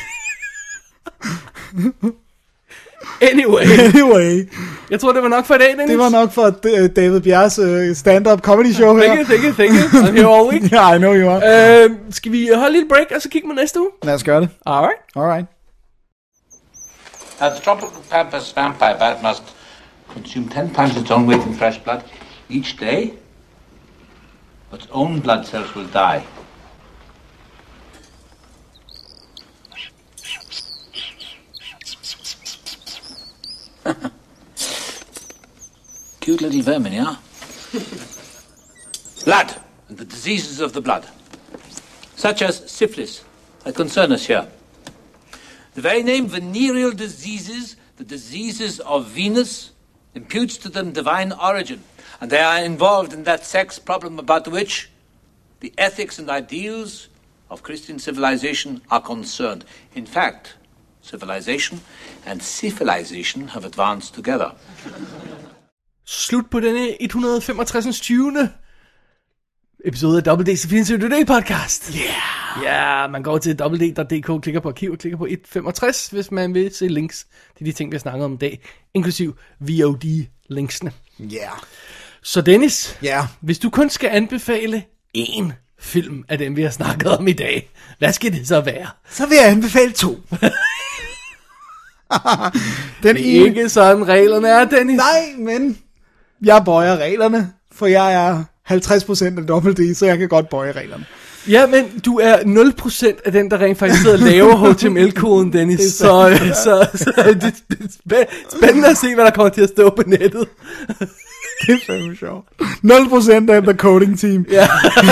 Anyway. Anyway. Jeg tror, det var nok for i dag, Dennis. Det var nok for uh, David Bjerres uh, stand-up comedy show her. Thank you, thank you, thank you. I'm here all week. Yeah, I know you are. Uh, skal vi holde et lille break, og så kigge på næste uge? Lad os gøre det. Alright. Alright. A tropical pampas vampire bat must consume ten times its own weight in fresh blood each day, but its own blood cells will die. Cute little vermin, yeah? Blood and the diseases of the blood, such as syphilis, that concern us here. The very name venereal diseases, the diseases of Venus, imputes to them divine origin, and they are involved in that sex problem about which the ethics and ideals of Christian civilization are concerned. In fact, civilization and civilization have advanced together. Slut på denne et hundrede og femogtres tyvende episode af Double D's Definitive Today podcast. Yeah! Ja, yeah, man går til double d punktum d k, klikker på arkiv og klikker på et femogtres, hvis man vil se links til de ting, vi har snakket om i dag, inklusiv V O D-linksene. Ja. Yeah. Så Dennis, yeah. hvis du kun skal anbefale én film af dem, vi har snakket om i dag, hvad skal det så være? Så vil jeg anbefale to. Den det er ikke sådan reglerne er, Dennis. Nej, men jeg bøjer reglerne, for jeg er halvtreds procent af Double D, så jeg kan godt bøje reglerne. Ja, men du er nul procent af den, der rent faktisk sidder og laver H T M L-koden, Dennis. Det så, så, så, så det, det er spændende at se, hvad der kommer til at stå på nettet. Det er fandme sjovt. nul procent af the coding team. Ja.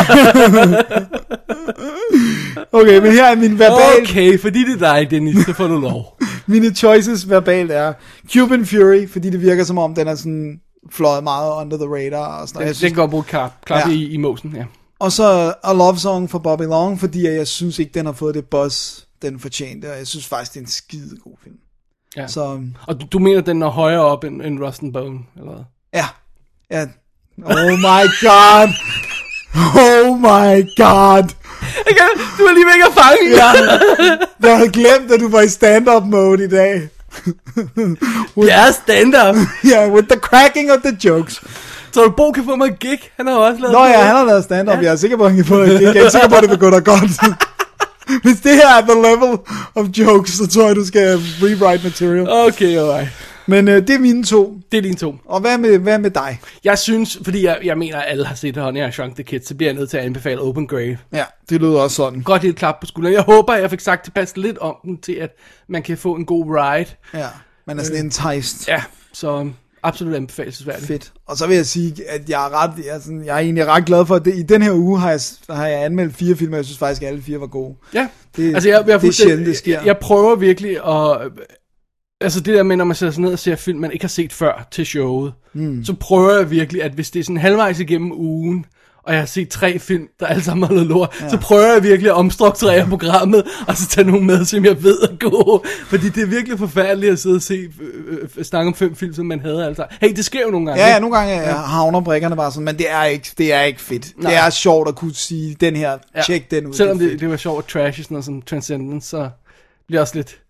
Okay, men her er min verbal... Okay, fordi det er dig, Dennis, så får du lov. Mine choices verbalt er Cuban Fury, fordi det virker som om, den er sådan fløjet meget under the radar. Og sådan Den, jeg synes, den går på klap, klap ja. i, i mosen, ja. Og så A Love Song for Bobby Long, fordi jeg synes ikke, den har fået det buzz, den fortjente. Og jeg synes faktisk, det er en skide god film. Ja. Så, og du, du mener, den er højere op end, end Rust and Bone, eller hvad? Ja. Ja. Oh my god. Oh my god. Okay, du er lige væk at fange. Ja. Jeg havde glemt, at du var i stand-up mode i dag. Ja, stand-up. Ja, yeah, with the cracking of the jokes. Så du Bo kan få mig en gig? Han har også lavet... Nå ja, han har lavet stand-up. Ja. Jeg er sikker på, at han kan få en gig. Jeg er ikke sikker på, at det vil gå dig godt. Hvis det her er the level of jokes, så tror jeg, du skal rewrite material. Okay, alright. Men øh, det er mine to. Det er dine to. Og hvad med, hvad med dig? Jeg synes, fordi jeg, jeg mener, at alle har set Honey, I Shrunk the Kids, så bliver jeg nødt til at anbefale Open Grave. Ja, det lyder også sådan. Godt helt klap på skulderen. Jeg håber, jeg fik sagt tilpas lidt om den, til at man kan få en god ride. Ja, man er sådan øh, enticed. Ja, så absolut anbefalesværdigt. Fedt. Og så vil jeg sige, at jeg er ret, jeg er, sådan, jeg er egentlig ret glad for, at det, i den her uge har jeg, har jeg anmeldt fire film, og jeg synes faktisk, at alle fire var gode. Ja, det, altså jeg, jeg det er sjældent, det sker. Jeg, jeg prøver virkelig at... Altså det der med, når man sætter sig ned og ser film, man ikke har set før til showet, mm. så prøver jeg virkelig, at hvis det er sådan halvvejs igennem ugen, og jeg har set tre film, der alle sammen har noget lort, ja. så prøver jeg virkelig at omstrukturere programmet, og så tage nogle med, som jeg ved er gode. Fordi det er virkelig forfærdeligt at sidde og se, øh, øh, snakke om fem film, som man havde altså. Hey, det sker jo nogle gange. Ja, ja nogle gange ja. havner brikkerne bare sådan, men det er ikke, det er ikke fedt. Nej. Det er sjovt at kunne sige, den her, ja. Tjek den ud. Selvom det, det, det var sjovt at trash sådan noget som Transcendence, så bliver også lidt...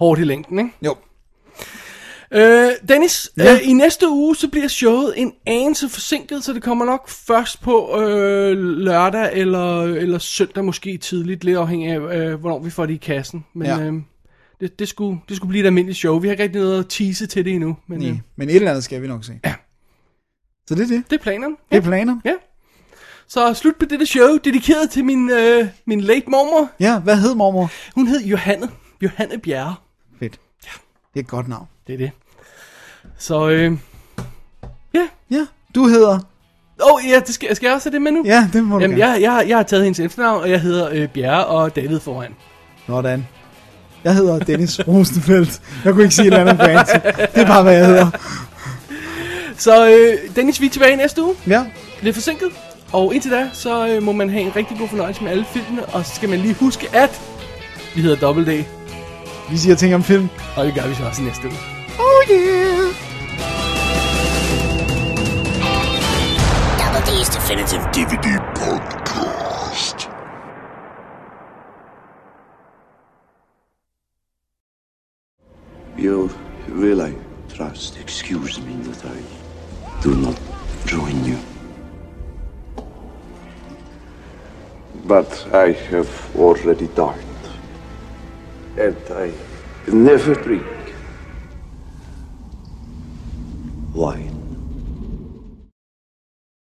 hårdt i længden, ikke? Jo. Øh, Dennis, Ja. øh, i næste uge, så bliver showet en anelse forsinket, så det kommer nok først på øh, lørdag eller, eller søndag, måske tidligt, lidt afhængig af, øh, hvornår vi får det i kassen. Men Ja. øh, det, det, skulle, det skulle blive et almindeligt show. Vi har ikke rigtig noget at tease til det endnu. Men, Nej, øh, men et eller andet skal vi nok se. Ja. Så det er det. det er planerne. Det er planer. Ja. Så slut på dette show, dedikeret til min, øh, min late mormor. Ja, hvad hed mormor? Hun hed Johanne. Johanne Bjerre. Fedt. Ja. Det er et godt navn. Det er det. Så, øh, ja. Ja, du hedder... Åh, oh, ja, det skal, skal jeg også have det med nu? Ja, det må du Jamen, gerne. jeg, jeg, jeg har taget hendes efternavn, og jeg hedder øh, Bjerre og David foran. Sådan. Jeg hedder Dennis Rosenfeldt. Jeg kunne ikke sige et eller andet fancy. Det er bare, hvad jeg hedder. Så øh, Dennis, vi er tilbage næste uge. Ja. Lidt forsinket. Og indtil da, så øh, må man have en rigtig god fornøjelse med alle filmene. Og så skal man lige huske, at vi hedder Double D. Vi siger ting om film. Og det gør vi så også i næste uge. Oh yeah! Double D's Definitive D V D Podcast. You really trust, excuse me that I do not join you. But I have already died, and I never dreamed